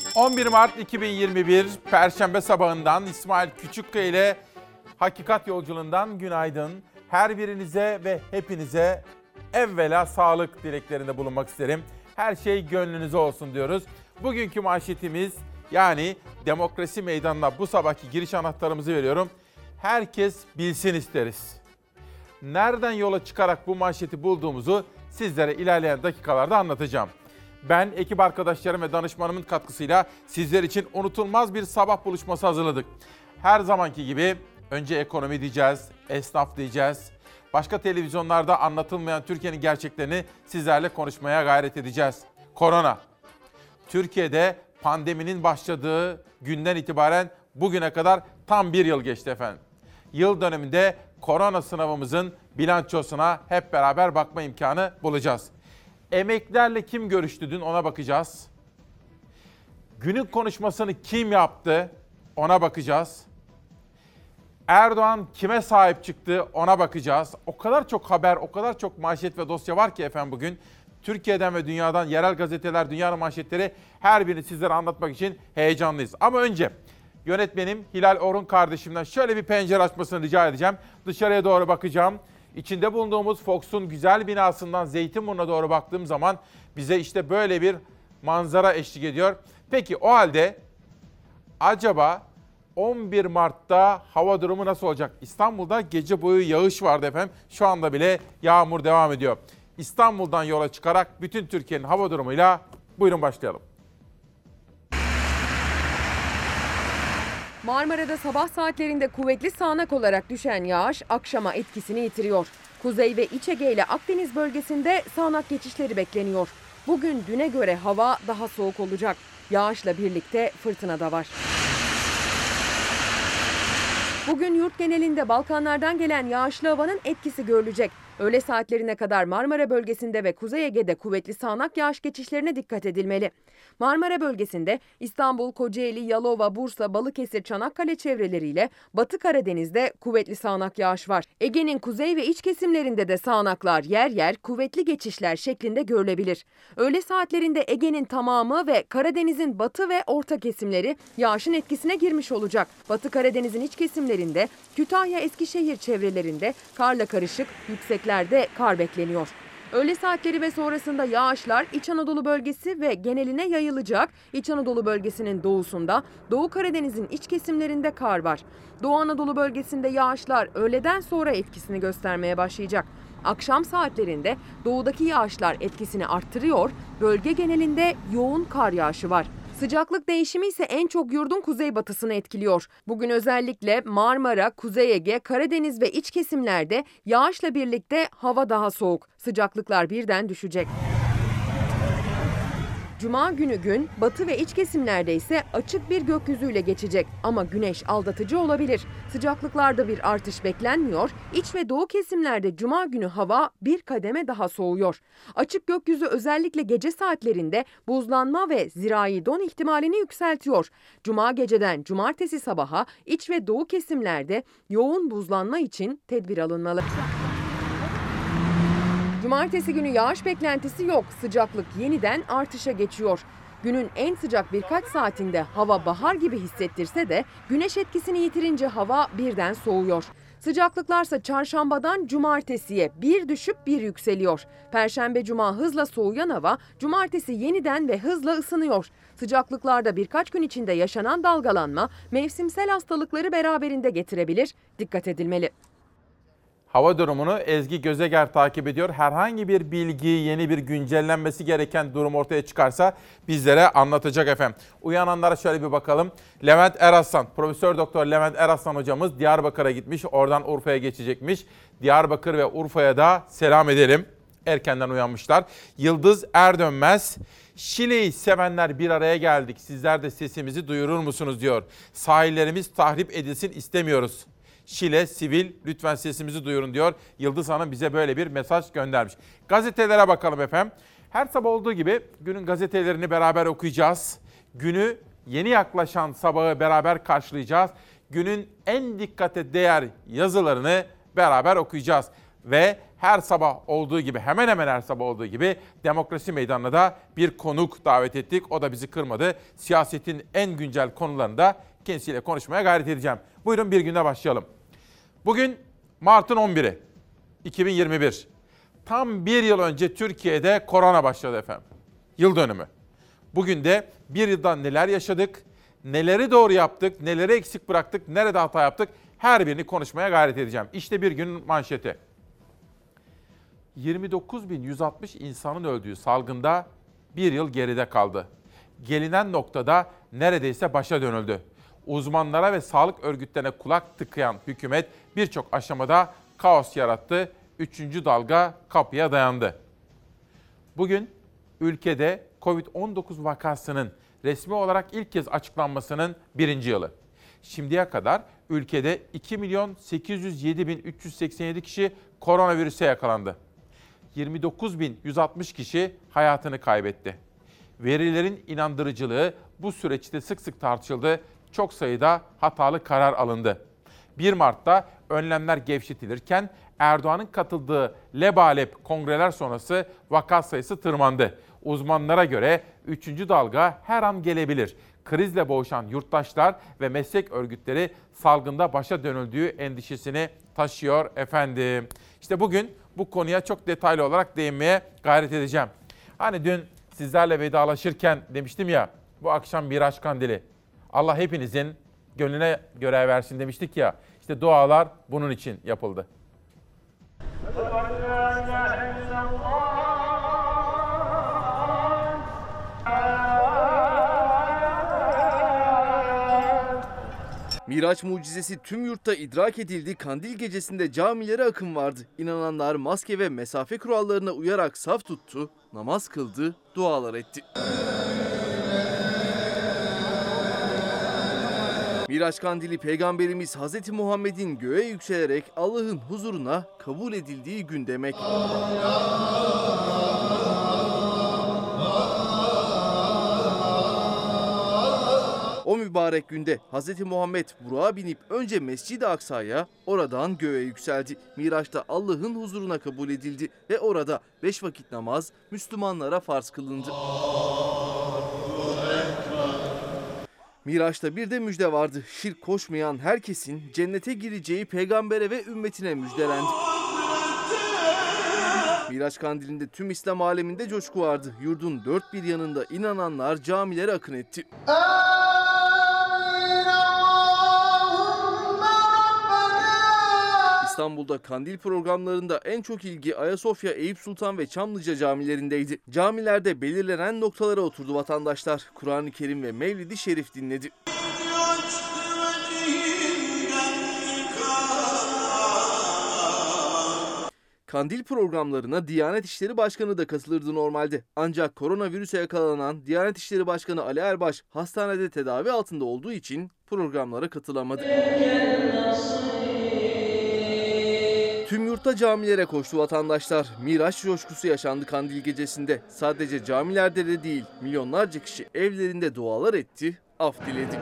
11 Mart 2021 Perşembe sabahından İsmail Küçükkaya ile Hakikat Yolculuğundan günaydın. Her birinize ve hepinize evvela sağlık dileklerinde bulunmak isterim. Her şey gönlünüze olsun diyoruz. Bugünkü manşetimiz, yani demokrasi meydanına bu sabahki giriş anahtarımızı veriyorum. Herkes bilsin isteriz. Nereden yola çıkarak bu manşeti bulduğumuzu sizlere ilerleyen dakikalarda anlatacağım. Ben, ekip arkadaşlarım ve danışmanımın katkısıyla sizler için unutulmaz bir sabah buluşması hazırladık. Her zamanki gibi önce ekonomi diyeceğiz, esnaf diyeceğiz. Başka televizyonlarda anlatılmayan Türkiye'nin gerçeklerini sizlerle konuşmaya gayret edeceğiz. Korona. Türkiye'de pandeminin başladığı günden itibaren bugüne kadar tam bir yıl geçti efendim. Yıl döneminde korona sınavımızın bilançosuna hep beraber bakma imkanı bulacağız. Emeklilerle kim görüştü dün, ona bakacağız. Günün konuşmasını kim yaptı, ona bakacağız. Erdoğan kime sahip çıktı, ona bakacağız. O kadar çok haber, o kadar çok manşet ve dosya var ki efendim bugün. Türkiye'den ve dünyadan yerel gazeteler, dünyanın manşetleri, her birini sizlere anlatmak için heyecanlıyız. Ama önce yönetmenim Hilal Orhun kardeşimden şöyle bir pencere açmasını rica edeceğim. Dışarıya doğru bakacağım. İçinde bulunduğumuz Fox'un güzel binasından Zeytinburnu'na doğru baktığım zaman bize işte böyle bir manzara eşlik ediyor. Peki o halde acaba 11 Mart'ta hava durumu nasıl olacak? İstanbul'da gece boyu yağış vardı efendim. Şu anda bile yağmur devam ediyor. İstanbul'dan yola çıkarak bütün Türkiye'nin hava durumuyla buyurun başlayalım. Marmara'da sabah saatlerinde kuvvetli sağanak olarak düşen yağış akşama etkisini yitiriyor. Kuzey ve İç Ege ile Akdeniz bölgesinde sağanak geçişleri bekleniyor. Bugün düne göre hava daha soğuk olacak. Yağışla birlikte fırtına da var. Bugün yurt genelinde Balkanlardan gelen yağışlı havanın etkisi görülecek. Öğle saatlerine kadar Marmara bölgesinde ve Kuzey Ege'de kuvvetli sağanak yağış geçişlerine dikkat edilmeli. Marmara bölgesinde İstanbul, Kocaeli, Yalova, Bursa, Balıkesir, Çanakkale çevreleriyle Batı Karadeniz'de kuvvetli sağanak yağış var. Ege'nin kuzey ve iç kesimlerinde de sağanaklar yer yer kuvvetli geçişler şeklinde görülebilir. Öğle saatlerinde Ege'nin tamamı ve Karadeniz'in batı ve orta kesimleri yağışın etkisine girmiş olacak. Batı Karadeniz'in iç kesimlerinde, Kütahya, Eskişehir çevrelerinde karla karışık yükseklerde kar bekleniyor. Öğle saatleri ve sonrasında yağışlar İç Anadolu bölgesi ve geneline yayılacak. İç Anadolu bölgesinin doğusunda, Doğu Karadeniz'in iç kesimlerinde kar var. Doğu Anadolu bölgesinde yağışlar öğleden sonra etkisini göstermeye başlayacak. Akşam saatlerinde doğudaki yağışlar etkisini arttırıyor, bölge genelinde yoğun kar yağışı var. Sıcaklık değişimi ise en çok yurdun kuzeybatısını etkiliyor. Bugün özellikle Marmara, Kuzey Ege, Karadeniz ve iç kesimlerde yağışla birlikte hava daha soğuk. Sıcaklıklar birden düşecek. Cuma günü gün batı ve iç kesimlerde ise açık bir gökyüzüyle geçecek ama güneş aldatıcı olabilir. Sıcaklıklarda bir artış beklenmiyor. İç ve doğu kesimlerde cuma günü hava bir kademe daha soğuyor. Açık gökyüzü özellikle gece saatlerinde buzlanma ve zirai don ihtimalini yükseltiyor. Cuma geceden cumartesi sabaha iç ve doğu kesimlerde yoğun buzlanma için tedbir alınmalı. Cumartesi günü yağış beklentisi yok. Sıcaklık yeniden artışa geçiyor. Günün en sıcak birkaç saatinde hava bahar gibi hissettirse de güneş etkisini yitirince hava birden soğuyor. Sıcaklıklarsa çarşambadan cumartesiye bir düşüp bir yükseliyor. Perşembe cuma hızla soğuyan hava cumartesi yeniden ve hızla ısınıyor. Sıcaklıklarda birkaç gün içinde yaşanan dalgalanma mevsimsel hastalıkları beraberinde getirebilir. Dikkat edilmeli. Hava durumunu Ezgi Gözeger takip ediyor. Herhangi bir bilgi, yeni bir güncellenmesi gereken durum ortaya çıkarsa bizlere anlatacak efendim. Uyananlara şöyle bir bakalım. Levent Eraslan, Profesör Doktor Levent Eraslan hocamız Diyarbakır'a gitmiş. Oradan Urfa'ya geçecekmiş. Diyarbakır ve Urfa'ya da selam edelim. Erkenden uyanmışlar. Yıldız Erdönmez, Şile'yi sevenler bir araya geldik. Sizler de sesimizi duyurur musunuz diyor. Sahillerimiz tahrip edilsin istemiyoruz. Şile, sivil, lütfen sesimizi duyurun diyor. Yıldız Hanım bize böyle bir mesaj göndermiş. Gazetelere bakalım efendim. Her sabah olduğu gibi günün gazetelerini beraber okuyacağız. Günü yeni yaklaşan sabahı beraber karşılayacağız. Günün en dikkate değer yazılarını beraber okuyacağız. Ve her sabah olduğu gibi, hemen hemen her sabah olduğu gibi Demokrasi Meydanı'na da bir konuk davet ettik. O da bizi kırmadı. Siyasetin en güncel konularında kendisiyle konuşmaya gayret edeceğim. Buyurun bir günde başlayalım. Bugün Mart'ın 11'i, 2021. Tam bir yıl önce Türkiye'de korona başladı efendim. Yıl dönümü. Bugün de bir yılda neler yaşadık, neleri doğru yaptık, neleri eksik bıraktık, nerede hata yaptık, her birini konuşmaya gayret edeceğim. İşte bir günün manşeti. 29.160 insanın öldüğü salgında bir yıl geride kaldı. Gelinen noktada neredeyse başa dönüldü. Uzmanlara ve sağlık örgütlerine kulak tıkayan hükümet birçok aşamada kaos yarattı. 3. dalga kapıya dayandı. Bugün ülkede Covid-19 vakasının resmi olarak ilk kez açıklanmasının 1. yılı. Şimdiye kadar ülkede 2.807.387 kişi koronavirüse yakalandı. 29.160 kişi hayatını kaybetti. Verilerin inandırıcılığı bu süreçte sık sık tartışıldı. Çok sayıda hatalı karar alındı. 1 Mart'ta önlemler gevşetilirken Erdoğan'ın katıldığı lebalep kongreler sonrası vaka sayısı tırmandı. Uzmanlara göre 3. dalga her an gelebilir. Krizle boğuşan yurttaşlar ve meslek örgütleri salgında başa dönüldüğü endişesini taşıyor efendim. İşte bugün bu konuya çok detaylı olarak değinmeye gayret edeceğim. Hani dün sizlerle vedalaşırken demiştim ya, bu akşam Miraç Kandili. Allah hepinizin gönlüne göre versin demiştik ya. İşte dualar bunun için yapıldı. Miraç mucizesi tüm yurtta idrak edildi. Kandil gecesinde camilere akın vardı. İnananlar maske ve mesafe kurallarına uyarak saf tuttu, namaz kıldı, dualar etti. Miraç Kandili Peygamberimiz Hz. Muhammed'in göğe yükselerek Allah'ın huzuruna kabul edildiği gün demek. O mübarek günde Hz. Muhammed Burak'a binip önce Mescid-i Aksa'ya, oradan göğe yükseldi. Miraç'ta Allah'ın huzuruna kabul edildi ve orada 5 vakit namaz Müslümanlara farz kılındı. Miraç'ta bir de müjde vardı. Şirk koşmayan herkesin cennete gireceği peygambere ve ümmetine müjdelendi. Miraç Kandili'nde tüm İslam aleminde coşku vardı. Yurdun dört bir yanında inananlar camilere akın etti. İstanbul'da kandil programlarında en çok ilgi Ayasofya, Eyüp Sultan ve Çamlıca camilerindeydi. Camilerde belirlenen noktalara oturdu vatandaşlar. Kur'an-ı Kerim ve Mevlid-i Şerif dinledi. Kandil programlarına Diyanet İşleri Başkanı da katılırdı normalde. Ancak koronavirüse yakalanan Diyanet İşleri Başkanı Ali Erbaş hastanede tedavi altında olduğu için programlara katılamadı. Tüm yurtta camilere koştu vatandaşlar. Miraç coşkusu yaşandı kandil gecesinde. Sadece camilerde de değil, milyonlarca kişi evlerinde dualar etti, af diledi.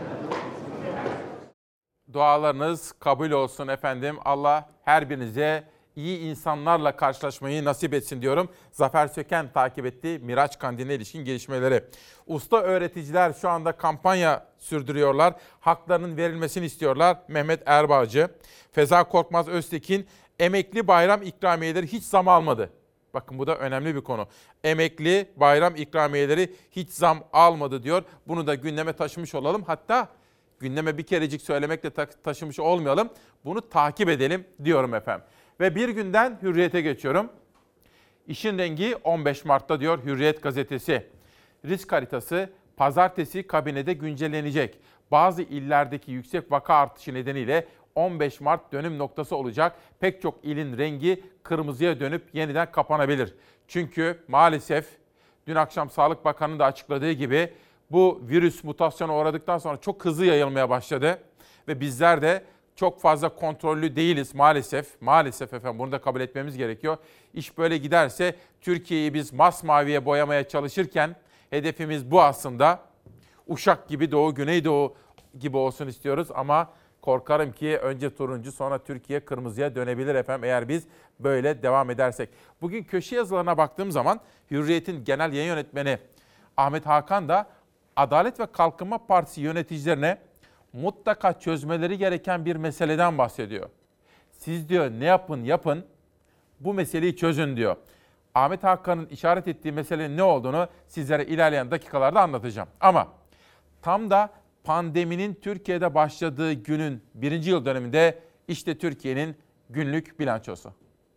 Dualarınız kabul olsun efendim. Allah her birinize iyi insanlarla karşılaşmayı nasip etsin diyorum. Zafer Söken takip etti Miraç Kandili'ne ilişkin gelişmeleri. Usta öğreticiler şu anda kampanya sürdürüyorlar. Haklarının verilmesini istiyorlar. Mehmet Erbağcı, Feza Korkmaz Öztekin, emekli bayram ikramiyeleri hiç zam almadı. Bakın bu da önemli bir konu. Emekli bayram ikramiyeleri hiç zam almadı diyor. Bunu da gündeme taşımış olalım. Hatta gündeme bir kerecik söylemekle taşımış olmayalım. Bunu takip edelim diyorum efendim. Ve bir günden Hürriyet'e geçiyorum. İşin rengi 15 Mart'ta diyor Hürriyet gazetesi. Risk haritası pazartesi kabinede güncellenecek. Bazı illerdeki yüksek vaka artışı nedeniyle 15 Mart dönüm noktası olacak. Pek çok ilin rengi kırmızıya dönüp yeniden kapanabilir. Çünkü maalesef dün akşam Sağlık Bakanı'nın da açıkladığı gibi bu virüs mutasyona uğradıktan sonra çok hızlı yayılmaya başladı. Ve bizler de çok fazla kontrollü değiliz maalesef. Maalesef efendim bunu da kabul etmemiz gerekiyor. İş böyle giderse Türkiye'yi biz masmaviye boyamaya çalışırken hedefimiz bu aslında. Uşak gibi Doğu, Güneydoğu gibi olsun istiyoruz ama Korkarım ki önce turuncu sonra Türkiye kırmızıya dönebilir efendim eğer biz böyle devam edersek. Bugün köşe yazılarına baktığım zaman Hürriyet'in genel yayın yönetmeni Ahmet Hakan da Adalet ve Kalkınma Partisi yöneticilerine mutlaka çözmeleri gereken bir meseleden bahsediyor. Siz diyor ne yapın bu meseleyi çözün diyor. Ahmet Hakan'ın işaret ettiği meselenin ne olduğunu sizlere ilerleyen dakikalarda anlatacağım. Ama tam da pandeminin Türkiye'de başladığı günün 1. yıl dönümünde işte Türkiye'nin günlük bilançosu.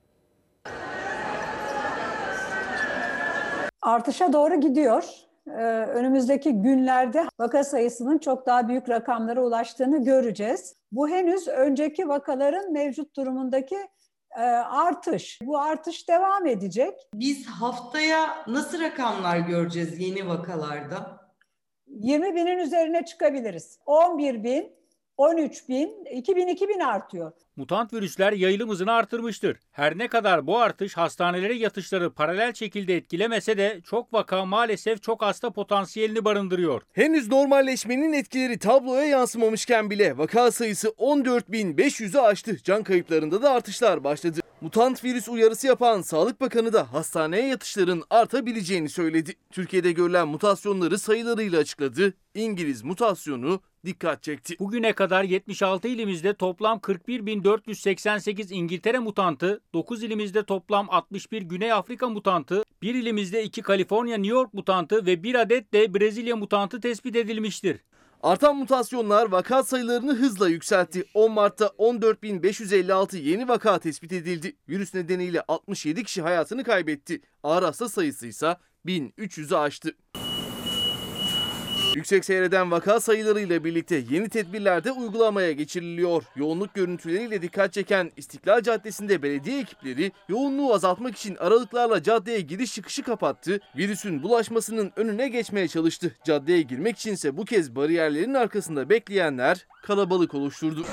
Artışa doğru gidiyor. Önümüzdeki günlerde vaka sayısının çok daha büyük rakamlara ulaştığını göreceğiz. Bu henüz önceki vakaların mevcut durumundaki artış. Bu artış devam edecek. Biz haftaya nasıl rakamlar göreceğiz yeni vakalarda? 20 binin üzerine çıkabiliriz. 11 bin, 13 bin, 2000 artıyor. Mutant virüsler yayılım hızını artırmıştır. Her ne kadar bu artış hastanelere yatışları paralel şekilde etkilemese de çok vaka maalesef çok hasta potansiyelini barındırıyor. Henüz normalleşmenin etkileri tabloya yansımamışken bile vaka sayısı 14.500'ü aştı. Can kayıplarında da artışlar başladı. Mutant virüs uyarısı yapan Sağlık Bakanı da hastaneye yatışların artabileceğini söyledi. Türkiye'de görülen mutasyonları sayılarıyla açıkladı. İngiliz mutasyonu dikkat çekti. Bugüne kadar 76 ilimizde toplam 41.488 İngiltere mutantı, 9 ilimizde toplam 61 Güney Afrika mutantı, 1 ilimizde 2 Kaliforniya New York mutantı ve 1 adet de Brezilya mutantı tespit edilmiştir. Artan mutasyonlar vaka sayılarını hızla yükseltti. 10 Mart'ta 14.556 yeni vaka tespit edildi. Virüs nedeniyle 67 kişi hayatını kaybetti. Ağır hasta sayısı ise 1300'ü aştı. Yüksek seyreden vaka sayılarıyla birlikte yeni tedbirler de uygulamaya geçiriliyor. Yoğunluk görüntüleriyle dikkat çeken İstiklal Caddesi'nde belediye ekipleri yoğunluğu azaltmak için aralıklarla caddeye giriş çıkışı kapattı. Virüsün bulaşmasının önüne geçmeye çalıştı. Caddeye girmek içinse bu kez bariyerlerin arkasında bekleyenler kalabalık oluşturdu.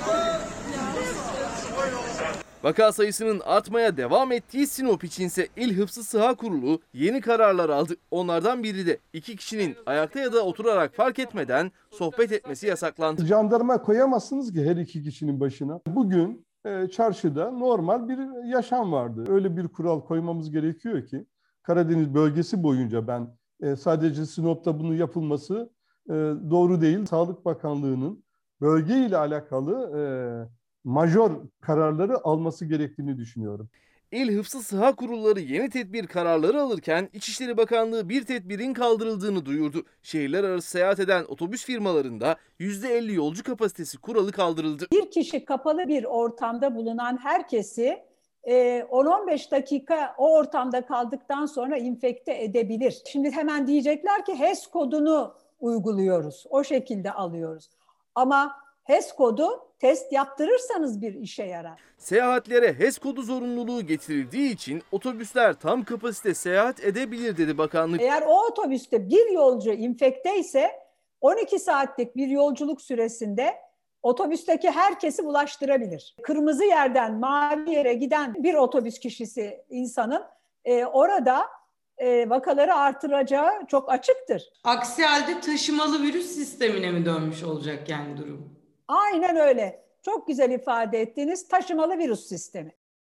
Vaka sayısının artmaya devam ettiği Sinop içinse İl Hıfzı Sıha Kurulu yeni kararlar aldı. Onlardan biri de 2 kişinin ayakta ya da oturarak fark etmeden sohbet etmesi yasaklandı. Jandarma koyamazsınız ki her 2 kişinin başına. Bugün çarşıda normal bir yaşam vardı. Öyle bir kural koymamız gerekiyor ki Karadeniz bölgesi boyunca ben sadece Sinop'ta bunun yapılması doğru değil. Sağlık Bakanlığı'nın bölgeyle alakalı majör kararları alması gerektiğini düşünüyorum. İl Hıfzı Sıha Kurulları yeni tedbir kararları alırken İçişleri Bakanlığı bir tedbirin kaldırıldığını duyurdu. Şehirler arası seyahat eden otobüs firmalarında %50 yolcu kapasitesi kuralı kaldırıldı. Bir kişi kapalı bir ortamda bulunan herkesi 10-15 dakika o ortamda kaldıktan sonra infekte edebilir. Şimdi hemen diyecekler ki HES kodunu uyguluyoruz. O şekilde alıyoruz. Ama HES kodu test yaptırırsanız bir işe yarar. Seyahatlere HES kodu zorunluluğu getirildiği için otobüsler tam kapasite seyahat edebilir dedi bakanlık. Eğer o otobüste bir yolcu infekte ise 12 saatlik bir yolculuk süresinde otobüsteki herkesi bulaştırabilir. Kırmızı yerden mavi yere giden bir otobüs kişisi insanın orada vakaları artıracağı çok açıktır. Aksi halde taşımalı virüs sistemine mi dönmüş olacak yani durum? Aynen öyle. Çok güzel ifade ettiniz. Taşımalı virüs sistemi.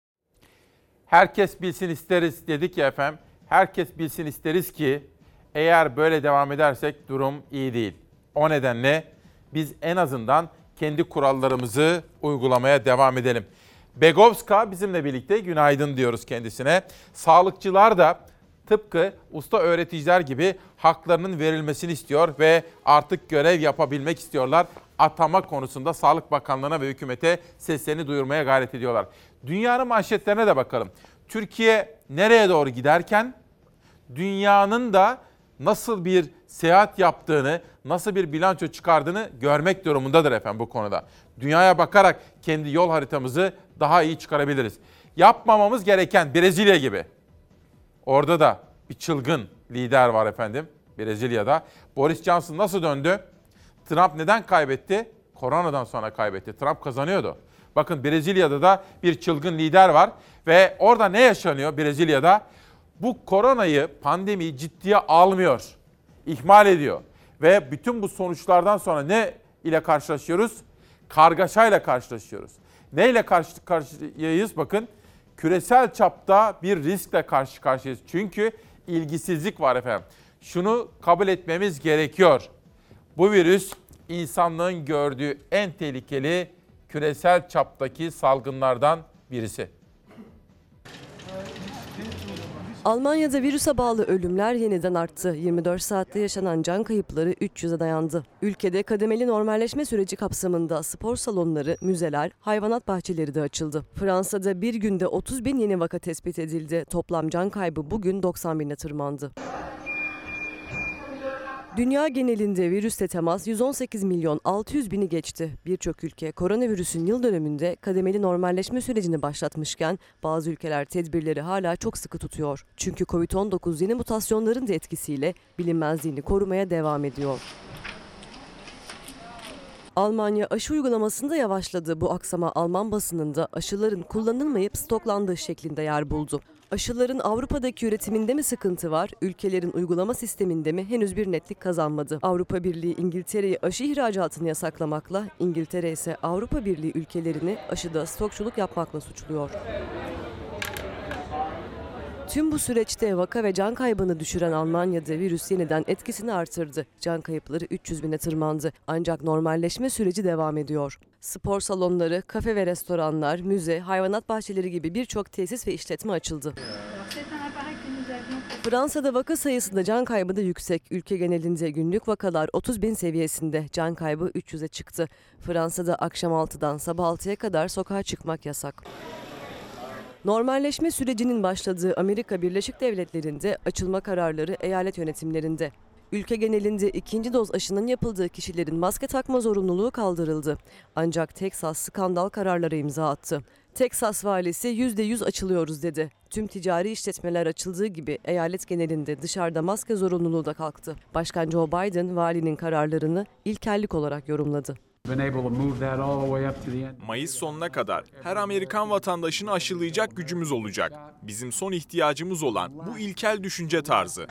Herkes bilsin isteriz dedik ya efendim. Herkes bilsin isteriz ki eğer böyle devam edersek durum iyi değil. O nedenle biz en azından kendi kurallarımızı uygulamaya devam edelim. Begovska bizimle birlikte günaydın diyoruz kendisine. Sağlıkçılar da tıpkı usta öğreticiler gibi haklarının verilmesini istiyor ve artık görev yapabilmek istiyorlar. Atama konusunda Sağlık Bakanlığı'na ve hükümete seslerini duyurmaya gayret ediyorlar. Dünyanın manşetlerine de bakalım. Türkiye nereye doğru giderken dünyanın da nasıl bir seyahat yaptığını, nasıl bir bilanço çıkardığını görmek durumundadır efendim bu konuda. Dünyaya bakarak kendi yol haritamızı daha iyi çıkarabiliriz. Yapmamamız gereken Brezilya gibi. Orada da bir çılgın lider var efendim Brezilya'da. Boris Johnson nasıl döndü? Trump neden kaybetti? Koronadan sonra kaybetti. Trump kazanıyordu. Bakın Brezilya'da da bir çılgın lider var ve orada ne yaşanıyor Brezilya'da? Bu koronayı, pandemiyi ciddiye almıyor, ihmal ediyor. Ve bütün bu sonuçlardan sonra ne ile karşılaşıyoruz? kargaşayla karşılaşıyoruz. Neyle karşı karşıyayız? Bakın, küresel çapta bir riskle karşı karşıyayız. Çünkü ilgisizlik var efendim. Şunu kabul etmemiz gerekiyor. Bu virüs insanlığın gördüğü en tehlikeli küresel çaptaki salgınlardan birisi. Almanya'da virüse bağlı ölümler yeniden arttı. 24 saatte yaşanan can kayıpları 300'e dayandı. Ülkede kademeli normalleşme süreci kapsamında spor salonları, müzeler, hayvanat bahçeleri de açıldı. Fransa'da bir günde 30 bin yeni vaka tespit edildi. Toplam can kaybı bugün 90 bine tırmandı. Dünya genelinde virüsle temas 118 milyon 600 bini geçti. Birçok ülke koronavirüsün yıl dönümünde kademeli normalleşme sürecini başlatmışken bazı ülkeler tedbirleri hala çok sıkı tutuyor. Çünkü Covid-19 yeni mutasyonların da etkisiyle bilinmezliğini korumaya devam ediyor. Almanya aşı uygulamasında yavaşladı. Bu aksama Alman basınında aşıların kullanılmayıp stoklandığı şeklinde yer buldu. Aşıların Avrupa'daki üretiminde mi sıkıntı var, ülkelerin uygulama sisteminde mi henüz bir netlik kazanmadı. Avrupa Birliği İngiltere'yi aşı ihracatını yasaklamakla, İngiltere ise Avrupa Birliği ülkelerini aşıda stokçuluk yapmakla suçluyor. Tüm bu süreçte vaka ve can kaybını düşüren Almanya'da virüs yeniden etkisini artırdı. Can kayıpları 300 bine tırmandı. Ancak normalleşme süreci devam ediyor. Spor salonları, kafe ve restoranlar, müze, hayvanat bahçeleri gibi birçok tesis ve işletme açıldı. Fransa'da vaka sayısında can kaybı da yüksek. Ülke genelinde günlük vakalar 30 bin seviyesinde. Can kaybı 300'e çıktı. Fransa'da akşam 6'dan sabah 6'ya kadar sokağa çıkmak yasak. Normalleşme sürecinin başladığı Amerika Birleşik Devletleri'nde açılma kararları eyalet yönetimlerinde. Ülke genelinde ikinci doz aşının yapıldığı kişilerin maske takma zorunluluğu kaldırıldı. Ancak Teksas skandal kararlara imza attı. Teksas valisi %100 açılıyoruz dedi. Tüm ticari işletmeler açıldığı gibi eyalet genelinde dışarıda maske zorunluluğu da kalktı. Başkan Joe Biden valinin kararlarını ilkellik olarak yorumladı. Mayıs sonuna kadar her Amerikan vatandaşını aşılayacak gücümüz olacak. Bizim son ihtiyacımız olan bu ilkel düşünce tarzı.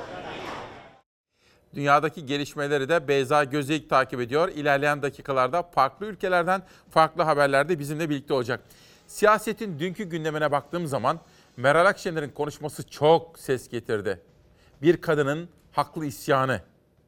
Dünyadaki gelişmeleri de Beyza Gözeyik takip ediyor. İlerleyen dakikalarda farklı ülkelerden farklı haberler de bizimle birlikte olacak. Siyasetin dünkü gündemine baktığım zaman Meral Akşener'in konuşması çok ses getirdi. Bir kadının haklı isyanı.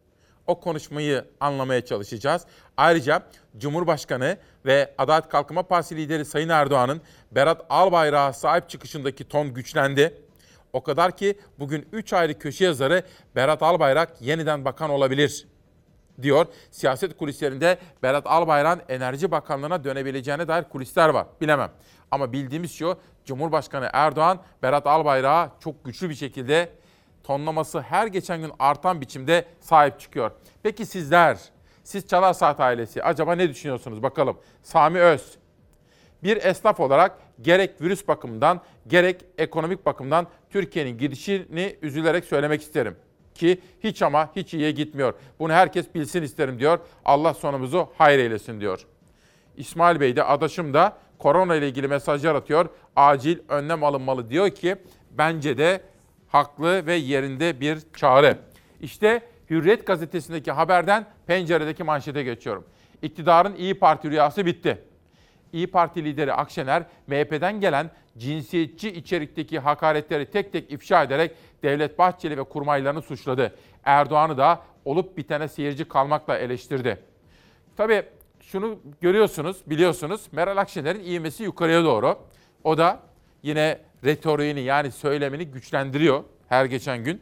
O konuşmayı anlamaya çalışacağız. Ayrıca Cumhurbaşkanı ve Adalet Kalkınma Partisi lideri Sayın Erdoğan'ın Berat Albayrak'a sahip çıkışındaki ton güçlendi. O kadar ki bugün 3 ayrı köşe yazarı Berat Albayrak yeniden bakan olabilir diyor. Siyaset kulislerinde Berat Albayrak'ın Enerji Bakanlığı'na dönebileceğine dair kulisler var. Bilemem. Ama bildiğimiz şu, Cumhurbaşkanı Erdoğan Berat Albayrak'a çok güçlü bir şekilde tonlaması her geçen gün artan biçimde sahip çıkıyor. Peki sizler, siz Çalar Saat ailesi acaba ne düşünüyorsunuz bakalım? Sami Öz, bir esnaf olarak gerek virüs bakımından gerek ekonomik bakımdan Türkiye'nin gidişini üzülerek söylemek isterim. Ki hiç ama hiç iyiye gitmiyor. Bunu herkes bilsin isterim diyor. Allah sonumuzu hayır eylesin diyor. İsmail Bey de adaşım da korona ile ilgili mesajlar atıyor. Acil önlem alınmalı diyor ki bence de haklı ve yerinde bir çağrı. İşte Hürriyet gazetesindeki haberden penceredeki manşete geçiyorum. İktidarın İyi Parti rüyası bitti. İyi Parti lideri Akşener, MHP'den gelen cinsiyetçi içerikteki hakaretleri tek tek ifşa ederek Devlet Bahçeli ve kurmaylarını suçladı. Erdoğan'ı da olup bitene seyirci kalmakla eleştirdi. Tabii şunu görüyorsunuz, biliyorsunuz, Meral Akşener'in ivmesi yukarıya doğru. O da yine retoriğini yani söylemini güçlendiriyor her geçen gün.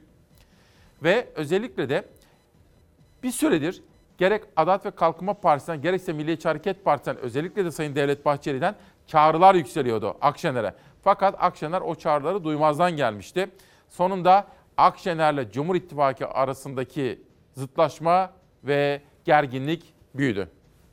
Ve özellikle de bir süredir gerek Adalet ve Kalkınma Partisi'nden gerekse Milliyetçi Hareket Partisi'nden özellikle de Sayın Devlet Bahçeli'den çağrılar yükseliyordu Akşener'e. Fakat Akşener o çağrıları duymazdan gelmişti. Sonunda Akşener'le Cumhur İttifakı arasındaki zıtlaşma ve gerginlik büyüdü.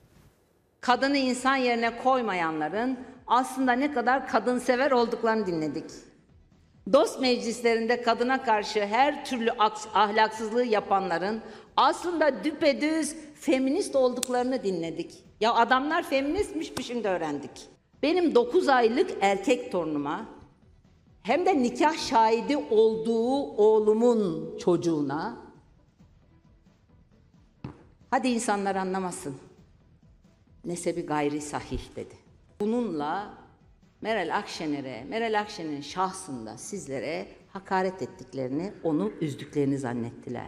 Kadını insan yerine koymayanların aslında ne kadar kadınsever olduklarını dinledik. Dost meclislerinde kadına karşı her türlü ahlaksızlığı yapanların aslında düpedüz feminist olduklarını dinledik. Ya adamlar feministmiş şimdi öğrendik. Benim 9 aylık erkek torunuma hem de nikah şahidi olduğu oğlumun çocuğuna hadi insanlar anlamasın. nesebi gayri sahih dedi. Bununla Meral Akşener'in şahsında sizlere hakaret ettiklerini, onu üzdüklerini zannettiler.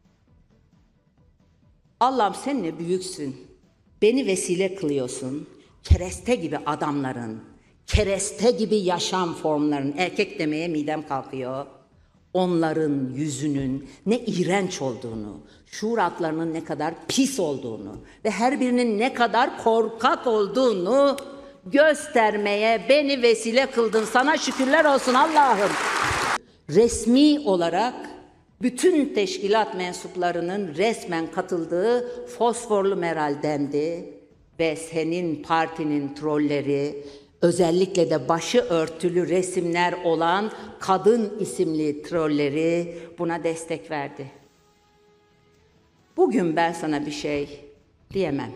Allah'ım sen ne büyüksün. Beni vesile kılıyorsun. Kereste gibi adamların, kereste gibi yaşam formlarının, erkek demeye midem kalkıyor. Onların yüzünün ne iğrenç olduğunu, şuur hatlarının ne kadar pis olduğunu ve her birinin ne kadar korkak olduğunu göstermeye beni vesile kıldın. Sana şükürler olsun Allah'ım. Resmi olarak bütün teşkilat mensuplarının resmen katıldığı Fosforlu Meral dendi ve senin partinin trolleri, özellikle de başı örtülü resimler olan kadın isimli trolleri buna destek verdi. Bugün ben sana bir şey diyemem.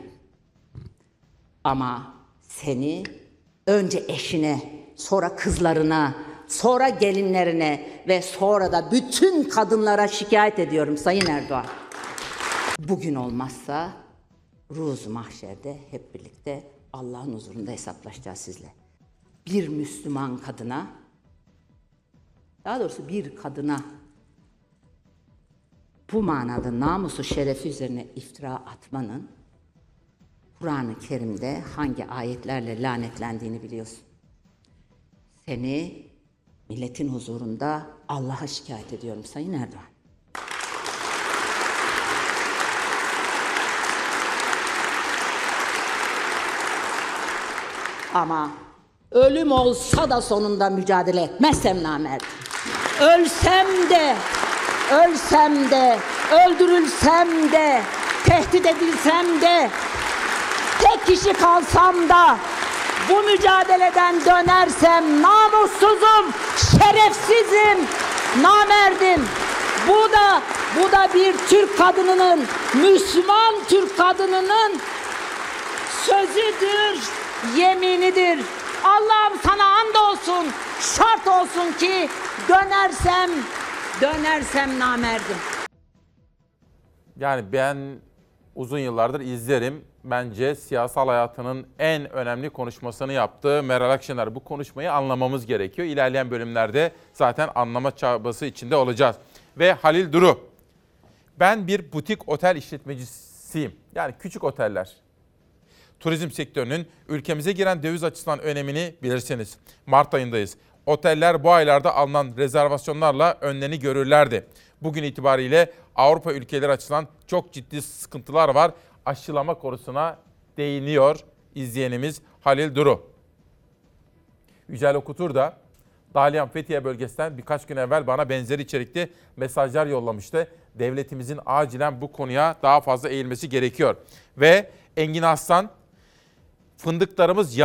Ama seni önce eşine, sonra kızlarına, sonra gelinlerine ve sonra da bütün kadınlara şikayet ediyorum Sayın Erdoğan. Bugün olmazsa Ruz mahşerde hep birlikte Allah'ın huzurunda hesaplaşacağız sizle. Bir Müslüman kadına, daha doğrusu bir kadına bu manada namusu şerefi üzerine iftira atmanın Kur'an-ı Kerim'de hangi ayetlerle lanetlendiğini biliyorsun. Seni milletin huzurunda Allah'a şikayet ediyorum Sayın Erdoğan. Ama ölüm olsa da sonunda mücadele etmezsem namerdim. Ölsem de, öldürülsem de, tehdit edilsem de, tek kişi kalsam da bu mücadeleden dönersem namussuzum, şerefsizim, namerdim. Bu da bir Türk kadınının, Müslüman Türk kadınının sözüdür, yeminidir. Allah'ım sana andolsun, şart olsun ki dönersem namerdim. Yani ben uzun yıllardır izlerim. Bence siyasal hayatının en önemli konuşmasını yaptı Meral Akşener. Bu konuşmayı anlamamız gerekiyor. İlerleyen bölümlerde zaten anlama çabası içinde olacağız. Ve Halil Duru. Ben bir butik otel işletmecisiyim. Yani küçük oteller. Turizm sektörünün ülkemize giren döviz açısından önemini bilirsiniz. Mart ayındayız. Oteller bu aylarda alınan rezervasyonlarla önlerini görürlerdi. Bugün itibariyle Avrupa ülkeleri açısından çok ciddi sıkıntılar var. Aşılama konusuna değiniyor izleyenimiz Halil Duru. Yücel Okutur da Dalyan Fethiye bölgesinden birkaç gün evvel bana benzeri içerikli mesajlar yollamıştı. Devletimizin acilen bu konuya daha fazla eğilmesi gerekiyor. Ve Engin Aslan, fındıklarımız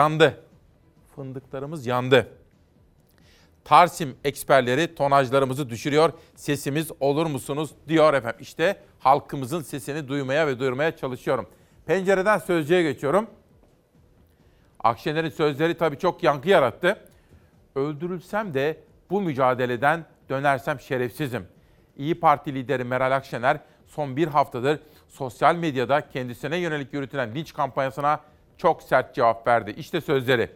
yandı. Tarsim eksperleri tonajlarımızı düşürüyor. Sesimiz olur musunuz diyor efendim. İşte halkımızın sesini duymaya ve duyurmaya çalışıyorum. Pencereden Sözcü'ye geçiyorum. Akşener'in sözleri tabii çok yankı yarattı. Öldürülsem de bu mücadeleden dönersem şerefsizim. İYİ Parti lideri Meral Akşener son bir haftadır sosyal medyada kendisine yönelik yürütülen linç kampanyasına çok sert cevap verdi. İşte sözleri.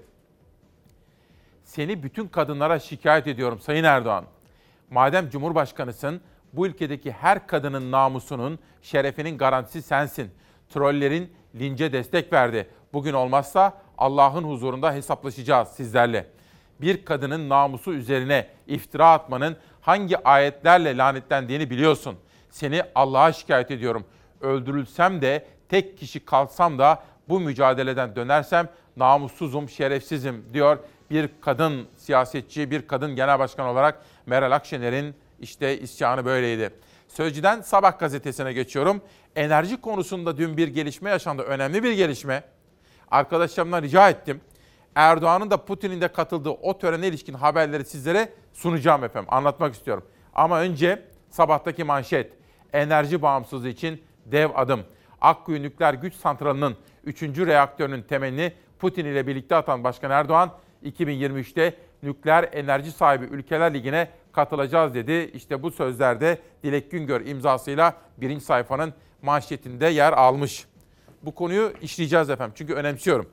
Seni bütün kadınlara şikayet ediyorum Sayın Erdoğan. Madem Cumhurbaşkanısın, bu ülkedeki her kadının namusunun, şerefinin garantisi sensin. Trollerin lince destek verdi. Bugün olmazsa Allah'ın huzurunda hesaplaşacağız sizlerle. Bir kadının namusu üzerine iftira atmanın hangi ayetlerle lanetlendiğini biliyorsun. Seni Allah'a şikayet ediyorum. Öldürülsem de, tek kişi kalsam da bu mücadeleden dönersem namussuzum, şerefsizim diyor bir kadın siyasetçi, bir kadın genel başkan olarak Meral Akşener'in işte isyanı böyleydi. Sözcü'den Sabah gazetesine geçiyorum. Enerji konusunda dün bir gelişme yaşandı. Önemli bir gelişme. Arkadaşlarımdan rica ettim. Erdoğan'ın da Putin'in de katıldığı o törene ilişkin haberleri sizlere sunacağım efendim. Anlatmak istiyorum. Ama önce sabahtaki manşet. Enerji bağımsızlığı için dev adım. Akkuyu Nükleer Güç Santralı'nın 3. reaktörünün temelini Putin ile birlikte atan Başkan Erdoğan, 2023'te nükleer enerji sahibi ülkeler ligine katılacağız dedi. İşte bu sözlerde Dilek Güngör imzasıyla birinci sayfanın manşetinde yer almış. bu konuyu işleyeceğiz efendim. Çünkü önemsiyorum.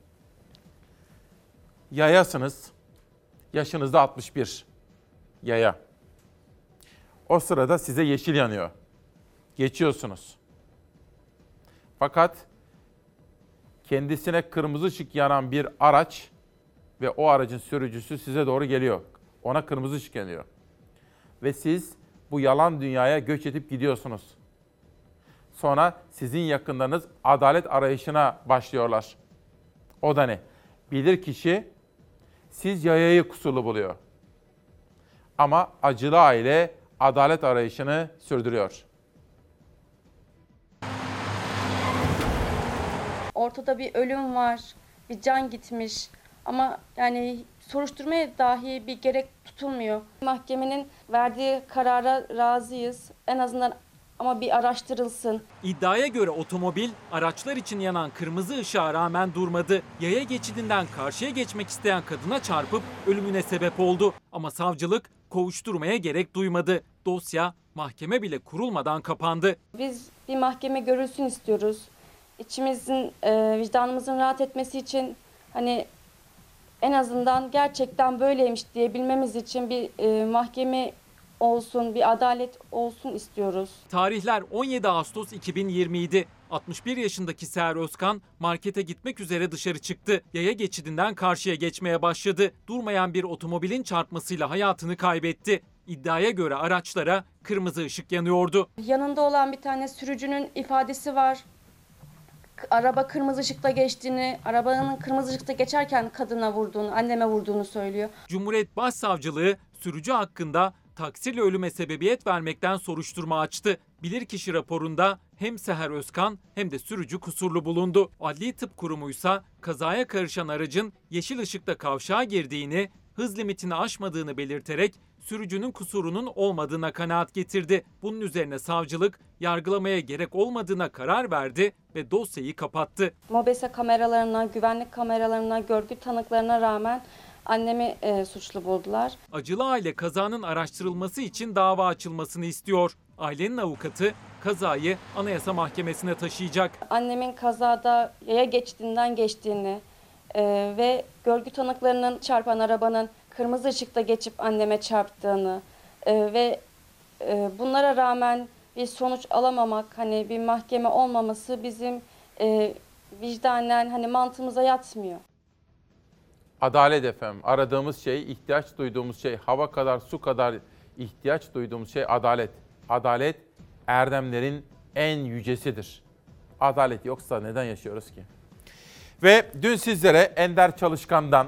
Yayasınız. Yaşınızda 61. Yaya. O sırada size yeşil yanıyor. Geçiyorsunuz. Fakat kendisine kırmızı ışık yanan bir araç ve o aracın sürücüsü size doğru geliyor. Ona kırmızı ışık yanıyor. Ve siz bu yalan dünyaya göç edip gidiyorsunuz. Sonra sizin yakınlarınız adalet arayışına başlıyorlar. O da ne? Bilirkişi siz yayayı kusurlu buluyor. Ama acılı aile adalet arayışını sürdürüyor. Ortada bir ölüm var, bir can gitmiş ama yani soruşturmaya dahi bir gerek tutulmuyor. Mahkemenin verdiği karara razıyız. En azından ama bir araştırılsın. İddiaya göre otomobil araçlar için yanan kırmızı ışığa rağmen durmadı. Yaya geçidinden karşıya geçmek isteyen kadına çarpıp ölümüne sebep oldu. Ama savcılık kovuşturmaya gerek duymadı. Dosya mahkeme bile kurulmadan kapandı. Biz bir mahkeme görülsün istiyoruz. İçimizin, vicdanımızın rahat etmesi için hani en azından gerçekten böyleymiş diyebilmemiz için bir mahkeme olsun, bir adalet olsun istiyoruz. Tarihler 17 Ağustos 2020 idi. 61 yaşındaki Seher Özkan markete gitmek üzere dışarı çıktı. Yaya geçidinden karşıya geçmeye başladı. Durmayan bir otomobilin çarpmasıyla hayatını kaybetti. İddiaya göre araçlara kırmızı ışık yanıyordu. Yanında olan bir tane sürücünün ifadesi var. Araba kırmızı ışıkta geçtiğini, arabanın kırmızı ışıkta geçerken kadına vurduğunu, anneme vurduğunu söylüyor. Cumhuriyet Başsavcılığı sürücü hakkında taksirle ölüme sebebiyet vermekten soruşturma açtı. Bilirkişi raporunda hem Seher Özkan hem de sürücü kusurlu bulundu. Adli Tıp Kurumu'ysa kazaya karışan aracın yeşil ışıkta kavşağa girdiğini, hız limitini aşmadığını belirterek sürücünün kusurunun olmadığına kanaat getirdi. Bunun üzerine savcılık yargılamaya gerek olmadığına karar verdi ve dosyayı kapattı. MOBESE kameralarına, güvenlik kameralarına, görgü tanıklarına rağmen annemi suçlu buldular. Acılı aile kazanın araştırılması için dava açılmasını istiyor. Ailenin avukatı kazayı Anayasa Mahkemesi'ne taşıyacak. Annemin kazada yaya geçidinden geçtiğini ve görgü tanıklarının çarpan arabanın kırmızı ışıkta geçip anneme çarptığını ve bunlara rağmen bir sonuç alamamak, hani bir mahkeme olmaması bizim vicdanen hani mantığımıza yatmıyor. Adalet efendim. Aradığımız şey, ihtiyaç duyduğumuz şey, hava kadar, su kadar ihtiyaç duyduğumuz şey adalet. Adalet erdemlerin en yücesidir. Adalet yoksa neden yaşıyoruz ki? Ve dün sizlere Ender Çalışkan'dan,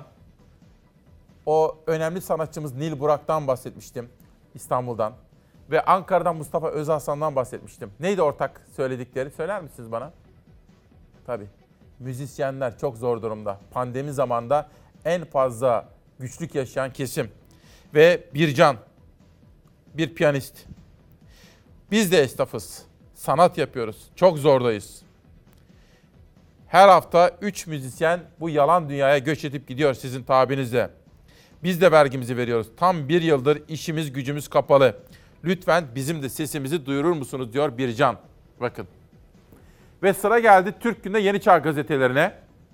o önemli sanatçımız Nil Burak'tan bahsetmiştim İstanbul'dan. Ve Ankara'dan Mustafa Özaslan'dan bahsetmiştim. Neydi ortak söyledikleri? Söyler misiniz bana? Tabii. Müzisyenler çok zor durumda. Pandemi zamanında en fazla güçlük yaşayan kesim. Ve Bircan, bir piyanist. Biz de esnafız. Sanat yapıyoruz. Çok zordayız. Her hafta 3 müzisyen bu yalan dünyaya göç edip gidiyor sizin tabirinizle. Biz de vergimizi veriyoruz. Tam 1 yıldır işimiz gücümüz kapalı. Lütfen bizim de sesimizi duyurur musunuz diyor Bircan. Bakın. Ve sıra geldi Türk Günü'nde Yeni Çağ gazetelerine.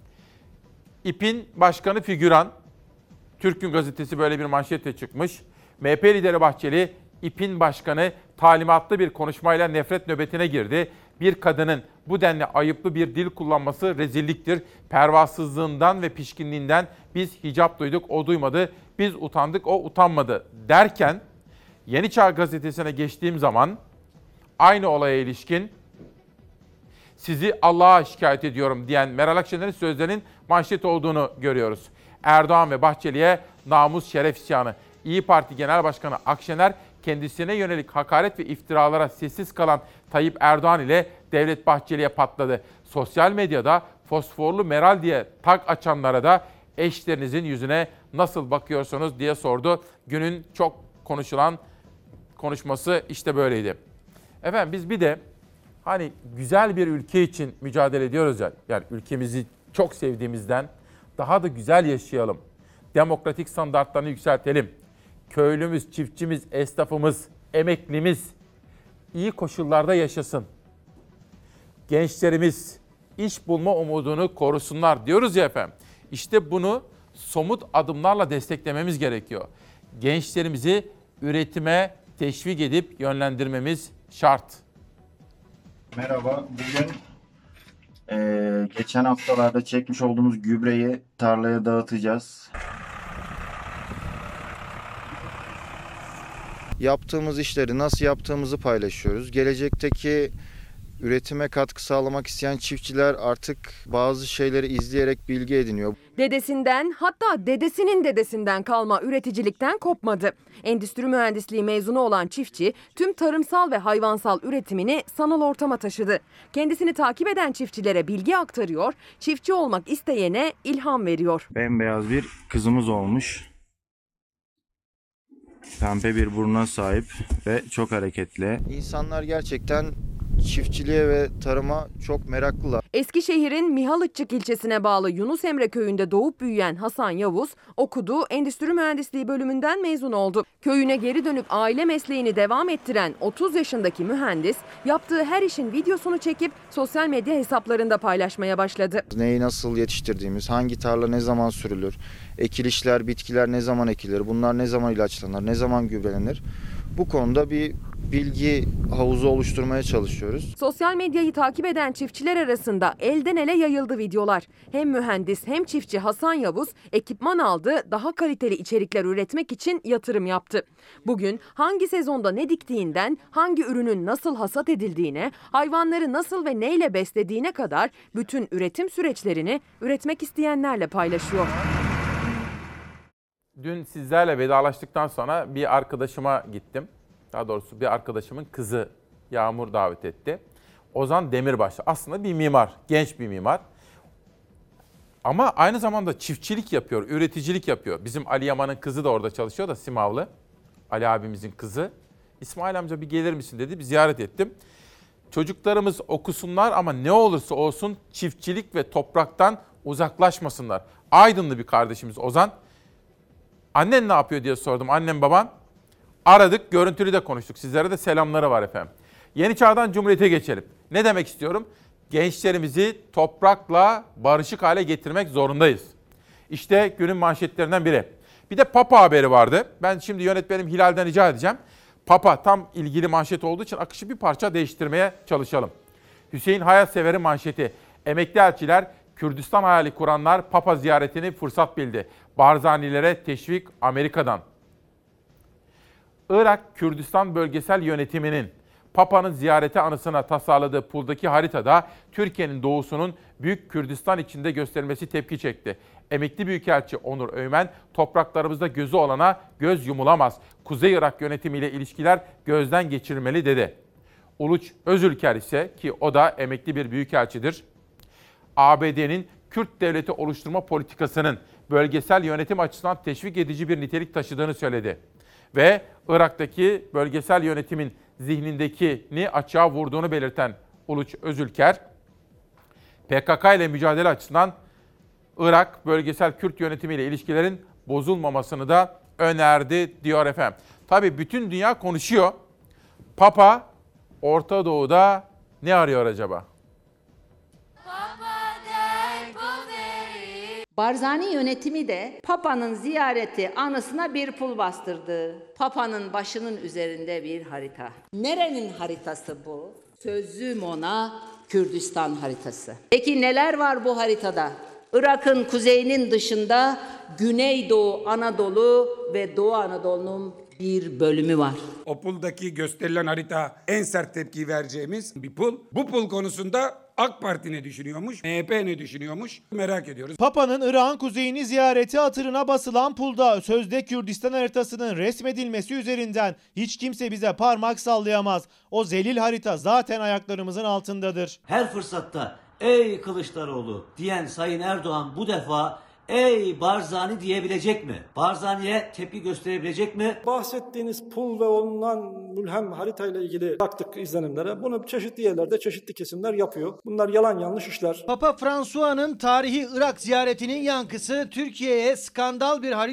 İP'in başkanı figüran. Türk Gün gazetesi böyle bir manşetle çıkmış. MHP lideri Bahçeli, İP'in başkanı talimatlı bir konuşmayla nefret nöbetine girdi. Bir kadının bu denli ayıplı bir dil kullanması rezilliktir. Pervasızlığından ve pişkinliğinden biz hicap duyduk, o duymadı. Biz utandık, o utanmadı derken Yeni Çağ gazetesine geçtiğim zaman aynı olaya ilişkin sizi Allah'a şikayet ediyorum diyen Meral Akşener'in sözlerinin manşet olduğunu görüyoruz. Erdoğan ve Bahçeli'ye namus şeref isyanı. İYİ Parti Genel Başkanı Akşener kendisine yönelik hakaret ve iftiralara sessiz kalan Tayyip Erdoğan ile Devlet Bahçeli'ye patladı. Sosyal medyada fosforlu Meral diye tag açanlara da eşlerinizin yüzüne nasıl bakıyorsunuz diye sordu. Günün çok konuşulan konuşması işte böyleydi. Efendim biz bir de hani güzel bir ülke için mücadele ediyoruz ya. Yani ülkemizi çok sevdiğimizden daha da güzel yaşayalım. Demokratik standartlarını yükseltelim. Köylümüz, çiftçimiz, esnafımız, emeklimiz iyi koşullarda yaşasın. Gençlerimiz iş bulma umudunu korusunlar diyoruz ya efendim. İşte bunu somut adımlarla desteklememiz gerekiyor. Gençlerimizi üretime teşvik edip yönlendirmemiz şart. Merhaba, bugün geçen haftalarda çekmiş olduğumuz gübreyi tarlaya dağıtacağız. Yaptığımız işleri nasıl yaptığımızı paylaşıyoruz. Gelecekteki üretime katkı sağlamak isteyen çiftçiler artık bazı şeyleri izleyerek bilgi ediniyor. Dedesinden, hatta dedesinin dedesinden kalma üreticilikten kopmadı. Endüstri mühendisliği mezunu olan çiftçi tüm tarımsal ve hayvansal üretimini sanal ortama taşıdı. Kendisini takip eden çiftçilere bilgi aktarıyor, çiftçi olmak isteyene ilham veriyor. Bembeyaz bir kızımız olmuş. Pembe bir burnuna sahip ve çok hareketli. İnsanlar gerçekten çiftçiliğe ve tarıma çok meraklılar. Eskişehir'in Mihalıççık ilçesine bağlı Yunus Emre köyünde doğup büyüyen Hasan Yavuz, okuduğu endüstri mühendisliği bölümünden mezun oldu. Köyüne geri dönüp aile mesleğini devam ettiren 30 yaşındaki mühendis, yaptığı her işin videosunu çekip sosyal medya hesaplarında paylaşmaya başladı. Neyi nasıl yetiştirdiğimiz, hangi tarla ne zaman sürülür, ekilişler, bitkiler ne zaman ekilir, bunlar ne zaman ilaçlanır, ne zaman gübrelenir. Bu konuda bir bilgi havuzu oluşturmaya çalışıyoruz. Sosyal medyayı takip eden çiftçiler arasında elden ele yayıldı videolar. Hem mühendis hem çiftçi Hasan Yavuz ekipman aldı, daha kaliteli içerikler üretmek için yatırım yaptı. Bugün hangi sezonda ne diktiğinden, hangi ürünün nasıl hasat edildiğine, hayvanları nasıl ve neyle beslediğine kadar bütün üretim süreçlerini üretmek isteyenlerle paylaşıyor. Dün sizlerle vedalaştıktan sonra bir arkadaşıma gittim. Daha doğrusu bir arkadaşımın kızı Yağmur davet etti. Ozan Demirbaş aslında bir mimar, genç bir mimar. Ama aynı zamanda çiftçilik yapıyor, üreticilik yapıyor. Bizim Ali Yaman'ın kızı da orada çalışıyor da Simavlı. Ali abimizin kızı. İsmail amca bir gelir misin dedi, bir ziyaret ettim. Çocuklarımız okusunlar ama ne olursa olsun çiftçilik ve topraktan uzaklaşmasınlar. Aydınlı bir kardeşimiz Ozan. Annen ne yapıyor diye sordum. Annem baban. Aradık, görüntülü de konuştuk. Sizlere de selamları var efendim. Yeni Çağ'dan Cumhuriyet'e geçelim. Ne demek istiyorum? Gençlerimizi toprakla barışık hale getirmek zorundayız. İşte günün manşetlerinden biri. Bir de Papa haberi vardı. Ben şimdi yönetmenim Hilal'den rica edeceğim. Papa tam ilgili manşet olduğu için akışı bir parça değiştirmeye çalışalım. Hüseyin Hayatsever'in manşeti. Emekli elçiler, Kürdistan hayali kuranlar Papa ziyaretini fırsat bildi. Barzanilere teşvik Amerika'dan. Irak Kürdistan Bölgesel Yönetimi'nin Papa'nın ziyareti anısına tasarladığı puldaki haritada Türkiye'nin doğusunun Büyük Kürdistan içinde gösterilmesi tepki çekti. Emekli Büyükelçi Onur Öymen, topraklarımızda gözü olana göz yumulamaz. Kuzey Irak yönetimiyle ilişkiler gözden geçirilmeli dedi. Uluç Özülker ise, ki o da emekli bir büyükelçidir, ABD'nin Kürt devleti oluşturma politikasının bölgesel yönetim açısından teşvik edici bir nitelik taşıdığını söyledi. Ve Irak'taki bölgesel yönetimin zihnindekini açığa vurduğunu belirten Uluç Özülker, PKK ile mücadele açısından Irak bölgesel Kürt yönetimiyle ilişkilerin bozulmamasını da önerdi diyor efendim. Tabii bütün dünya konuşuyor. Papa Orta Doğu'da ne arıyor acaba? Barzani yönetimi de Papa'nın ziyareti anısına bir pul bastırdı. Papa'nın başının üzerinde bir harita. Nerenin haritası bu? Sözüm ona Kürdistan haritası. Peki neler var bu haritada? Irak'ın kuzeyinin dışında Güneydoğu Anadolu ve Doğu Anadolu'nun bir bölümü var. O puldaki gösterilen harita en sert tepki vereceğimiz bir pul. Bu pul konusunda AK Parti ne düşünüyormuş, MHP ne düşünüyormuş merak ediyoruz. Papa'nın Irak'ın kuzeyini ziyareti hatırına basılan pulda sözde Kürdistan haritasının resmedilmesi üzerinden hiç kimse bize parmak sallayamaz. O zelil harita zaten ayaklarımızın altındadır. Her fırsatta ey Kılıçdaroğlu diyen Sayın Erdoğan bu defa ey Barzani diyebilecek mi? Barzani'ye tepki gösterebilecek mi? Bahsettiğiniz pul ve ondan mülhem haritayla ilgili baktık izlenimlere. Bunu çeşitli yerlerde çeşitli kesimler yapıyor. Bunlar yalan yanlış işler. Papa François'ın tarihi Irak ziyaretinin yankısı Türkiye'ye skandal bir harita,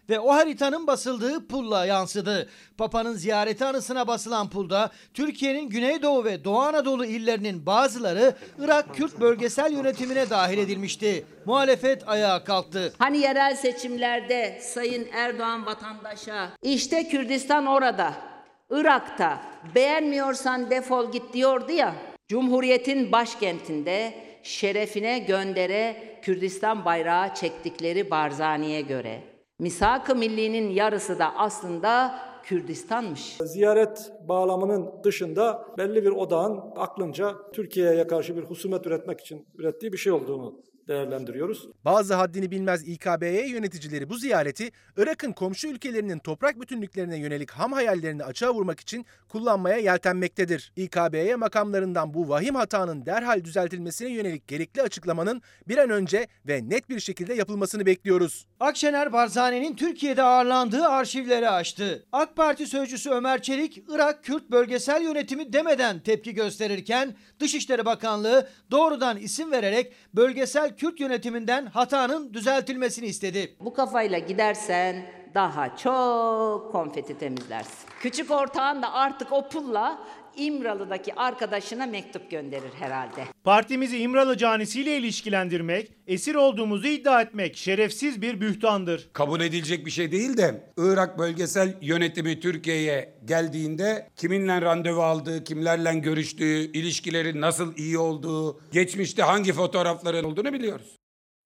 ve o haritanın basıldığı pulla yansıdı. Papa'nın ziyareti anısına basılan pulda Türkiye'nin Güneydoğu ve Doğu Anadolu illerinin bazıları Irak Kürt bölgesel yönetimine dahil edilmişti. Muhalefet ayağa kalktı. Hani yerel seçimlerde Sayın Erdoğan vatandaşa işte Kürdistan orada, Irak'ta, beğenmiyorsan defol git diyordu ya. Cumhuriyet'in başkentinde şerefine göndere Kürdistan bayrağı çektikleri Barzani'ye göre Misak-ı Milli'nin yarısı da aslında Kürdistan'mış. Ziyaret bağlamının dışında belli bir odağın aklınca Türkiye'ye karşı bir husumet üretmek için ürettiği bir şey olduğunu değerlendiriyoruz. Bazı haddini bilmez İKB'ye yöneticileri bu ziyareti Irak'ın komşu ülkelerinin toprak bütünlüklerine yönelik ham hayallerini açığa vurmak için kullanmaya yeltenmektedir. İKB'ye makamlarından bu vahim hatanın derhal düzeltilmesine yönelik gerekli açıklamanın bir an önce ve net bir şekilde yapılmasını bekliyoruz. Akşener Barzani'nin Türkiye'de ağırlandığı arşivleri açtı. AK Parti sözcüsü Ömer Çelik, Irak Kürt bölgesel yönetimi demeden tepki gösterirken Dışişleri Bakanlığı doğrudan isim vererek bölgesel Kürt yönetiminden hatanın düzeltilmesini istedi. Bu kafayla gidersen daha çok konfeti temizlersin. Küçük ortağın da artık o pulla İmralı'daki arkadaşına mektup gönderir herhalde. Partimizi İmralı canisiyle ilişkilendirmek, esir olduğumuzu iddia etmek şerefsiz bir bühtandır. Kabul edilecek bir şey değil de Irak bölgesel yönetimi Türkiye'ye geldiğinde kiminle randevu aldığı, kimlerle görüştüğü, ilişkilerin nasıl iyi olduğu, geçmişte hangi fotoğrafların olduğunu biliyoruz.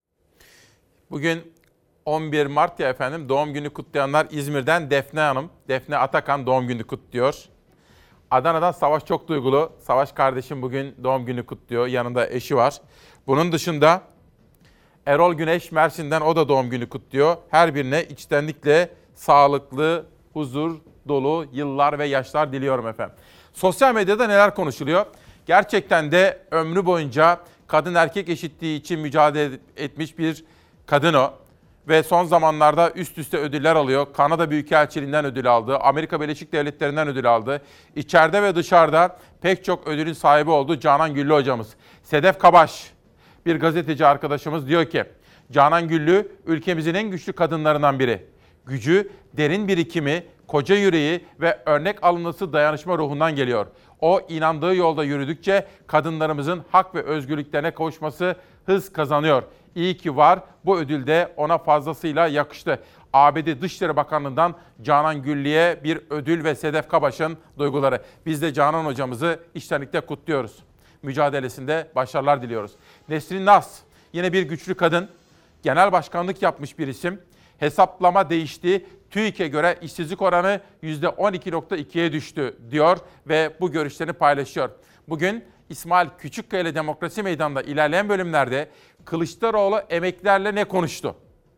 Bugün 11 Mart ya efendim, doğum günü kutlayanlar İzmir'den Defne Hanım, Defne Atakan doğum günü kutluyor. Adana'dan Savaş çok duygulu. Savaş kardeşim bugün doğum günü kutluyor. Yanında eşi var. Bunun dışında Erol Güneş Mersin'den, o da doğum günü kutluyor. Her birine içtenlikle sağlıklı, huzur dolu yıllar ve yaşlar diliyorum efendim. Sosyal medyada neler konuşuluyor? Gerçekten de ömrü boyunca kadın erkek eşitliği için mücadele etmiş bir kadın o. Ve son zamanlarda üst üste ödüller alıyor. Kanada Büyükelçiliğinden ödül aldı. Amerika Birleşik Devletleri'nden ödül aldı. İçeride ve dışarıda pek çok ödülün sahibi oldu Canan Güllü hocamız. Sedef Kabaş, bir gazeteci arkadaşımız diyor ki, Canan Güllü ülkemizin en güçlü kadınlarından biri. Gücü, derin birikimi, koca yüreği ve örnek alınması dayanışma ruhundan geliyor. O inandığı yolda yürüdükçe kadınlarımızın hak ve özgürlüklerine kavuşması hız kazanıyor. İyi ki var. Bu ödül de ona fazlasıyla yakıştı. ABD Dışişleri Bakanlığı'ndan Canan Güllü'ye bir ödül ve Sedef Kabaş'ın duyguları. Biz de Canan hocamızı içtenlikle kutluyoruz. Mücadelesinde başarılar diliyoruz. Nesrin Naz, yine bir güçlü kadın. Genel başkanlık yapmış bir isim. Hesaplama değişti. TÜİK'e göre işsizlik oranı %12.2'ye düştü diyor ve bu görüşlerini paylaşıyor. Bugün İsmail Küçükkaya Demokrasi Meydanı'nda ilerleyen bölümlerde Kılıçdaroğlu emeklilerle ne konuştu?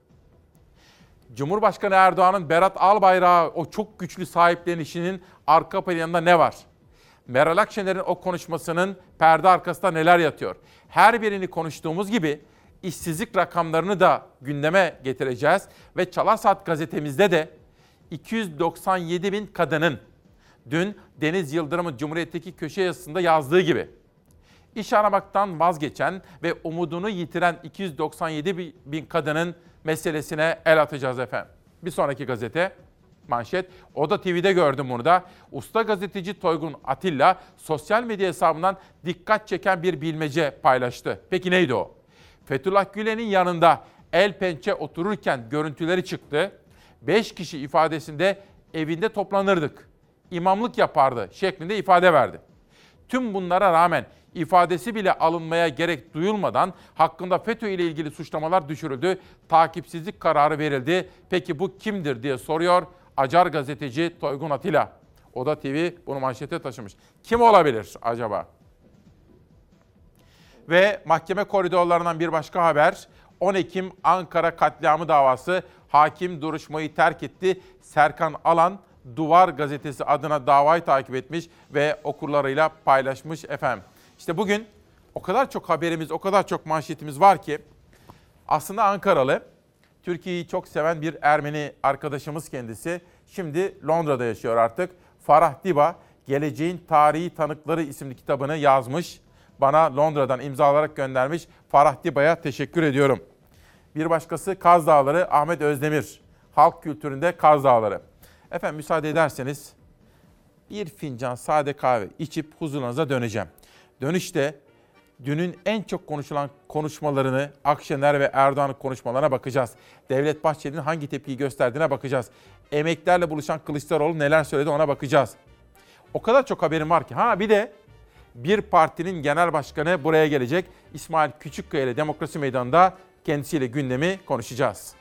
Cumhurbaşkanı Erdoğan'ın Berat Albayrak'a o çok güçlü sahiplenişinin arka planında ne var? Meral Akşener'in o konuşmasının perde arkasında neler yatıyor? Her birini konuştuğumuz gibi işsizlik rakamlarını da gündeme getireceğiz. Ve Çalar Saat gazetemizde de 297 bin kadının, dün Deniz Yıldırım'ın Cumhuriyet'teki köşe yazısında yazdığı gibi, İş aramaktan vazgeçen ve umudunu yitiren 297 bin kadının meselesine el atacağız efendim. Bir sonraki gazete, manşet, Oda TV'de gördüm bunu da. Usta gazeteci Toygun Atilla sosyal medya hesabından dikkat çeken bir bilmece paylaştı. Peki neydi o? Fethullah Gülen'in yanında el pençe otururken görüntüleri çıktı. 5 kişi ifadesinde evinde toplanırdık, imamlık yapardı şeklinde ifade verdi. Tüm bunlara rağmen ifadesi bile alınmaya gerek duyulmadan hakkında FETÖ ile ilgili suçlamalar düşürüldü. Takipsizlik kararı verildi. Peki bu kimdir diye soruyor acar gazeteci Toygun Atilla. Oda TV bunu manşete taşımış. Kim olabilir acaba? Ve mahkeme koridorlarından bir başka haber. 10 Ekim Ankara katliamı davası, hakim duruşmayı terk etti. Serkan Alan Duvar Gazetesi adına davayı takip etmiş ve okurlarıyla paylaşmış efendim. İşte bugün o kadar çok haberimiz, o kadar çok manşetimiz var ki aslında Ankaralı, Türkiye'yi çok seven bir Ermeni arkadaşımız kendisi. Şimdi Londra'da yaşıyor artık. Farah Diba, Geleceğin Tarihi Tanıkları isimli kitabını yazmış. Bana Londra'dan imzalarak göndermiş. Farah Diba'ya teşekkür ediyorum. Bir başkası Kaz Dağları, Ahmet Özdemir. halk kültüründe Kaz Dağları. Efendim müsaade ederseniz bir fincan sade kahve içip huzurlarınıza döneceğim. Dönüşte dünün en çok konuşulan konuşmalarını, Akşener ve Erdoğan'ın konuşmalarına bakacağız. Devlet Bahçeli'nin hangi tepkiyi gösterdiğine bakacağız. Emeklilerle buluşan Kılıçdaroğlu neler söyledi ona bakacağız. O kadar çok haberim var ki. Bir de bir partinin genel başkanı buraya gelecek. İsmail Küçükkaya ile Demokrasi Meydanı'nda kendisiyle gündemi konuşacağız.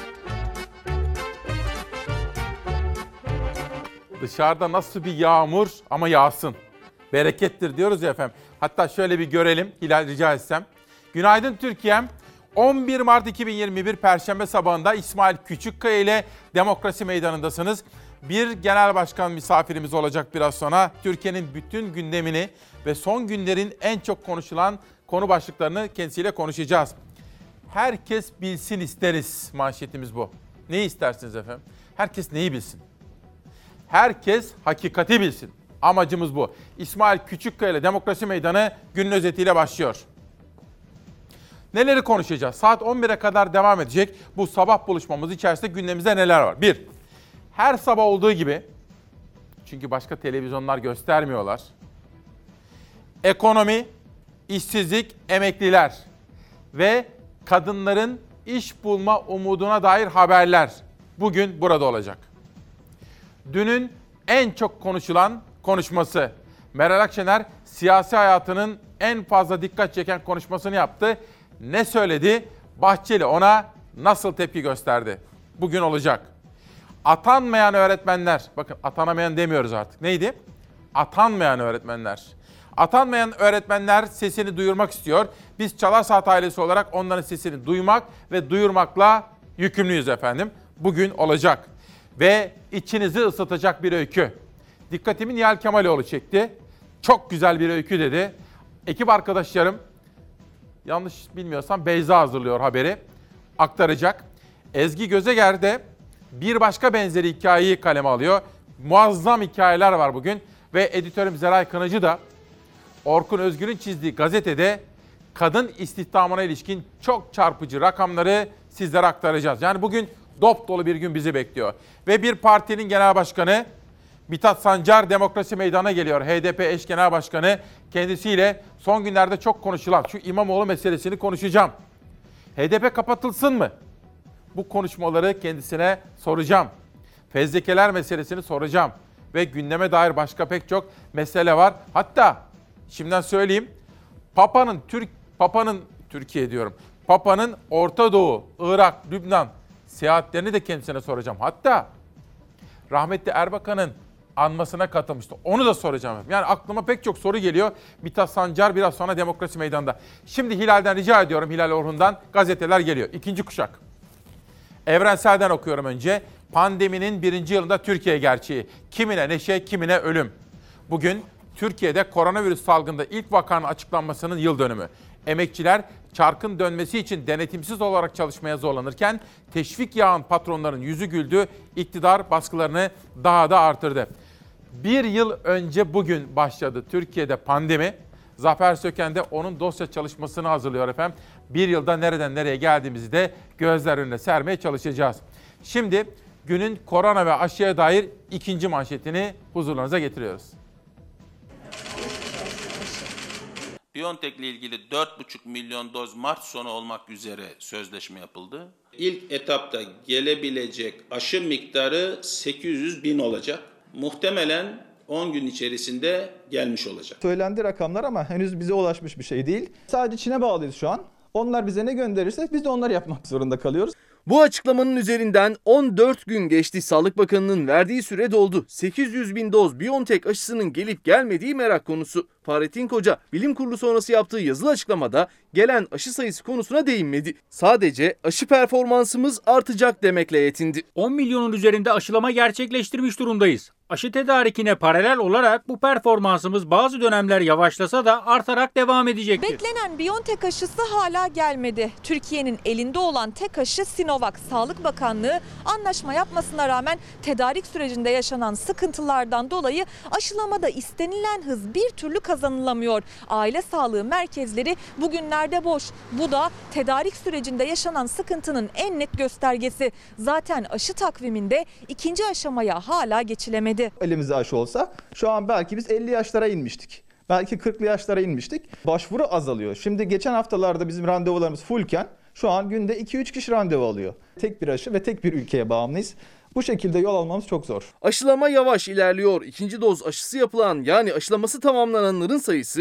Dışarıda nasıl bir yağmur ama yağsın. Berekettir diyoruz ya efendim. Hatta şöyle bir görelim, Hilal rica etsem. Günaydın Türkiye'm. 11 Mart 2021 Perşembe sabahında İsmail Küçükkaya ile Demokrasi Meydanı'ndasınız. Bir genel başkan misafirimiz olacak biraz sonra. Türkiye'nin bütün gündemini ve son günlerin en çok konuşulan konu başlıklarını kendisiyle konuşacağız. Herkes bilsin isteriz, manşetimiz bu. Ne istersiniz efendim? Herkes neyi bilsin? Herkes hakikati bilsin. Amacımız bu. İsmail Küçükkaya ile Demokrasi Meydanı günün özetiyle başlıyor. Neleri konuşacağız? Saat 11'e kadar devam edecek bu sabah buluşmamız içerisinde gündemimizde neler var? 1. Her sabah olduğu gibi, çünkü başka televizyonlar göstermiyorlar. Ekonomi, işsizlik, emekliler ve kadınların iş bulma umuduna dair haberler bugün burada olacak. Dünün en çok konuşulan konuşması. Meral Akşener siyasi hayatının en fazla dikkat çeken konuşmasını yaptı. Ne söyledi? Bahçeli ona nasıl tepki gösterdi? Bugün olacak. Atanmayan öğretmenler, bakın atanamayan demiyoruz artık. Neydi? Atanmayan öğretmenler. Atanmayan öğretmenler sesini duyurmak istiyor. Biz Çalar Saat ailesi olarak onların sesini duymak ve duyurmakla yükümlüyüz efendim. Bugün olacak. Ve içinizi ısıtacak bir öykü. Dikkatimi Nihal Kemaloğlu çekti. Çok güzel bir öykü dedi. Ekip arkadaşlarım, yanlış bilmiyorsam Beyza hazırlıyor haberi, aktaracak. Ezgi Gözeger de bir başka benzeri hikayeyi kaleme alıyor. Muazzam hikayeler var bugün. Ve editörüm Zeray Kınıcı da Orkun Özgür'ün çizdiği gazetede kadın istihdamına ilişkin çok çarpıcı rakamları sizlere aktaracağız. Yani bugün dop dolu bir gün bizi bekliyor. Ve bir partinin genel başkanı Mithat Sancar Demokrasi Meydanı'na geliyor. HDP eş genel başkanı, kendisiyle son günlerde çok konuşulan şu İmamoğlu meselesini konuşacağım. HDP kapatılsın mı? Bu konuşmaları kendisine soracağım. Fezlekeler meselesini soracağım. Ve gündeme dair başka pek çok mesele var. Hatta şimdiden söyleyeyim, Papa'nın Orta Doğu, Irak, Lübnan seyahatlerini de kendisine soracağım. Hatta rahmetli Erbakan'ın anmasına katılmıştı. Onu da soracağım. Yani aklıma pek çok soru geliyor. Mithat Sancar biraz sonra Demokrasi Meydanı'nda. Şimdi Hilal'den rica ediyorum, Hilal Orhun'dan gazeteler geliyor. İkinci kuşak. Evrensel'den okuyorum önce. Pandeminin 1. yılında Türkiye gerçeği. Kimine neşe, kimine ölüm. Bugün Türkiye'de koronavirüs salgında ilk vakanın açıklanmasının yıl dönümü. Emekçiler çarkın dönmesi için denetimsiz olarak çalışmaya zorlanırken teşvik yağan patronların yüzü güldü, iktidar baskılarını daha da artırdı. Bir yıl önce bugün başladı Türkiye'de pandemi. Zafer Söken de onun dosya çalışmasını hazırlıyor efendim. Bir yılda nereden nereye geldiğimizi de gözler önüne sermeye çalışacağız. Şimdi günün korona ve aşıya dair ikinci manşetini huzurlarınıza getiriyoruz. BioNTech ile ilgili 4,5 milyon doz Mart sonu olmak üzere sözleşme yapıldı. İlk etapta gelebilecek aşı miktarı 800 bin olacak. Muhtemelen 10 gün içerisinde gelmiş olacak. Söylendi rakamlar ama henüz bize ulaşmış bir şey değil. Sadece Çin'e bağlıyız şu an. Onlar bize ne gönderirse biz de onları yapmak zorunda kalıyoruz. Bu açıklamanın üzerinden 14 gün geçti. Sağlık Bakanı'nın verdiği süre doldu. 800 bin doz BioNTech aşısının gelip gelmediği merak konusu. Fahrettin Koca, bilim kurulu sonrası yaptığı yazılı açıklamada gelen aşı sayısı konusuna değinmedi. Sadece aşı performansımız artacak demekle yetindi. 10 milyonun üzerinde aşılama gerçekleştirmiş durumdayız. Aşı tedarikine paralel olarak bu performansımız bazı dönemler yavaşlasa da artarak devam edecektir. Beklenen BioNTech aşısı hala gelmedi. Türkiye'nin elinde olan tek aşı Sinovac. Sağlık Bakanlığı anlaşma yapmasına rağmen tedarik sürecinde yaşanan sıkıntılardan dolayı aşılamada istenilen hız bir türlü kazanılamadı. kazanılamıyor. Aile sağlığı merkezleri bugünlerde boş. Bu da tedarik sürecinde yaşanan sıkıntının en net göstergesi. Zaten aşı takviminde ikinci aşamaya hala geçilemedi. Elimizde aşı olsa şu an belki biz 50 yaşlara inmiştik. Belki 40'lı yaşlara inmiştik. Başvuru azalıyor. Şimdi geçen haftalarda bizim randevularımız fullken şu an günde 2-3 kişi randevu alıyor. Tek bir aşı ve tek bir ülkeye bağımlıyız. Bu şekilde yol almamız çok zor. Aşılama yavaş ilerliyor. İkinci doz aşısı yapılan yani aşılaması tamamlananların sayısı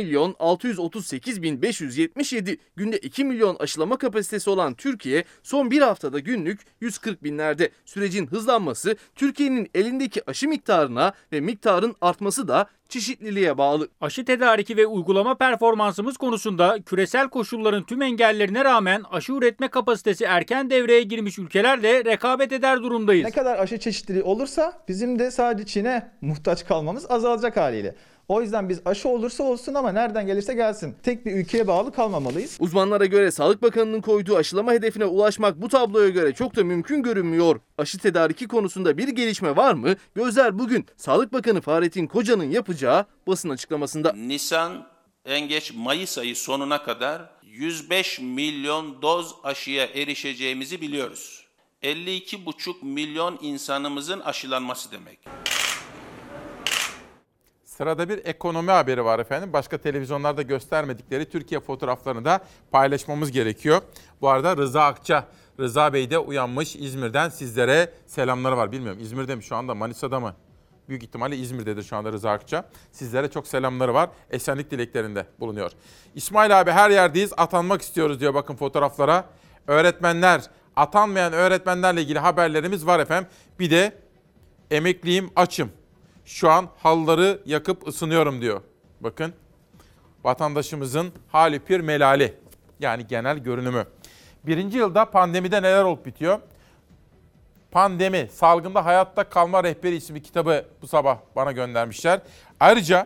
2.638.577. Günde 2 milyon aşılama kapasitesi olan Türkiye son bir haftada günlük 140 binlerde. Sürecin hızlanması Türkiye'nin elindeki aşı miktarına ve miktarın artması da çeşitliliğe bağlı. Aşı tedariki ve uygulama performansımız konusunda küresel koşulların tüm engellerine rağmen aşı üretme kapasitesi erken devreye girmiş ülkelerle rekabet eder durumdayız. Ne kadar aşı çeşitliliği olursa bizim de sadece Çin'e muhtaç kalmamız azalacak haliyle. O yüzden biz aşı olursa olsun ama nereden gelirse gelsin. Tek bir ülkeye bağlı kalmamalıyız. Uzmanlara göre Sağlık Bakanı'nın koyduğu aşılama hedefine ulaşmak bu tabloya göre çok da mümkün görünmüyor. Aşı tedariki konusunda bir gelişme var mı? Gözler bugün Sağlık Bakanı Fahrettin Koca'nın yapacağı basın açıklamasında. Nisan en geç Mayıs ayı sonuna kadar 105 milyon doz aşıya erişeceğimizi biliyoruz. 52,5 milyon insanımızın aşılanması demek. Sırada bir ekonomi haberi var efendim. Başka televizyonlarda göstermedikleri Türkiye fotoğraflarını da paylaşmamız gerekiyor. Bu arada Rıza Bey de uyanmış. İzmir'den sizlere selamları var. Bilmiyorum İzmir'de mi şu anda, Manisa'da mı? Büyük ihtimalle İzmir'dedir şu anda Rıza Akça. Sizlere çok selamları var. Esenlik dileklerinde bulunuyor. İsmail abi her yerdeyiz. Atanmak istiyoruz diyor bakın fotoğraflara. Öğretmenler, atanmayan öğretmenlerle ilgili haberlerimiz var efendim. Bir de emekliyim, açım. Şu an halıları yakıp ısınıyorum diyor. Bakın vatandaşımızın hali pir melali, yani genel görünümü. Birinci yılda pandemide neler olup bitiyor? Pandemi, Salgında Hayatta Kalma Rehberi isimli kitabı bu sabah bana göndermişler. Ayrıca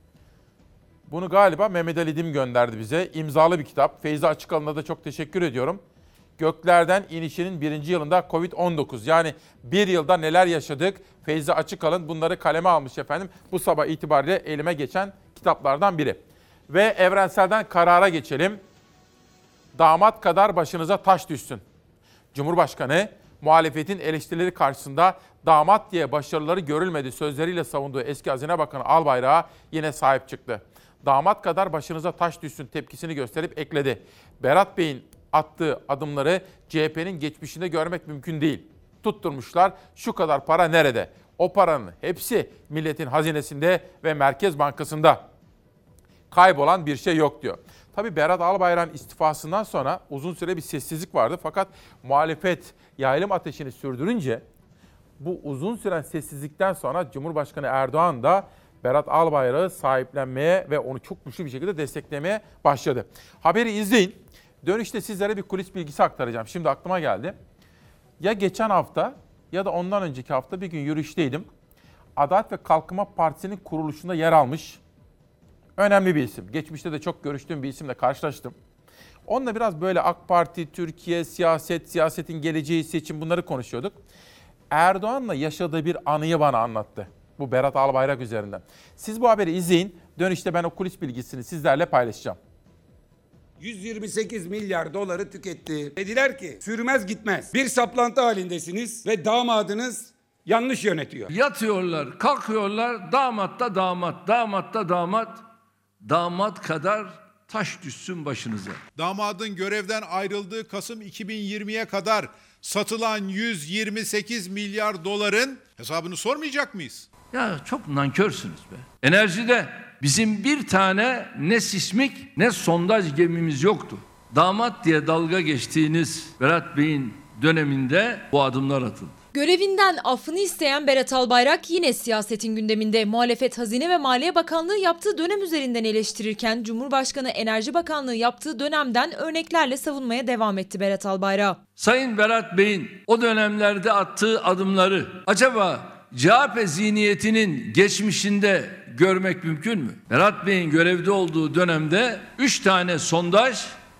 bunu galiba Mehmet Ali Dim gönderdi bize. İmzalı bir kitap. Feyza Açıkalın'a da çok teşekkür ediyorum. Göklerden inişinin 1. yılında Covid-19, yani bir yılda neler yaşadık? Feyza Açıkalın bunları kaleme almış efendim. Bu sabah itibariyle elime geçen kitaplardan biri. Ve Evrensel'den karara geçelim. Damat kadar başınıza taş düşsün. Cumhurbaşkanı muhalefetin eleştirileri karşısında damat diye başarıları görülmedi sözleriyle savunduğu eski Hazine Bakanı Albayrak'a yine sahip çıktı. Damat kadar başınıza taş düşsün tepkisini gösterip ekledi. Berat Bey'in attığı adımları CHP'nin geçmişinde görmek mümkün değil. Tutturmuşlar, şu kadar para nerede? O paranın hepsi milletin hazinesinde ve Merkez Bankası'nda. Kaybolan bir şey yok diyor. Tabii Berat Albayrak'ın istifasından sonra uzun süre bir sessizlik vardı. Fakat muhalefet yaylım ateşini sürdürünce bu uzun süren sessizlikten sonra Cumhurbaşkanı Erdoğan da Berat Albayrak'ı sahiplenmeye ve onu çok güçlü bir şekilde desteklemeye başladı. Haberi izleyin. Dönüşte sizlere bir kulis bilgisi aktaracağım. Şimdi aklıma geldi. Ya geçen hafta ya da ondan önceki hafta bir gün yürüyüşteydim. Adalet ve Kalkınma Partisi'nin kuruluşunda yer almış önemli bir isim. Geçmişte de çok görüştüğüm bir isimle karşılaştım. Onunla biraz böyle AK Parti, Türkiye, siyasetin geleceği, seçim bunları konuşuyorduk. Erdoğan'la yaşadığı bir anıyı bana anlattı. Bu Berat Albayrak üzerinden. Siz bu haberi izleyin. Dönüşte ben o kulis bilgisini sizlerle paylaşacağım. 128 milyar doları tüketti. Dediler ki sürmez gitmez. Bir saplantı halindesiniz ve damadınız yanlış yönetiyor. Yatıyorlar, kalkıyorlar, damat da damat, damat da damat, damat kadar taş düşsün başınıza. Damadın görevden ayrıldığı Kasım 2020'ye kadar satılan 128 milyar doların hesabını sormayacak mıyız? Ya çok nankörsünüz be. Enerjide bizim bir tane ne sismik ne sondaj gemimiz yoktu. Damat diye dalga geçtiğiniz Berat Bey'in döneminde bu adımlar atıldı. Görevinden affını isteyen Berat Albayrak yine siyasetin gündeminde. Muhalefet Hazine ve Maliye Bakanlığı yaptığı dönem üzerinden eleştirirken Cumhurbaşkanı Enerji Bakanlığı yaptığı dönemden örneklerle savunmaya devam etti Berat Albayrak. Sayın Berat Bey'in o dönemlerde attığı adımları acaba CHP zihniyetinin geçmişinde görmek mümkün mü? Berat Bey'in görevde olduğu dönemde 3 tane sondaj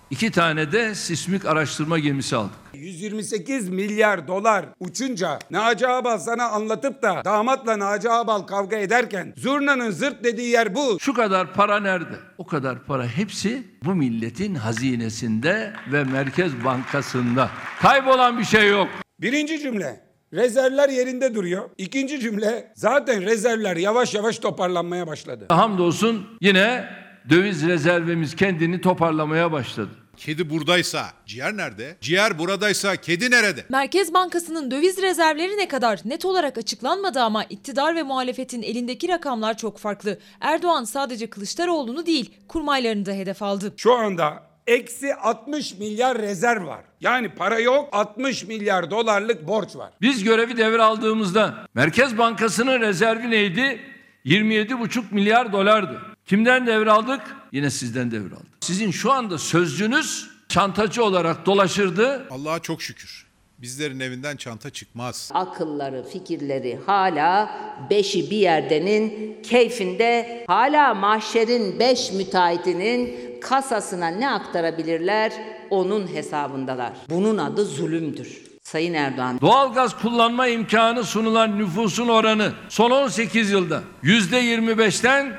2 tane de sismik araştırma gemisi aldık. 128 milyar dolar uçunca Naci Ağbal sana anlatıp da damatla Naci Ağbal kavga ederken zurnanın zırt dediği yer bu. Şu kadar para nerede? O kadar para hepsi bu milletin hazinesinde ve Merkez Bankası'nda. Kaybolan bir şey yok. Birinci cümle, rezervler yerinde duruyor. İkinci cümle, zaten rezervler yavaş yavaş toparlanmaya başladı. Hamdolsun yine döviz rezervimiz kendini toparlamaya başladı. Kedi buradaysa ciğer nerede? Ciğer buradaysa kedi nerede? Merkez Bankası'nın döviz rezervleri ne kadar net olarak açıklanmadı ama iktidar ve muhalefetin elindeki rakamlar çok farklı. Erdoğan sadece Kılıçdaroğlu'nu değil, kurmaylarını da hedef aldı. Şu anda eksi 60 milyar rezerv var. Yani para yok, 60 milyar dolarlık borç var. Biz görevi devraldığımızda Merkez Bankası'nın rezervi neydi? 27,5 milyar dolardı. Kimden devraldık? Yine sizden devraldık. Sizin şu anda sözcünüz çantacı olarak dolaşırdı. Allah'a çok şükür. Bizlerin evinden çanta çıkmaz. Akılları, fikirleri hala beşi bir yerdenin keyfinde, hala mahşerin 5 müteahhitinin kasasına ne aktarabilirler onun hesabındalar. Bunun adı zulümdür. Sayın Erdoğan. Doğalgaz kullanma imkanı sunulan nüfusun oranı son 18 yılda %25'ten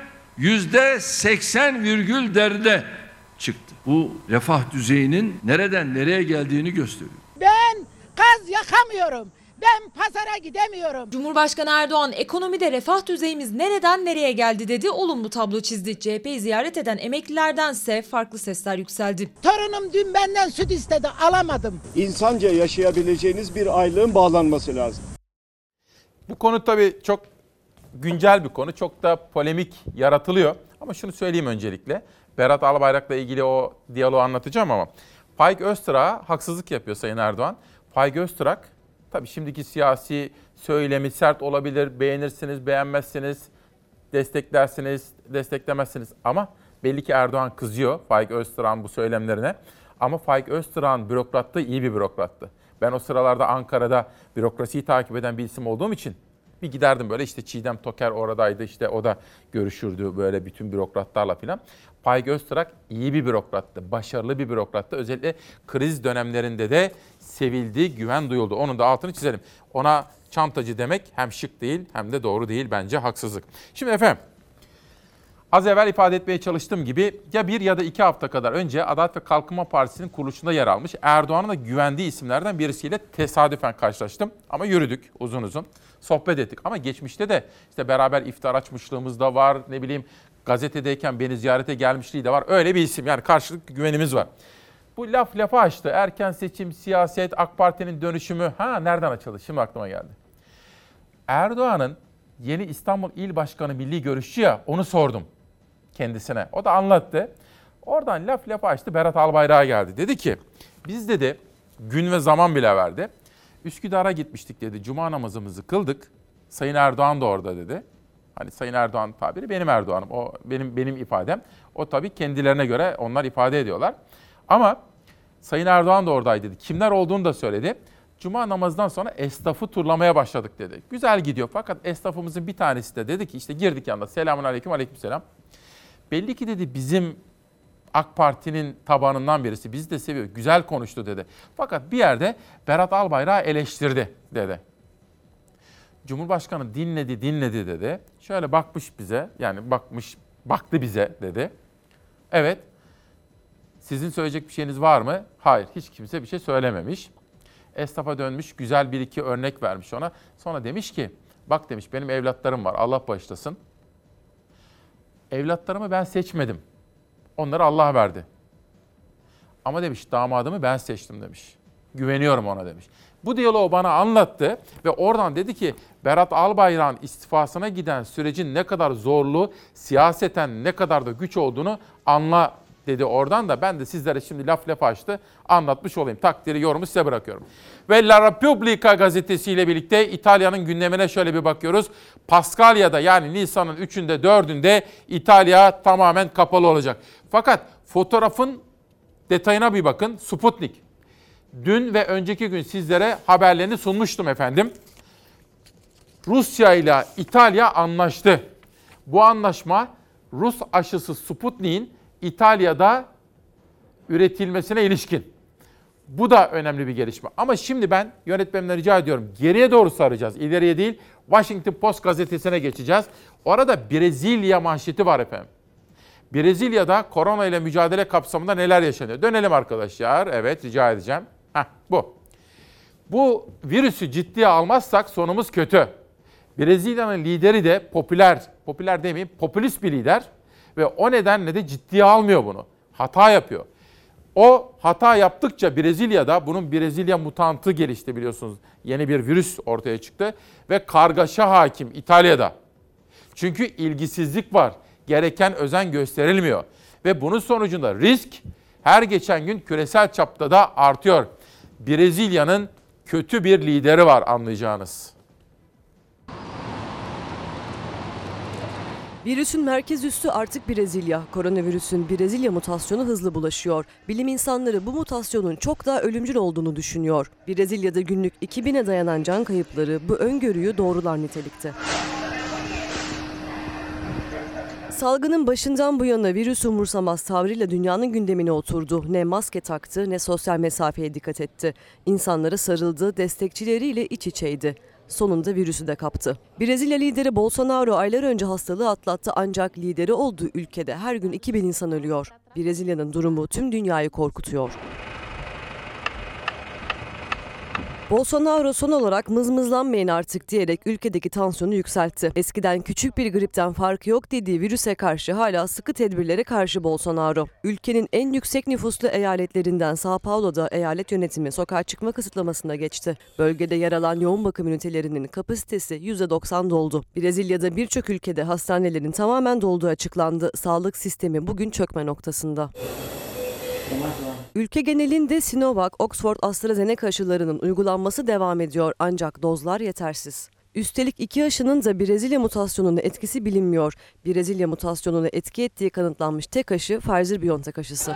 %80,4'e çıktı. Bu refah düzeyinin nereden nereye geldiğini gösteriyor. Ben gaz yakamıyorum. Ben pazara gidemiyorum. Cumhurbaşkanı Erdoğan ekonomide refah düzeyimiz nereden nereye geldi dedi, olumlu tablo çizdi. CHP'yi ziyaret eden emeklilerdense farklı sesler yükseldi. Torunum dün benden süt istedi, alamadım. İnsanca yaşayabileceğiniz bir aylığın bağlanması lazım. Bu konu tabii çok güncel bir konu. Çok da polemik yaratılıyor. Ama şunu söyleyeyim öncelikle. Berat Albayrak'la ilgili o diyaloğu anlatacağım ama Faik Öztürk'a haksızlık yapıyor Sayın Erdoğan. Faik Öztürk tabii şimdiki siyasi söylemi sert olabilir. Beğenirsiniz, beğenmezsiniz, desteklersiniz, desteklemezsiniz. Ama belli ki Erdoğan kızıyor Faik Öztürk'ün bu söylemlerine. Ama Faik Öztürk'ün bürokratlığı iyi bir bürokrattı. Ben o sıralarda Ankara'da bürokrasiyi takip eden bir isim olduğum için bir giderdim böyle, işte Çiğdem Toker oradaydı, işte o da görüşürdü böyle bütün bürokratlarla filan. Faik Öztürk iyi bir bürokrattı, başarılı bir bürokrattı. Özellikle kriz dönemlerinde de sevildi, güven duyuldu. Onun da altını çizelim. Ona çantacı demek hem şık değil hem de doğru değil, bence haksızlık. Şimdi efendim, az evvel ifade etmeye çalıştığım gibi ya 1 ya da 2 hafta kadar önce Adalet ve Kalkınma Partisi'nin kuruluşunda yer almış Erdoğan'ın da güvendiği isimlerden birisiyle tesadüfen karşılaştım. Ama yürüdük uzun uzun, sohbet ettik. Ama geçmişte de işte beraber iftar açmışlığımız da var, ne bileyim gazetedeyken beni ziyarete gelmişliği de var. Öyle bir isim, yani karşılıklı güvenimiz var. Bu lafı açtı. Erken seçim, siyaset, AK Parti'nin dönüşümü. Nereden açıldı? Şimdi aklıma geldi. Erdoğan'ın yeni İstanbul İl Başkanı milli görüşçü ya, onu sordum kendisine. O da anlattı. Oradan lafı açtı, Berat Albayrak'a geldi. Dedi ki biz dedi gün ve zaman bile verdi. Üsküdar'a gitmiştik dedi. Cuma namazımızı kıldık. Sayın Erdoğan da orada dedi. Hani Sayın Erdoğan tabiri benim Erdoğan'ım. O benim ifadem. O tabii kendilerine göre onlar ifade ediyorlar. Ama Sayın Erdoğan da oradaydı dedi. Kimler olduğunu da söyledi. Cuma namazından sonra esnafı turlamaya başladık dedi. Güzel gidiyor fakat esnafımızın bir tanesi de dedi ki işte girdik yanında. Selamun aleyküm, aleykümselam. Belli ki dedi bizim AK Parti'nin tabanından birisi. Bizi de seviyor. Güzel konuştu dedi. Fakat bir yerde Berat Albayrak'ı eleştirdi dedi. Cumhurbaşkanı dinledi dedi. Şöyle bakmış bize, yani baktı bize dedi. Evet. Sizin söyleyecek bir şeyiniz var mı? Hayır. Hiç kimse bir şey söylememiş. Esnafa dönmüş, güzel bir iki örnek vermiş ona. Sonra demiş ki, bak demiş benim evlatlarım var, Allah bağışlasın. Evlatlarımı ben seçmedim. Onları Allah verdi. Ama demiş damadımı ben seçtim demiş. Güveniyorum ona demiş. Bu diyaloğu bana anlattı ve oradan dedi ki Berat Albayrak'ın istifasına giden sürecin ne kadar zorlu, siyaseten ne kadar da güç olduğunu anla dedi oradan da. Ben de sizlere şimdi laf açtı anlatmış olayım. Takdiri, yorumu size bırakıyorum. Ve La Repubblica gazetesiyle birlikte İtalya'nın gündemine şöyle bir bakıyoruz. Paskalya'da, yani Nisan'ın 3'ünde 4'ünde İtalya tamamen kapalı olacak. Fakat fotoğrafın detayına bir bakın. Sputnik. Dün ve önceki gün sizlere haberlerini sunmuştum efendim. Rusya ile İtalya anlaştı. Bu anlaşma Rus aşısı Sputnik'in İtalya'da üretilmesine ilişkin. Bu da önemli bir gelişme. Ama şimdi ben yönetmenimden rica ediyorum. Geriye doğru saracağız. İleriye değil. Washington Post gazetesine geçeceğiz. Orada Brezilya manşeti var efendim. Brezilya'da korona ile mücadele kapsamında neler yaşanıyor? Dönelim arkadaşlar. Evet, rica edeceğim. Bu. Bu virüsü ciddiye almazsak sonumuz kötü. Brezilya'nın lideri de popüler demeyeyim, popülist bir lider. Ve o nedenle de ciddiye almıyor bunu. Hata yapıyor. O hata yaptıkça Brezilya'da bunun Brezilya mutantı gelişti biliyorsunuz. Yeni bir virüs ortaya çıktı ve kargaşa hakim İtalya'da. Çünkü ilgisizlik var. Gereken özen gösterilmiyor. Ve bunun sonucunda risk her geçen gün küresel çapta da artıyor. Brezilya'nın kötü bir lideri var anlayacağınız. Virüsün merkez üssü artık Brezilya. Koronavirüsün Brezilya mutasyonu hızlı bulaşıyor. Bilim insanları bu mutasyonun çok daha ölümcül olduğunu düşünüyor. Brezilya'da günlük 2000'e dayanan can kayıpları bu öngörüyü doğrular nitelikte. Salgının başından bu yana virüs umursamaz tavrıyla dünyanın gündemine oturdu. Ne maske taktı ne sosyal mesafeye dikkat etti. İnsanlara sarıldı, destekçileriyle iç içeydi. Sonunda virüsü de kaptı. Brezilya lideri Bolsonaro aylar önce hastalığı atlattı ancak lideri olduğu ülkede her gün 2000 insan ölüyor. Brezilya'nın durumu tüm dünyayı korkutuyor. Bolsonaro son olarak mızmızlanmayın artık diyerek ülkedeki tansiyonu yükseltti. Eskiden küçük bir gripten farkı yok dediği virüse karşı hala sıkı tedbirlere karşı Bolsonaro. Ülkenin en yüksek nüfuslu eyaletlerinden São Paulo'da eyalet yönetimi sokağa çıkma kısıtlamasına geçti. Bölgede yer alan yoğun bakım ünitelerinin kapasitesi %90 doldu. Brezilya'da birçok ülkede hastanelerin tamamen dolduğu açıklandı. Sağlık sistemi bugün çökme noktasında. Ülke genelinde Sinovac, Oxford, AstraZeneca aşılarının uygulanması devam ediyor ancak dozlar yetersiz. Üstelik iki aşının da Brezilya mutasyonunun etkisi bilinmiyor. Brezilya mutasyonunu etki ettiği kanıtlanmış tek aşı Pfizer-BioNTech aşısı.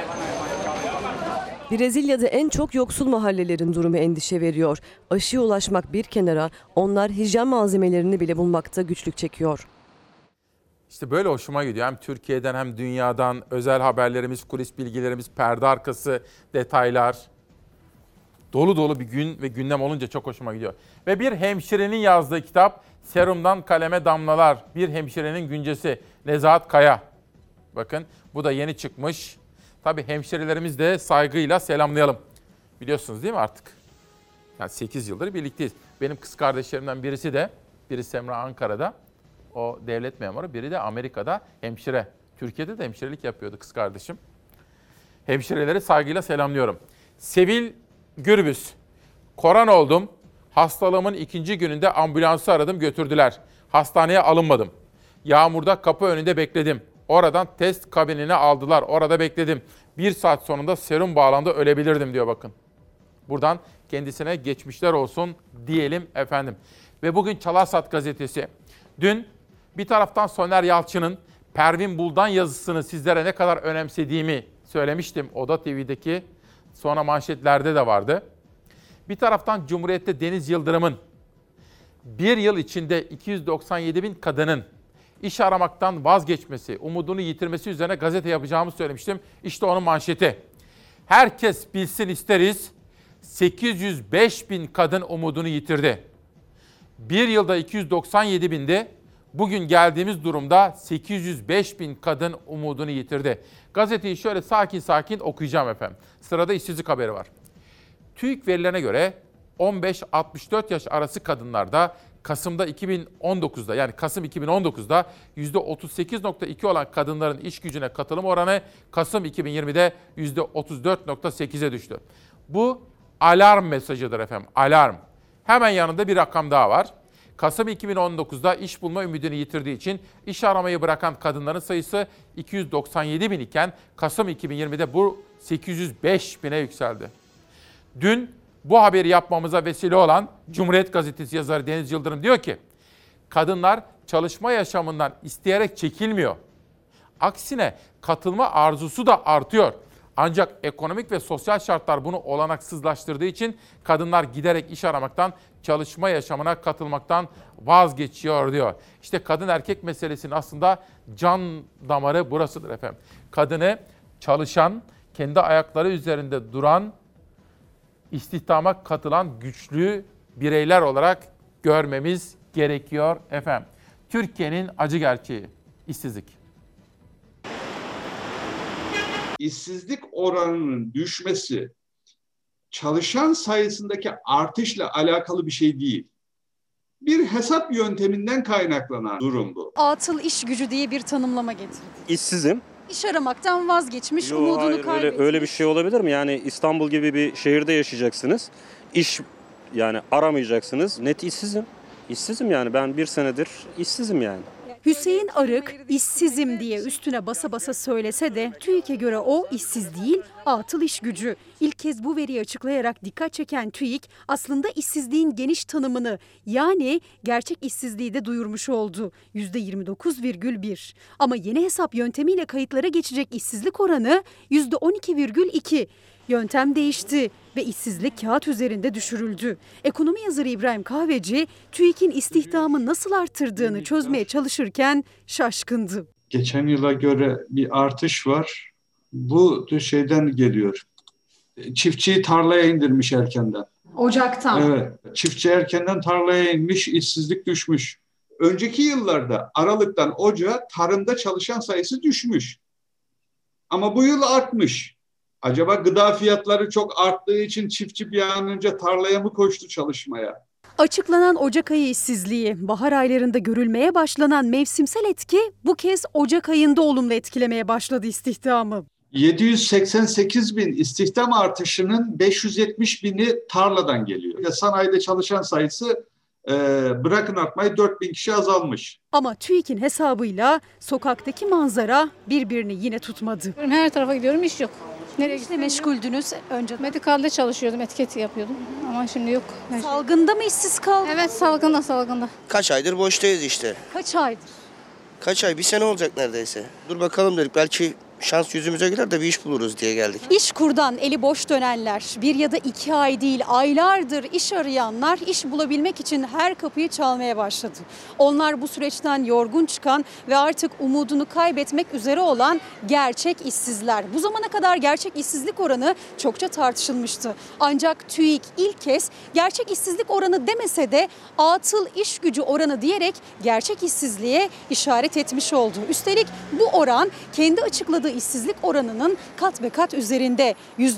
Brezilya'da en çok yoksul mahallelerin durumu endişe veriyor. Aşıya ulaşmak bir kenara, onlar hijyen malzemelerini bile bulmakta güçlük çekiyor. İşte böyle hoşuma gidiyor. Hem Türkiye'den hem dünyadan özel haberlerimiz, kulis bilgilerimiz, perde arkası detaylar. Dolu dolu bir gün ve gündem olunca çok hoşuma gidiyor. Ve bir hemşirenin yazdığı kitap Serumdan Kaleme Damlalar. Bir hemşirenin güncesi Nezahat Kaya. Bakın bu da yeni çıkmış. Tabii hemşirelerimiz de saygıyla selamlayalım. Biliyorsunuz değil mi artık? Yani 8 yıldır birlikteyiz. Benim kız kardeşlerimden biri Semra Ankara'da. O devlet memuru, biri de Amerika'da hemşire. Türkiye'de de hemşirelik yapıyordu kız kardeşim. Hemşireleri saygıyla selamlıyorum. Sevil Gürbüz, korona oldum. Hastalığımın 2. gününde ambulansı aradım, götürdüler. Hastaneye alınmadım. Yağmurda kapı önünde bekledim. Oradan test kabinine aldılar, orada bekledim. 1 saat sonunda serum bağlandı, ölebilirdim diyor bakın. Buradan kendisine geçmişler olsun diyelim efendim. Ve bugün Çalarsat gazetesi. Dün bir taraftan Soner Yalçın'ın Pervin Buldan yazısını sizlere ne kadar önemsediğimi söylemiştim. Oda TV'deki sonra manşetlerde de vardı. Bir taraftan Cumhuriyet'te Deniz Yıldırım'ın bir yıl içinde 297 bin kadının iş aramaktan vazgeçmesi, umudunu yitirmesi üzerine gazete yapacağımı söylemiştim. İşte onun manşeti. Herkes bilsin isteriz, 805 bin kadın umudunu yitirdi. Bir yılda 297 bindi. Bugün geldiğimiz durumda 805 bin kadın umudunu yitirdi. Gazeteyi şöyle sakin sakin okuyacağım efendim. Sırada işsizlik haberi var. TÜİK verilerine göre 15-64 yaş arası kadınlarda Kasım 2019'da %38.2 olan kadınların iş gücüne katılım oranı Kasım 2020'de %34.8'e düştü. Bu alarm mesajıdır efendim, alarm. Hemen yanında bir rakam daha var. Kasım 2019'da iş bulma ümidini yitirdiği için iş aramayı bırakan kadınların sayısı 297 bin iken Kasım 2020'de bu 805 bine yükseldi. Dün bu haberi yapmamıza vesile olan Cumhuriyet Gazetesi yazarı Deniz Yıldırım diyor ki, kadınlar çalışma yaşamından isteyerek çekilmiyor. Aksine katılma arzusu da artıyor. Ancak ekonomik ve sosyal şartlar bunu olanaksızlaştırdığı için kadınlar giderek iş aramaktan, çalışma yaşamına katılmaktan vazgeçiyor diyor. İşte kadın erkek meselesinin aslında can damarı burasıdır efendim. Kadını çalışan, kendi ayakları üzerinde duran, istihdama katılan güçlü bireyler olarak görmemiz gerekiyor efendim. Türkiye'nin acı gerçeği, işsizlik. İşsizlik oranının düşmesi çalışan sayısındaki artışla alakalı bir şey değil. Bir hesap yönteminden kaynaklanan durum bu. Atıl iş gücü diye bir tanımlama getirdi. İşsizim. İş aramaktan vazgeçmiş, umudunu hayır, kaybetmiş. öyle bir şey olabilir mi? Yani İstanbul gibi bir şehirde yaşayacaksınız. İş yani aramayacaksınız. Net işsizim. İşsizim yani ben bir senedir işsizim yani. Hüseyin Arık işsizim diye üstüne basa basa söylese de TÜİK'e göre o işsiz değil, atıl iş gücü. İlk kez bu veriyi açıklayarak dikkat çeken TÜİK aslında işsizliğin geniş tanımını yani gerçek işsizliği de duyurmuş oldu. %29,1 ama yeni hesap yöntemiyle kayıtlara geçecek işsizlik oranı %12,2. Yöntem değişti ve işsizlik kağıt üzerinde düşürüldü. Ekonomi yazarı İbrahim Kahveci, TÜİK'in istihdamı nasıl arttırdığını çözmeye çalışırken şaşkındı. Geçen yıla göre bir artış var. Bu şeyden geliyor. Çiftçiyi tarlaya indirmiş erkenden. Ocaktan. Evet. Çiftçi erkenden tarlaya inmiş, işsizlik düşmüş. Önceki yıllarda Aralık'tan Ocağa tarımda çalışan sayısı düşmüş. Ama bu yıl artmış. Acaba gıda fiyatları çok arttığı için çiftçi bir an önce tarlaya mı koştu çalışmaya? Açıklanan Ocak ayı işsizliği, bahar aylarında görülmeye başlanan mevsimsel etki bu kez Ocak ayında olumlu etkilemeye başladı istihdamı. 788 bin istihdam artışının 570 bini tarladan geliyor. Sanayide çalışan sayısı bırakın artmayı 4 bin kişi azalmış. Ama TÜİK'in hesabıyla sokaktaki manzara birbirini yine tutmadı. Her tarafa gidiyorum, iş yok. Nereye işte meşguldünüz önce? Medikalde çalışıyordum, etiket yapıyordum ama şimdi yok. Salgında mı işsiz kaldın? Evet, salgında. Kaç aydır boştayız işte. Kaç aydır? Kaç ay? Bir sene olacak neredeyse. Dur bakalım dedik. Belki şans yüzümüze girer de bir iş buluruz diye geldik. İşkur'dan eli boş dönenler, 1 ya da 2 ay değil aylardır iş arayanlar iş bulabilmek için her kapıyı çalmaya başladı. Onlar bu süreçten yorgun çıkan ve artık umudunu kaybetmek üzere olan gerçek işsizler. Bu zamana kadar gerçek işsizlik oranı çokça tartışılmıştı. Ancak TÜİK ilk kez gerçek işsizlik oranı demese de atıl iş gücü oranı diyerek gerçek işsizliğe işaret etmiş oldu. Üstelik bu oran kendi açıkladığı işsizlik oranının kat be kat üzerinde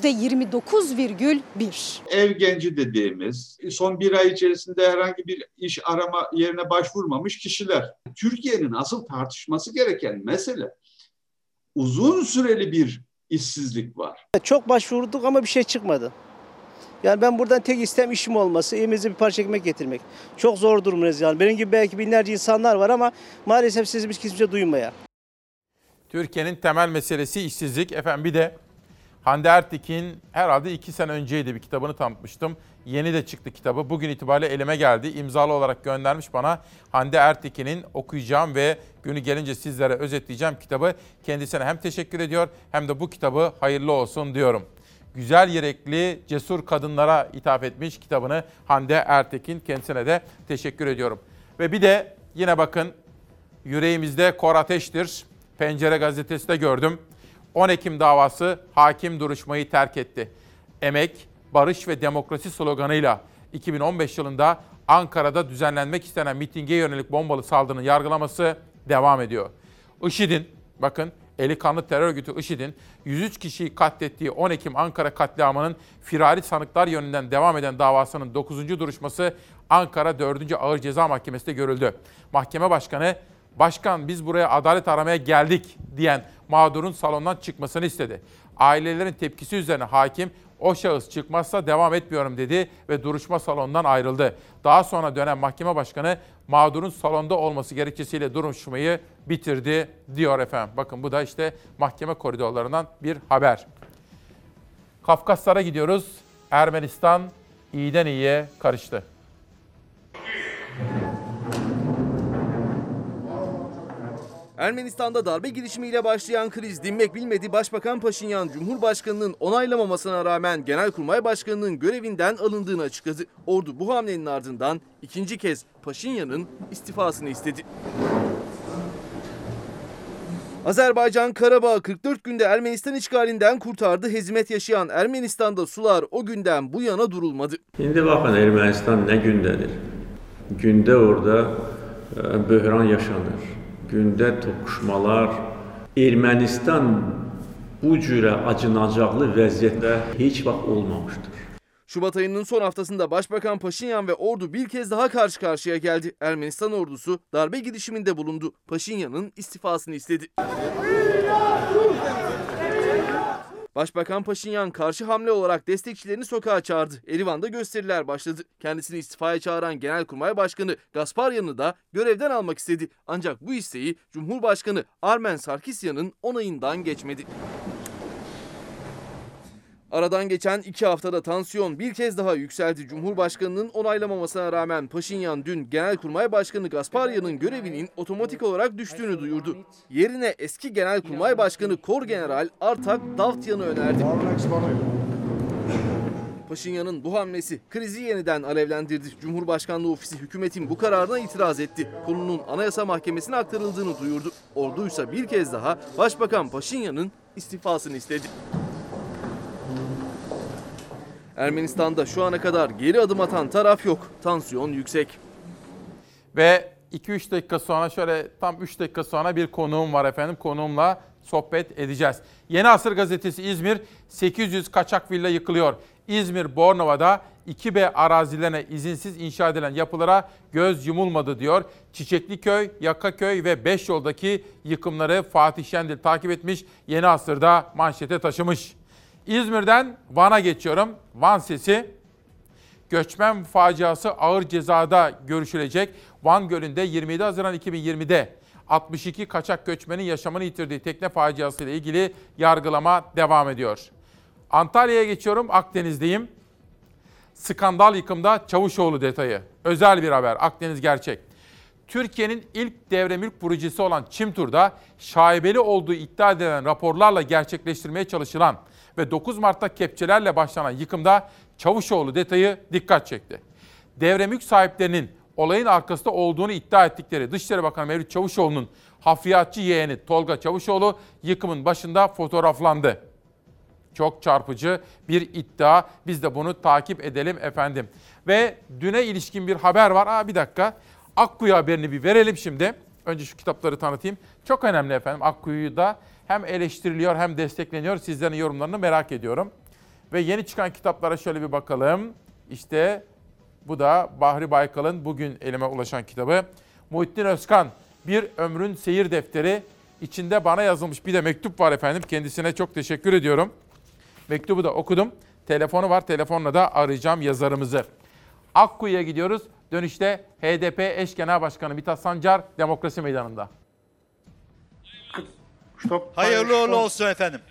%29,1. Ev genci dediğimiz son bir ay içerisinde herhangi bir iş arama yerine başvurmamış kişiler. Türkiye'nin asıl tartışması gereken mesele uzun süreli bir işsizlik var. Çok başvurduk ama bir şey çıkmadı. Yani ben buradan tek istem işim olması, evimize bir parça ekmek getirmek. Çok zor durumdayız yani. Benim gibi belki binlerce insanlar var ama maalesef sesimiz kimse duymaya. Türkiye'nin temel meselesi işsizlik. Efendim bir de Hande Ertekin herhalde 2 sene önceydi bir kitabını tanıtmıştım. Yeni de çıktı kitabı. Bugün itibariyle elime geldi. İmzalı olarak göndermiş bana. Hande Ertekin'in okuyacağım ve günü gelince sizlere özetleyeceğim kitabı. Kendisine hem teşekkür ediyor hem de bu kitabı hayırlı olsun diyorum. Güzel yürekli, cesur kadınlara ithaf etmiş kitabını Hande Ertekin. Kendisine de teşekkür ediyorum. Ve bir de yine bakın yüreğimizde kor ateştir. Pencere gazetesinde gördüm. 10 Ekim davası hakim duruşmayı terk etti. Emek, barış ve demokrasi sloganıyla 2015 yılında Ankara'da düzenlenmek istenen mitinge yönelik bombalı saldırının yargılaması devam ediyor. IŞİD'in, bakın eli kanlı terör örgütü IŞİD'in 103 kişiyi katlettiği 10 Ekim Ankara katliamının firari sanıklar yönünden devam eden davasının 9. duruşması Ankara 4. Ağır Ceza Mahkemesi'nde görüldü. Mahkeme başkanı, "Başkan biz buraya adalet aramaya geldik" diyen mağdurun salondan çıkmasını istedi. Ailelerin tepkisi üzerine hakim, "O şahıs çıkmazsa devam etmiyorum" dedi ve duruşma salonundan ayrıldı. Daha sonra dönen mahkeme başkanı mağdurun salonda olması gerekçesiyle duruşmayı bitirdi diyor efendim. Bakın bu da işte mahkeme koridorlarından bir haber. Kafkaslara gidiyoruz. Ermenistan iyiden iyiye karıştı. Ermenistan'da darbe girişimiyle başlayan kriz dinmek bilmedi. Başbakan Paşinyan, Cumhurbaşkanı'nın onaylamamasına rağmen Genelkurmay Başkanı'nın görevinden alındığını açıkladı. Ordu bu hamlenin ardından ikinci kez Paşinyan'ın istifasını istedi. Azerbaycan Karabağ'ı 44 günde Ermenistan işgalinden kurtardı. Hezimet yaşayan Ermenistan'da sular o günden bu yana durulmadı. Şimdi bakın Ermenistan ne gündedir. Günde orada böhran yaşanır. Günde tokuşmalar. Ermenistan bu cüre acınacaqlı vəziyyətdə heç vaxt olmamışdır. Şubat ayının son haftasında Başbakan Paşinyan ve ordu bir kez daha karşı karşıya geldi. Ermenistan ordusu darbe girişiminde bulundu. Paşinyan'ın istifasını istedi. Başbakan Paşinyan karşı hamle olarak destekçilerini sokağa çağırdı. Erivan'da gösteriler başladı. Kendisini istifaya çağıran Genelkurmay Başkanı Gasparyan'ı da görevden almak istedi. Ancak bu isteği Cumhurbaşkanı Armen Sarkisyan'ın onayından geçmedi. Aradan geçen 2 haftada tansiyon bir kez daha yükseldi. Cumhurbaşkanının onaylamamasına rağmen Paşinyan dün Genelkurmay Başkanı Gasparyan'ın görevinin otomatik olarak düştüğünü duyurdu. Yerine eski Genelkurmay Başkanı Korgeneral Artak Davtyan'ı önerdi. Paşinyan'ın bu hamlesi krizi yeniden alevlendirdi. Cumhurbaşkanlığı ofisi hükümetin bu kararına itiraz etti. Konunun Anayasa Mahkemesi'ne aktarıldığını duyurdu. Orduysa bir kez daha Başbakan Paşinyan'ın istifasını istedi. Ermenistan'da şu ana kadar geri adım atan taraf yok. Tansiyon yüksek. Ve 2-3 dakika sonra şöyle tam 3 dakika sonra bir konuğum var efendim. Konuğumla sohbet edeceğiz. Yeni Asır Gazetesi İzmir 800 kaçak villa yıkılıyor. İzmir Bornova'da 2B arazilerine izinsiz inşa edilen yapılara göz yumulmadı diyor. Çiçekliköy, Yakaköy ve Beşyol'daki yıkımları Fatih Şendil takip etmiş. Yeni Asır'da manşete taşımış. İzmir'den Van'a geçiyorum. Van sesi. Göçmen faciası ağır cezada görüşülecek. Van Gölü'nde 27 Haziran 2020'de 62 kaçak göçmenin yaşamını yitirdiği tekne faciası ile ilgili yargılama devam ediyor. Antalya'ya geçiyorum. Akdeniz'deyim. Skandal yıkımda Çavuşoğlu detayı. Özel bir haber. Akdeniz gerçek. Türkiye'nin ilk devre mülk projesi olan Çimtur'da şaibeli olduğu iddia edilen raporlarla gerçekleştirmeye çalışılan ve 9 Mart'ta kepçelerle başlanan yıkımda Çavuşoğlu detayı dikkat çekti. Devre mülk sahiplerinin olayın arkasında olduğunu iddia ettikleri Dışişleri Bakanı Mevlüt Çavuşoğlu'nun hafriyatçı yeğeni Tolga Çavuşoğlu yıkımın başında fotoğraflandı. Çok çarpıcı bir iddia. Biz de bunu takip edelim efendim. Ve düne ilişkin bir haber var. Bir dakika. Akkuyu haberini bir verelim şimdi. Önce şu kitapları tanıtayım. Çok önemli efendim. Akkuyu'yu da hem eleştiriliyor hem destekleniyor. Sizlerin yorumlarını merak ediyorum. Ve yeni çıkan kitaplara şöyle bir bakalım. İşte bu da Bahri Baykal'ın bugün elime ulaşan kitabı. Muhittin Özkan, Bir Ömrün Seyir Defteri. İçinde bana yazılmış bir de mektup var efendim. Kendisine çok teşekkür ediyorum. Mektubu da okudum. Telefonu var. Telefonla da arayacağım yazarımızı. Akkuyu'ya gidiyoruz. Dönüşte HDP eş genel başkanı Mithat Sancar Demokrasi Meydanı'nda. Hayırlı uğurlu olsun efendim.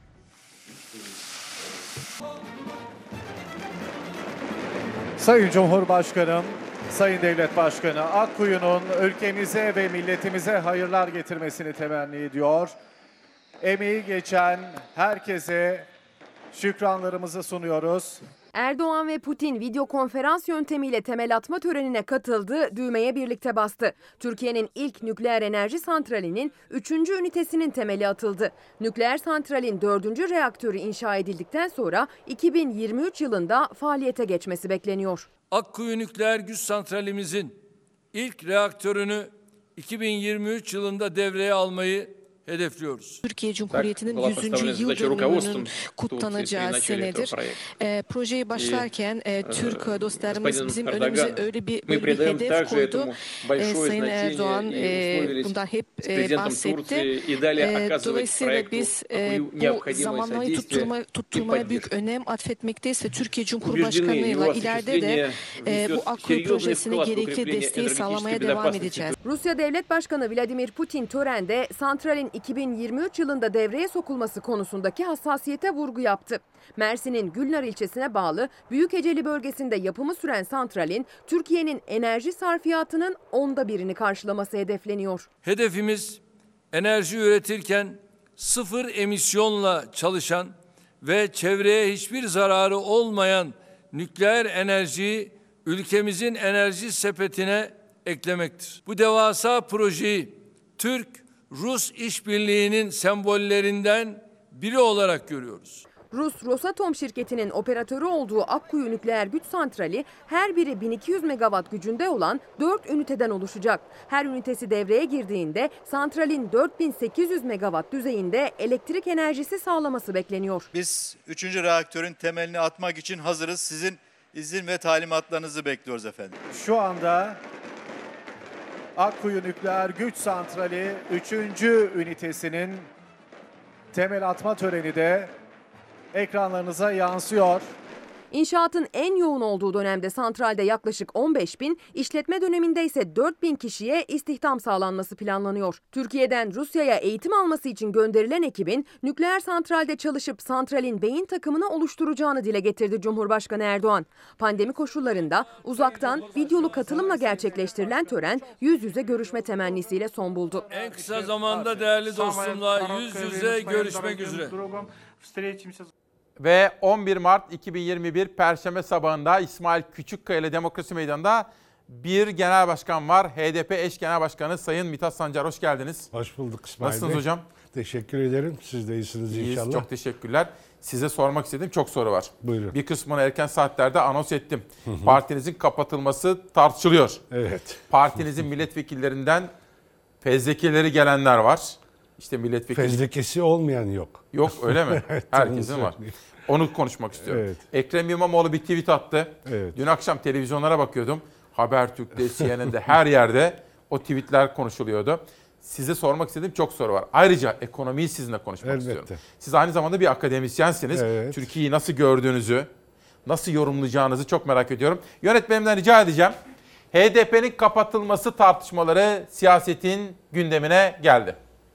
Sayın Cumhurbaşkanım, Sayın Devlet Başkanı, Akkuyu'nun ülkemize ve milletimize hayırlar getirmesini temenni ediyor. Emeği geçen herkese şükranlarımızı sunuyoruz. Erdoğan ve Putin video konferans yöntemiyle temel atma törenine katıldı, düğmeye birlikte bastı. Türkiye'nin ilk nükleer enerji santralinin 3. ünitesinin temeli atıldı. Nükleer santralin 4. reaktörü inşa edildikten sonra 2023 yılında faaliyete geçmesi bekleniyor. Akkuyu Nükleer Güç Santralimizin ilk reaktörünü 2023 yılında devreye almayı hedefliyoruz. Türkiye Cumhuriyeti'nin 100. yıl dönümünün kutlanacağı senedir. Projeye başlarken Türk dostlarımız bizim önümüze öyle bir hedef koydu. Sayın Erdoğan bundan hep bahsetti. Dolayısıyla biz bu zamanlamayı tutturmaya büyük önem atfetmekteyiz ve Türkiye Cumhurbaşkanı'yla ileride de bu Akkuyu projesine gerekli desteği sağlamaya devam edeceğiz. Rusya Devlet Başkanı Vladimir Putin törende santralin 2023 yılında devreye sokulması konusundaki hassasiyete vurgu yaptı. Mersin'in Gülnar ilçesine bağlı Büyükeceli bölgesinde yapımı süren santralin Türkiye'nin enerji sarfiyatının 1/10'ını karşılaması hedefleniyor. Hedefimiz enerji üretirken sıfır emisyonla çalışan ve çevreye hiçbir zararı olmayan nükleer enerjiyi ülkemizin enerji sepetine eklemektir. Bu devasa projeyi Türk, Rus işbirliğinin sembollerinden biri olarak görüyoruz. Rus Rosatom şirketinin operatörü olduğu Akkuyu Nükleer Güç Santrali her biri 1200 megawatt gücünde olan 4 üniteden oluşacak. Her ünitesi devreye girdiğinde santralin 4800 megawatt düzeyinde elektrik enerjisi sağlaması bekleniyor. Biz 3. reaktörün temelini atmak için hazırız. Sizin izin ve talimatlarınızı bekliyoruz efendim. Şu anda Akkuyu Nükleer Güç Santrali 3. ünitesinin temel atma töreni de ekranlarınıza yansıyor. İnşaatın en yoğun olduğu dönemde santralde yaklaşık 15.000, işletme döneminde ise 4.000 kişiye istihdam sağlanması planlanıyor. Türkiye'den Rusya'ya eğitim alması için gönderilen ekibin nükleer santralde çalışıp santralin beyin takımını oluşturacağını dile getirdi Cumhurbaşkanı Erdoğan. Pandemi koşullarında uzaktan videolu katılımla gerçekleştirilen tören yüz yüze görüşme temennisiyle son buldu. En kısa zamanda değerli dostumla yüz yüze görüşmek üzere. Ve 11 Mart 2021 Perşembe sabahında İsmail Küçükkaya ile Demokrasi Meydanı'nda bir genel başkan var. HDP eş genel başkanı Sayın Mithat Sancar, hoş geldiniz. Hoş bulduk İsmail Nasılsınız Bey? hocam? Teşekkür ederim. Siz de iyisiniz İyiyiz, inşallah. çok teşekkürler. Size sormak istediğim çok soru var. Buyurun. Bir kısmını erken saatlerde anons ettim. Partinizin kapatılması tartışılıyor. Evet. Partinizin milletvekillerinden fezlekeleri gelenler var. İşte milletvekili... Fezlekesi olmayan yok. Yok öyle mi? Evet, Herkesin onu var. Onu konuşmak istiyorum. Evet. Ekrem İmamoğlu bir tweet attı. Evet. Dün akşam televizyonlara bakıyordum. Habertürk'te, CNN'de her yerde o tweetler konuşuluyordu. Size sormak istediğim çok soru var. Ayrıca ekonomiyi sizinle konuşmak istiyorum. Siz aynı zamanda bir akademisyensiniz. Evet. Türkiye'yi nasıl gördüğünüzü, nasıl yorumlayacağınızı çok merak ediyorum. Yönetmenimden rica edeceğim. HDP'nin kapatılması tartışmaları siyasetin gündemine geldi.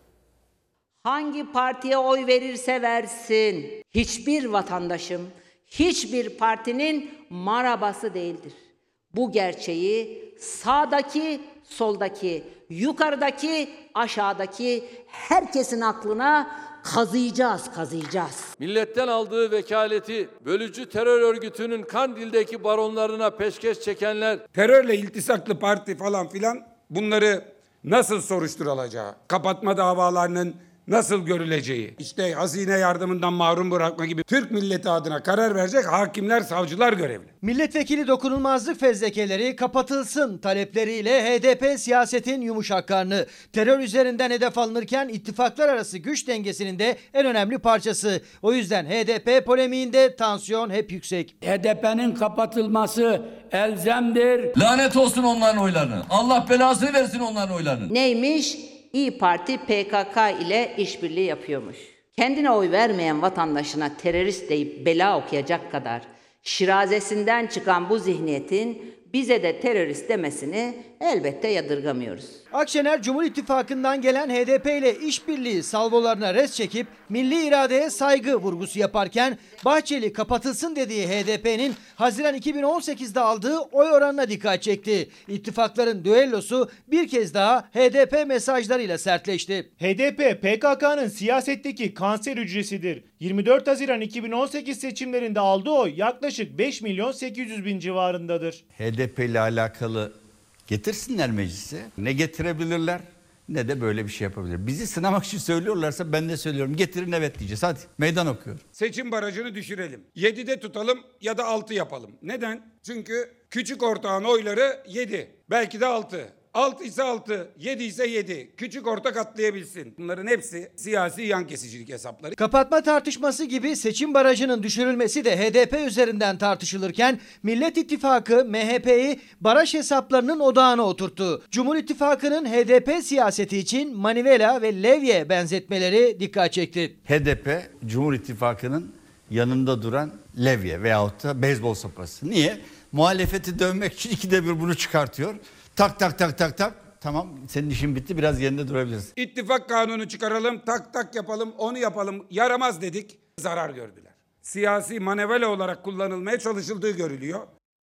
Hangi partiye oy verirse versin, hiçbir vatandaşım, hiçbir partinin marabası değildir. Bu gerçeği sağdaki, soldaki, yukarıdaki, aşağıdaki herkesin aklına kazıyacağız. Milletten aldığı vekaleti bölücü terör örgütünün Kandil'deki baronlarına peşkeş çekenler, Terörle iltisaklı parti falan filan, bunları nasıl soruşturulacağı, kapatma davalarının nasıl görüleceği, işte hazine yardımından mahrum bırakma gibi Türk milleti adına karar verecek hakimler, savcılar görevli. Milletvekili dokunulmazlık fezlekeleri kapatılsın talepleriyle HDP siyasetin yumuşak karnı. Terör üzerinden hedef alınırken ittifaklar arası güç dengesinin de en önemli parçası. O yüzden HDP polemiğinde tansiyon hep yüksek. HDP'nin kapatılması elzemdir. Lanet olsun onların oylarını. Allah belasını versin onların oylarını. Neymiş? İYİ Parti PKK ile işbirliği yapıyormuş. Kendine oy vermeyen vatandaşına terörist deyip bela okuyacak kadar şirazesinden çıkan bu zihniyetin bize de terörist demesini elbette yadırgamıyoruz. Akşener Cumhur İttifakı'ndan gelen HDP ile işbirliği salvolarına res çekip milli iradeye saygı vurgusu yaparken Bahçeli kapatılsın dediği HDP'nin Haziran 2018'de aldığı oy oranına dikkat çekti. İttifakların düellosu bir kez daha HDP mesajlarıyla sertleşti. HDP PKK'nın siyasetteki kanser hücresidir. 24 Haziran 2018 seçimlerinde aldığı oy yaklaşık 5.800.000 civarındadır. HDP ile alakalı getirsinler meclise. Ne getirebilirler ne de böyle bir şey yapabilir. Bizi sınamak için söylüyorlarsa ben de söylüyorum. Getirin evet diyeceğiz. Hadi meydan okuyor. Seçim barajını düşürelim. 7'de tutalım ya da 6 yapalım. Neden? Çünkü küçük ortağın oyları 7. Belki de 6. 6 ise 6, 7 ise 7. Küçük ortak atlayabilsin. Bunların hepsi siyasi yan kesicilik hesapları. Kapatma tartışması gibi seçim barajının düşürülmesi de HDP üzerinden tartışılırken Millet İttifakı MHP'yi baraj hesaplarının odağına oturttu. Cumhur İttifakı'nın HDP siyaseti için manivela ve levye benzetmeleri dikkat çekti. HDP Cumhur İttifakı'nın yanında duran levye veyahut da beyzbol sopası. Niye? Muhalefeti dövmek için ikide bir bunu çıkartıyor. Tak tak tak tak tak. Tamam senin işin bitti, biraz yerinde durabilirsin. İttifak kanunu çıkaralım, tak tak yapalım, onu yapalım. Yaramaz dedik, zarar gördüler. Siyasi manevra olarak kullanılmaya çalışıldığı görülüyor.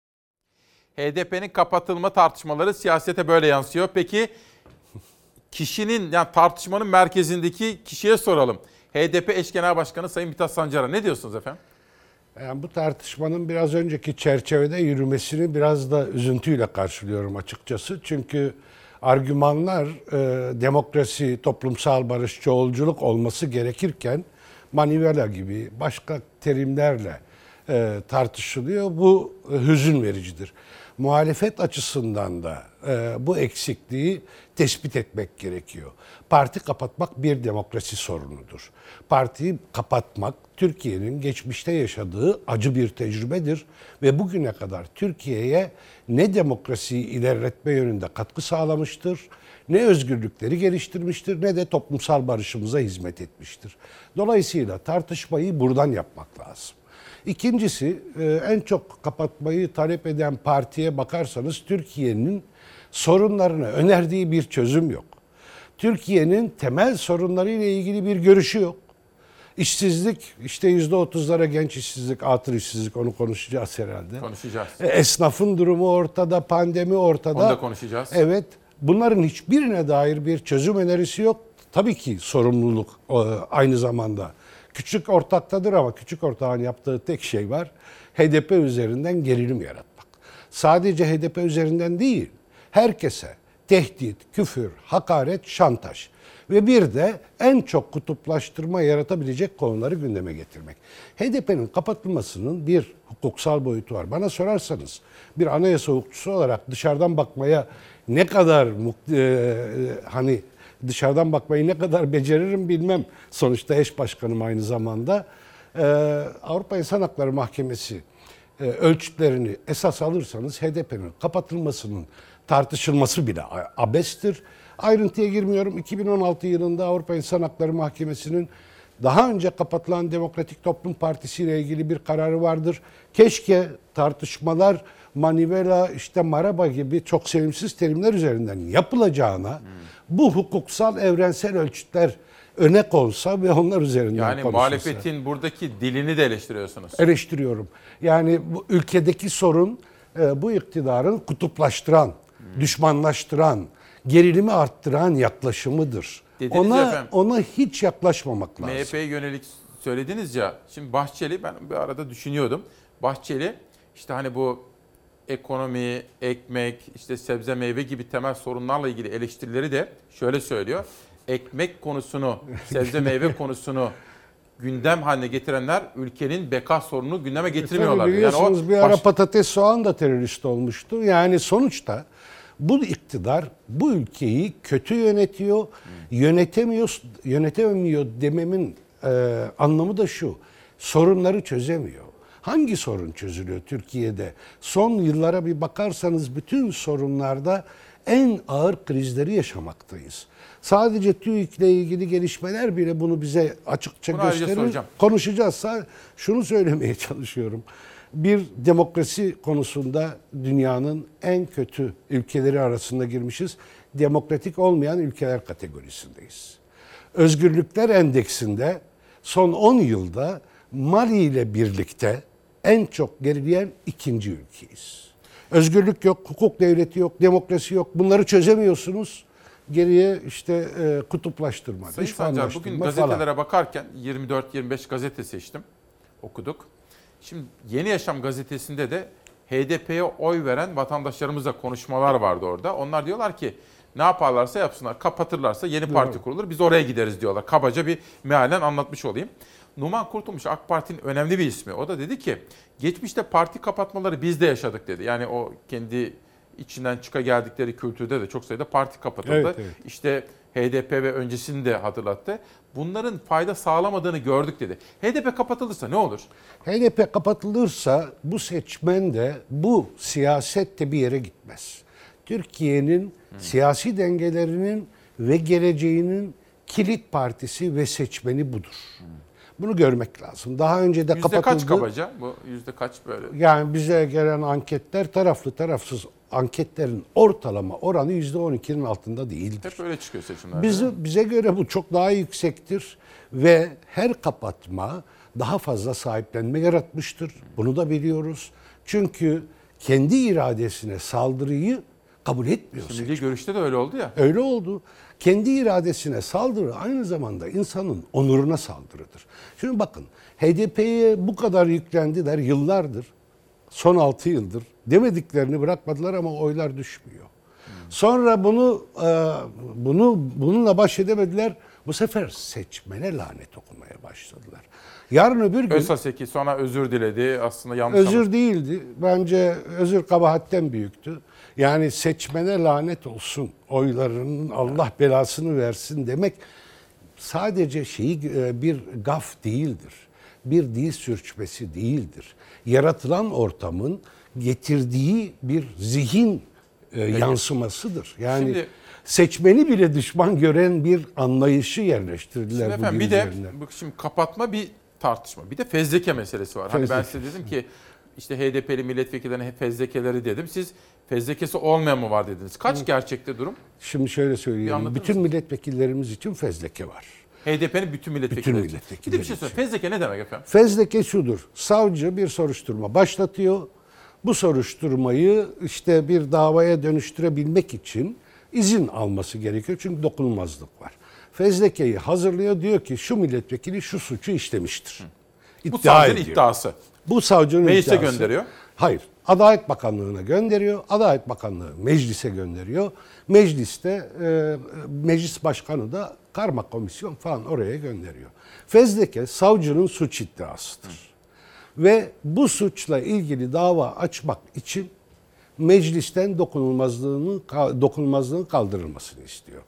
HDP'nin kapatılma tartışmaları siyasete böyle yansıyor. Peki kişinin, yani tartışmanın merkezindeki kişiye soralım. HDP eş genel başkanı Sayın Mithat Sancar'a ne diyorsunuz efendim? Yani bu tartışmanın biraz önceki çerçevede yürümesini biraz da üzüntüyle karşılıyorum açıkçası. Çünkü argümanlar demokrasi, toplumsal barış, çoğulculuk olması gerekirken manivela gibi başka terimlerle tartışılıyor. Bu hüzün vericidir. Muhalefet açısından da bu eksikliği tespit etmek gerekiyor. Parti kapatmak bir demokrasi sorunudur. Partiyi kapatmak Türkiye'nin geçmişte yaşadığı acı bir tecrübedir ve bugüne kadar Türkiye'ye ne demokrasiyi ilerletme yönünde katkı sağlamıştır, ne özgürlükleri geliştirmiştir, ne de toplumsal barışımıza hizmet etmiştir. Dolayısıyla tartışmayı buradan yapmak lazım. İkincisi, en çok kapatmayı talep eden partiye bakarsanız Türkiye'nin sorunlarına önerdiği bir çözüm yok. Türkiye'nin temel sorunlarıyla ilgili bir görüşü yok. İşsizlik, işte %30'lara genç işsizlik, atıl işsizlik, onu konuşacağız herhalde. Konuşacağız. Esnafın durumu ortada, pandemi ortada. Onu da konuşacağız. Evet, bunların hiçbirine dair bir çözüm önerisi yok. Tabii ki sorumluluk aynı zamanda küçük ortaktadır ama küçük ortağın yaptığı tek şey var. HDP üzerinden gerilim yaratmak. Sadece HDP üzerinden değil, herkese tehdit, küfür, hakaret, şantaj ve bir de en çok kutuplaştırma yaratabilecek konuları gündeme getirmek. HDP'nin kapatılmasının bir hukuksal boyutu var. Bana sorarsanız bir anayasa hukukçusu olarak dışarıdan bakmaya ne kadar dışarıdan bakmayı ne kadar beceririm bilmem. Sonuçta eş başkanım aynı zamanda. Avrupa İnsan Hakları Mahkemesi ölçütlerini esas alırsanız HDP'nin kapatılmasının tartışılması bile abestir. Ayrıntıya girmiyorum. 2016 yılında Avrupa İnsan Hakları Mahkemesi'nin daha önce kapatılan Demokratik Toplum Partisi ile ilgili bir kararı vardır. Keşke tartışmalar manivela, işte maraba gibi çok sevimsiz terimler üzerinden yapılacağına bu hukuksal evrensel ölçütler öne konsa ve onlar üzerinden yani konuşulsa. Muhalefetin buradaki dilini de eleştiriyorsunuz. Eleştiriyorum. Yani bu ülkedeki sorun bu iktidarın kutuplaştıran, düşmanlaştıran, gerilimi arttıran yaklaşımıdır. Ona hiç yaklaşmamak lazım. MHP'ye yönelik söylediniz ya, şimdi Bahçeli, ben bir arada düşünüyordum. Bahçeli işte hani bu ekonomi, ekmek, işte sebze meyve gibi temel sorunlarla ilgili eleştirileri de şöyle söylüyor. Ekmek konusunu, sebze meyve konusunu gündem haline getirenler ülkenin beka sorununu gündeme getirmiyorlar. Biliyorsunuz yani bir ara patates soğan da terörist olmuştu. Yani sonuçta bu iktidar bu ülkeyi kötü yönetiyor, yönetemiyor dememin anlamı da şu: sorunları çözemiyor. Hangi sorun çözülüyor Türkiye'de? Son yıllara bir bakarsanız bütün sorunlarda en ağır krizleri yaşamaktayız. Sadece TÜİK'le ilgili gelişmeler bile bunu bize açıkça gösterir. Konuşacağız. Şunu söylemeye çalışıyorum. Bir demokrasi konusunda dünyanın en kötü ülkeleri arasında girmişiz. Demokratik olmayan ülkeler kategorisindeyiz. Özgürlükler endeksinde son 10 yılda Mali ile birlikte en çok gerileyen ikinci ülkeyiz. Özgürlük yok, hukuk devleti yok, demokrasi yok. Bunları çözemiyorsunuz. Geriye işte kutuplaştırma, Sayın düşmanlaştırma Sancar, bugün gazetelere falan. bakarken 24-25 gazete seçtim, okuduk. Şimdi Yeni Yaşam gazetesinde de HDP'ye oy veren vatandaşlarımızla konuşmalar vardı orada. Onlar diyorlar ki ne yaparlarsa yapsınlar, kapatırlarsa yeni parti kurulur, biz oraya gideriz diyorlar. Kabaca bir mealen anlatmış olayım. Numan Kurtulmuş AK Parti'nin önemli bir ismi. O da dedi ki geçmişte parti kapatmaları biz de yaşadık dedi. Yani o kendi içinden çıka geldikleri kültürde de çok sayıda parti kapatıldı. Evet, evet. İşte HDP ve öncesini de hatırlattı. Bunların fayda sağlamadığını gördük dedi. HDP kapatılırsa ne olur? HDP kapatılırsa bu seçmen de bu siyaset de bir yere gitmez. Türkiye'nin siyasi dengelerinin ve geleceğinin kilit partisi ve seçmeni budur. Bunu görmek lazım. Daha önce de kapatıldı. Yüzde kaç kabaca? Bu yüzde kaç böyle? Yani bize gelen anketler taraflı tarafsız anketlerin ortalama oranı %12'nin altında değildir. Hep öyle çıkıyor seçimlerde. Bize göre bu çok daha yüksektir ve her kapatma daha fazla sahiplenme yaratmıştır. Bunu da biliyoruz. Çünkü kendi iradesine saldırıyı kabul etmiyor. Milli Görüş'te de öyle oldu ya. Öyle oldu. Kendi iradesine saldırı aynı zamanda insanın onuruna saldırıdır. Şimdi bakın, HDP'ye bu kadar yüklendiler yıllardır. Son 6 yıldır demediklerini bırakmadılar ama oylar düşmüyor. Sonra bununla baş edemediler. Bu sefer seçmene lanet okumaya başladılar. Yarın öbür gün... Özsaseki sonra özür diledi. Aslında yanlış Özür değildi. Bence özür kabahatten büyüktü. Yani seçmene lanet olsun, oylarının Allah belasını versin demek sadece bir gaf değildir. Bir dil sürçmesi değildir. Yaratılan ortamın getirdiği bir zihin yansımasıdır. Yani şimdi, seçmeni bile düşman gören bir anlayışı yerleştirdiler bu dil üzerine. Şimdi kapatma bir tartışma. Bir de fezleke meselesi var. Hani ben size dedim ki işte HDP'li milletvekillerine fezlekeleri dedim. Siz fezlekesi olmayan mı var dediniz. Kaç gerçekte durum? Şimdi şöyle söyleyeyim. Bütün milletvekillerimiz için fezleke var. HDP'nin bütün milletvekilleri için. Bir de bir şey söyleyeyim. Fezleke ne demek efendim? Fezleke şudur. Savcı bir soruşturma başlatıyor. Bu soruşturmayı işte bir davaya dönüştürebilmek için izin alması gerekiyor. Çünkü dokunulmazlık var. Fezlekeyi hazırlıyor, diyor ki şu milletvekili şu suçu işlemiştir. Bu savcının iddiası. Bu savcının meclise iddiası. Gönderiyor. Hayır. Adalet Bakanlığı'na gönderiyor. Adalet Bakanlığı meclise gönderiyor. Mecliste meclis başkanı da karma komisyon falan oraya gönderiyor. Fezleke savcının suç iddiasıdır. Ve bu suçla ilgili dava açmak için meclisten dokunulmazlığın kaldırılmasını istiyor.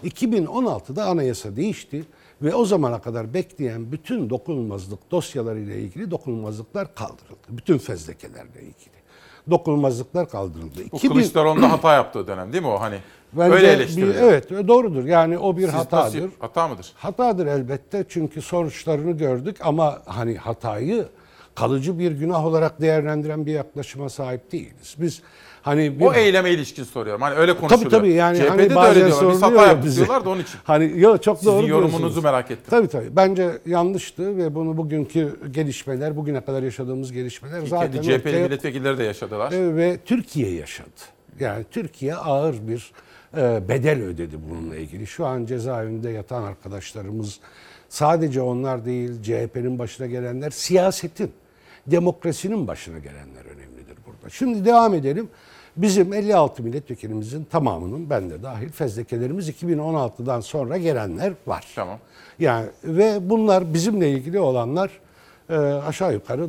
2016'da anayasa değişti ve o zamana kadar bekleyen bütün dokunulmazlık dosyalarıyla ilgili dokunulmazlıklar kaldırıldı. Bütün fezlekelerle ilgili. Dokunulmazlıklar kaldırıldı. Bu Kılıçdaroğlu'nda hata yaptığı dönem değil mi o? Hani bence öyle eleştiriliyor. Evet, doğrudur. Yani o bir hatadır. Nasıl, hata mıdır? Hatadır elbette çünkü sonuçlarını gördük ama hani hatayı kalıcı bir günah olarak değerlendiren bir yaklaşıma sahip değiliz. Biz hani o eyleme ilişkin soruyorum. Hani öyle konuşuluyor. Tabii yani CHP'de hani de bazen öyle diyorlar. Biz hata yaptık diyorlar da onun için. Hani yok çok doğru. Sizin yorumunuzu merak ettim. Tabii. Bence yanlıştı ve bunu bugünkü gelişmeler, bugüne kadar yaşadığımız gelişmeler zaten CHP'li milletvekilleri de yaşadılar. Ve Türkiye yaşadı. Yani Türkiye ağır bir bedel ödedi bununla ilgili. Şu an cezaevinde yatan arkadaşlarımız sadece onlar değil, CHP'nin başına gelenler, siyasetin, demokrasinin başına gelenler önemlidir burada. Şimdi devam edelim. Bizim 56 milletvekilimizin tamamının, ben de dahil, fezlekelerimiz 2016'dan sonra gelenler var. Tamam. Yani ve bunlar bizimle ilgili olanlar aşağı yukarı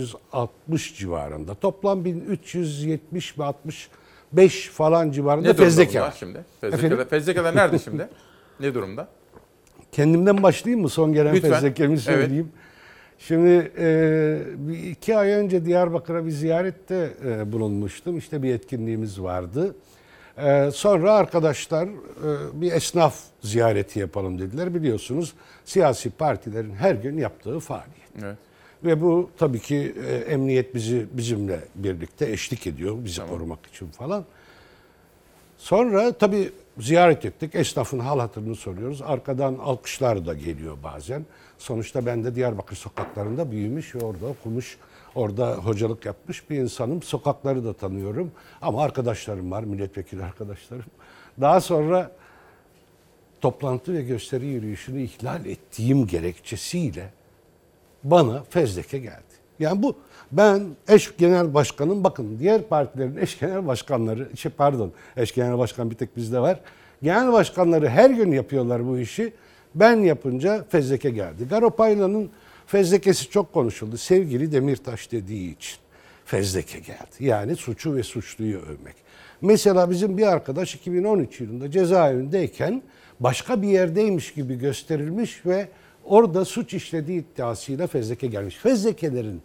960 civarında. Toplam 1370 ve 65 falan civarında fezleke var. Şimdi? Fezlekeler nerede şimdi? Ne durumda? Kendimden başlayayım mı? Son gelen lütfen fezlekemi söyleyeyim. Evet. Şimdi 2 ay önce Diyarbakır'a bir ziyarette bulunmuştum. İşte bir etkinliğimiz vardı. Sonra arkadaşlar bir esnaf ziyareti yapalım dediler. Biliyorsunuz siyasi partilerin her gün yaptığı faaliyet. Evet. Ve bu tabii ki emniyet bizimle birlikte eşlik ediyor. Bizi korumak için falan. Sonra tabii ziyaret ettik. Esnafın hal hatırını soruyoruz. Arkadan alkışlar da geliyor bazen. Sonuçta ben de Diyarbakır sokaklarında büyümüş ve orada okumuş, orada hocalık yapmış bir insanım. Sokakları da tanıyorum. Ama arkadaşlarım var, milletvekili arkadaşlarım. Daha sonra toplantı ve gösteri yürüyüşünü ihlal ettiğim gerekçesiyle bana fezleke geldi. Yani bu, ben eş genel başkanım, bakın diğer partilerin eş genel başkanları, eş genel başkan bir tek bizde var. Genel başkanları her gün yapıyorlar bu işi. Ben yapınca fezleke geldi. Garopayla'nın fezlekesi çok konuşuldu. Sevgili Demirtaş dediği için fezleke geldi. Yani suçu ve suçluyu övmek. Mesela bizim bir arkadaş 2013 yılında cezaevindeyken başka bir yerdeymiş gibi gösterilmiş ve orada suç işlediği iddiasıyla fezleke gelmiş. Fezlekelerin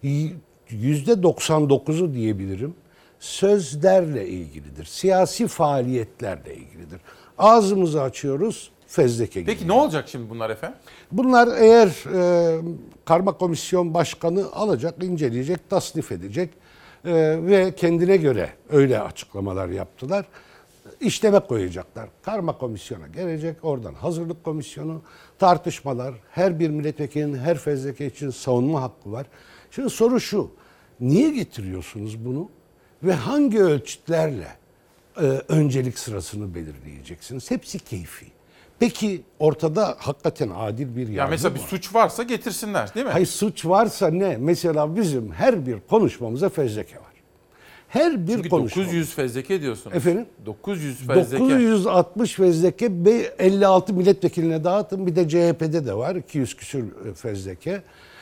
%99'u diyebilirim sözlerle ilgilidir. Siyasi faaliyetlerle ilgilidir. Ağzımızı açıyoruz, fezleke geliyor. Peki ne olacak şimdi bunlar efendim? Bunlar eğer karma komisyon başkanı alacak, inceleyecek, tasnif edecek ve kendine göre öyle açıklamalar yaptılar. İşleme koyacaklar. Karma komisyona gelecek, oradan hazırlık komisyonu, tartışmalar, her bir milletvekilinin her fezleke için savunma hakkı var. Şimdi soru şu, niye getiriyorsunuz bunu ve hangi ölçütlerle öncelik sırasını belirleyeceksiniz? Hepsi keyfi. Peki ortada hakikaten adil bir yargı ya mesela bir suç varsa getirsinler değil mi? Hayır, suç varsa ne? Mesela bizim her bir konuşmamıza fezleke var. Her bir Çünkü konuşma. 900 fezleke diyorsunuz. Efendim? 900 fezleke. 960 fezleke 56 milletvekiline dağıtın. Bir de CHP'de de var 200 küsür fezleke.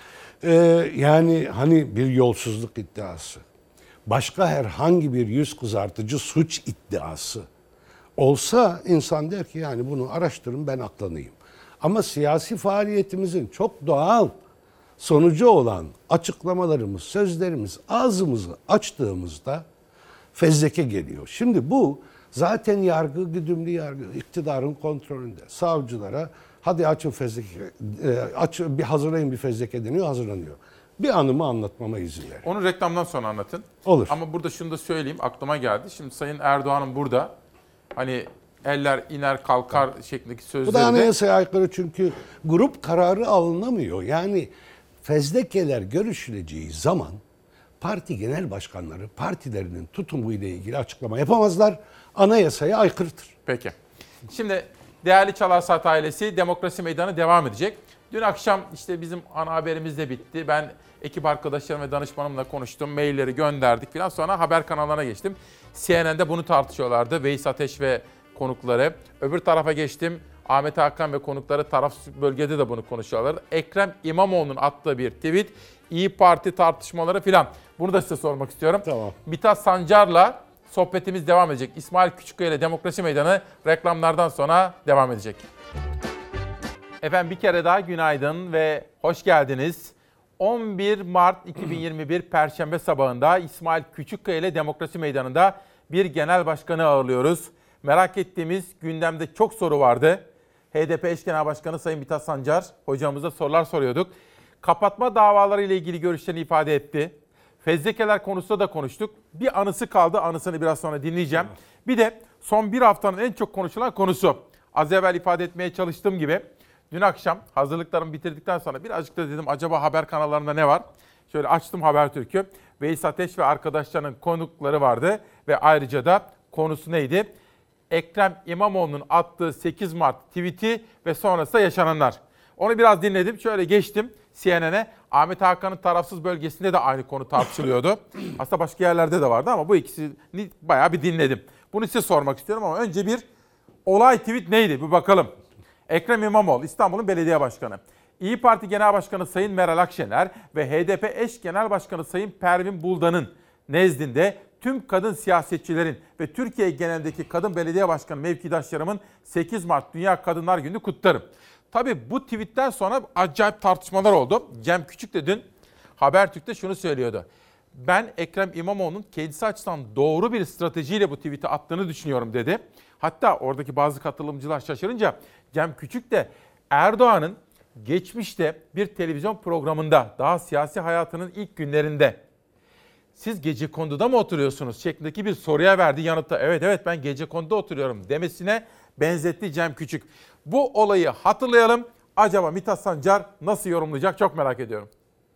Yani hani bir yolsuzluk iddiası. Başka herhangi bir yüz kızartıcı suç iddiası olsa insan der ki yani bunu araştırın ben aklanayım. Ama siyasi faaliyetimizin çok doğal sonucu olan açıklamalarımız, sözlerimiz ağzımızı açtığımızda fezleke geliyor. Şimdi bu zaten yargı, güdümlü yargı, iktidarın kontrolünde. Savcılara hadi açın fezleke, bir hazırlayın bir fezleke deniyor, hazırlanıyor. Bir anımı anlatmama izin verin. Onu reklamdan sonra anlatın. Olur. Ama burada şunu da söyleyeyim, aklıma geldi. Şimdi Sayın Erdoğan'ın burada hani eller iner kalkar şeklindeki sözleri Bu da anayasaya aykırı çünkü grup kararı alınamıyor. Yani fezlekeler görüşüleceği zaman parti genel başkanları partilerinin tutumu ile ilgili açıklama yapamazlar. Anayasaya aykırıdır. Peki. Şimdi değerli Çalar Saat ailesi, Demokrasi Meydanı devam edecek. Dün akşam işte bizim ana haberimiz de bitti. Ben ekip arkadaşlarım ve danışmanımla konuştum. Mailleri gönderdik falan. Sonra haber kanallarına geçtim. CNN'de bunu tartışıyorlardı. Veys Ateş ve konukları. Öbür tarafa geçtim. Ahmet Hakan ve konukları tarafsız bölgede de bunu konuşuyorlardı. Ekrem İmamoğlu'nun attığı bir tweet. İyi Parti tartışmaları falan. Bunu da size sormak istiyorum. Tamam. Mithat Sancar'la sohbetimiz devam edecek. İsmail Küçükkaya ile Demokrasi Meydanı reklamlardan sonra devam edecek. Efendim bir kere daha günaydın ve hoş geldiniz. 11 Mart 2021 Perşembe sabahında İsmail Küçükkaya ile Demokrasi Meydanı'nda bir genel başkanı ağırlıyoruz. Merak ettiğimiz gündemde çok soru vardı. HDP eş genel başkanı Sayın Mithat Sancar hocamıza sorular soruyorduk. Kapatma davaları ile ilgili görüşlerini ifade etti. Fezlekeler konusunda da konuştuk. Bir anısı kaldı. Anısını biraz sonra dinleyeceğim. Bir de son bir haftanın en çok konuşulan konusu. Az evvel ifade etmeye çalıştığım gibi dün akşam hazırlıklarımı bitirdikten sonra birazcık da dedim acaba haber kanallarında ne var? Şöyle açtım Habertürk'ü. Veys Ateş ve arkadaşlarının konukları vardı ve ayrıca da konusu neydi? Ekrem İmamoğlu'nun attığı 8 Mart tweet'i ve sonrasında yaşananlar. Onu biraz dinledim. Şöyle geçtim CNN'e. Ahmet Hakan'ın tarafsız bölgesinde de aynı konu tartışılıyordu. Aslında başka yerlerde de vardı ama bu ikisini bayağı bir dinledim. Bunu size sormak istiyorum ama önce bir olay tweet neydi? Bir bakalım. Ekrem İmamoğlu, İstanbul'un belediye başkanı. İyi Parti Genel Başkanı Sayın Meral Akşener ve HDP eş Genel Başkanı Sayın Pervin Buldan'ın nezdinde tüm kadın siyasetçilerin ve Türkiye genelindeki kadın belediye başkanı mevkidaşlarımın 8 Mart Dünya Kadınlar Günü'nü kutlarım. Tabii bu tweetten sonra acayip tartışmalar oldu. Cem Küçük de dün Habertürk'te şunu söylüyordu. Ben Ekrem İmamoğlu'nun kendisi açısından doğru bir stratejiyle bu tweet'i attığını düşünüyorum dedi. Hatta oradaki bazı katılımcılar şaşırınca Cem Küçük de Erdoğan'ın geçmişte bir televizyon programında daha siyasi hayatının ilk günlerinde siz Gecekondu'da mı oturuyorsunuz şeklindeki bir soruya verdiği yanıtta evet ben Gecekondu'da oturuyorum demesine benzetti Cem Küçük. Bu olayı hatırlayalım. Acaba Mithat Sancar nasıl yorumlayacak çok merak ediyorum.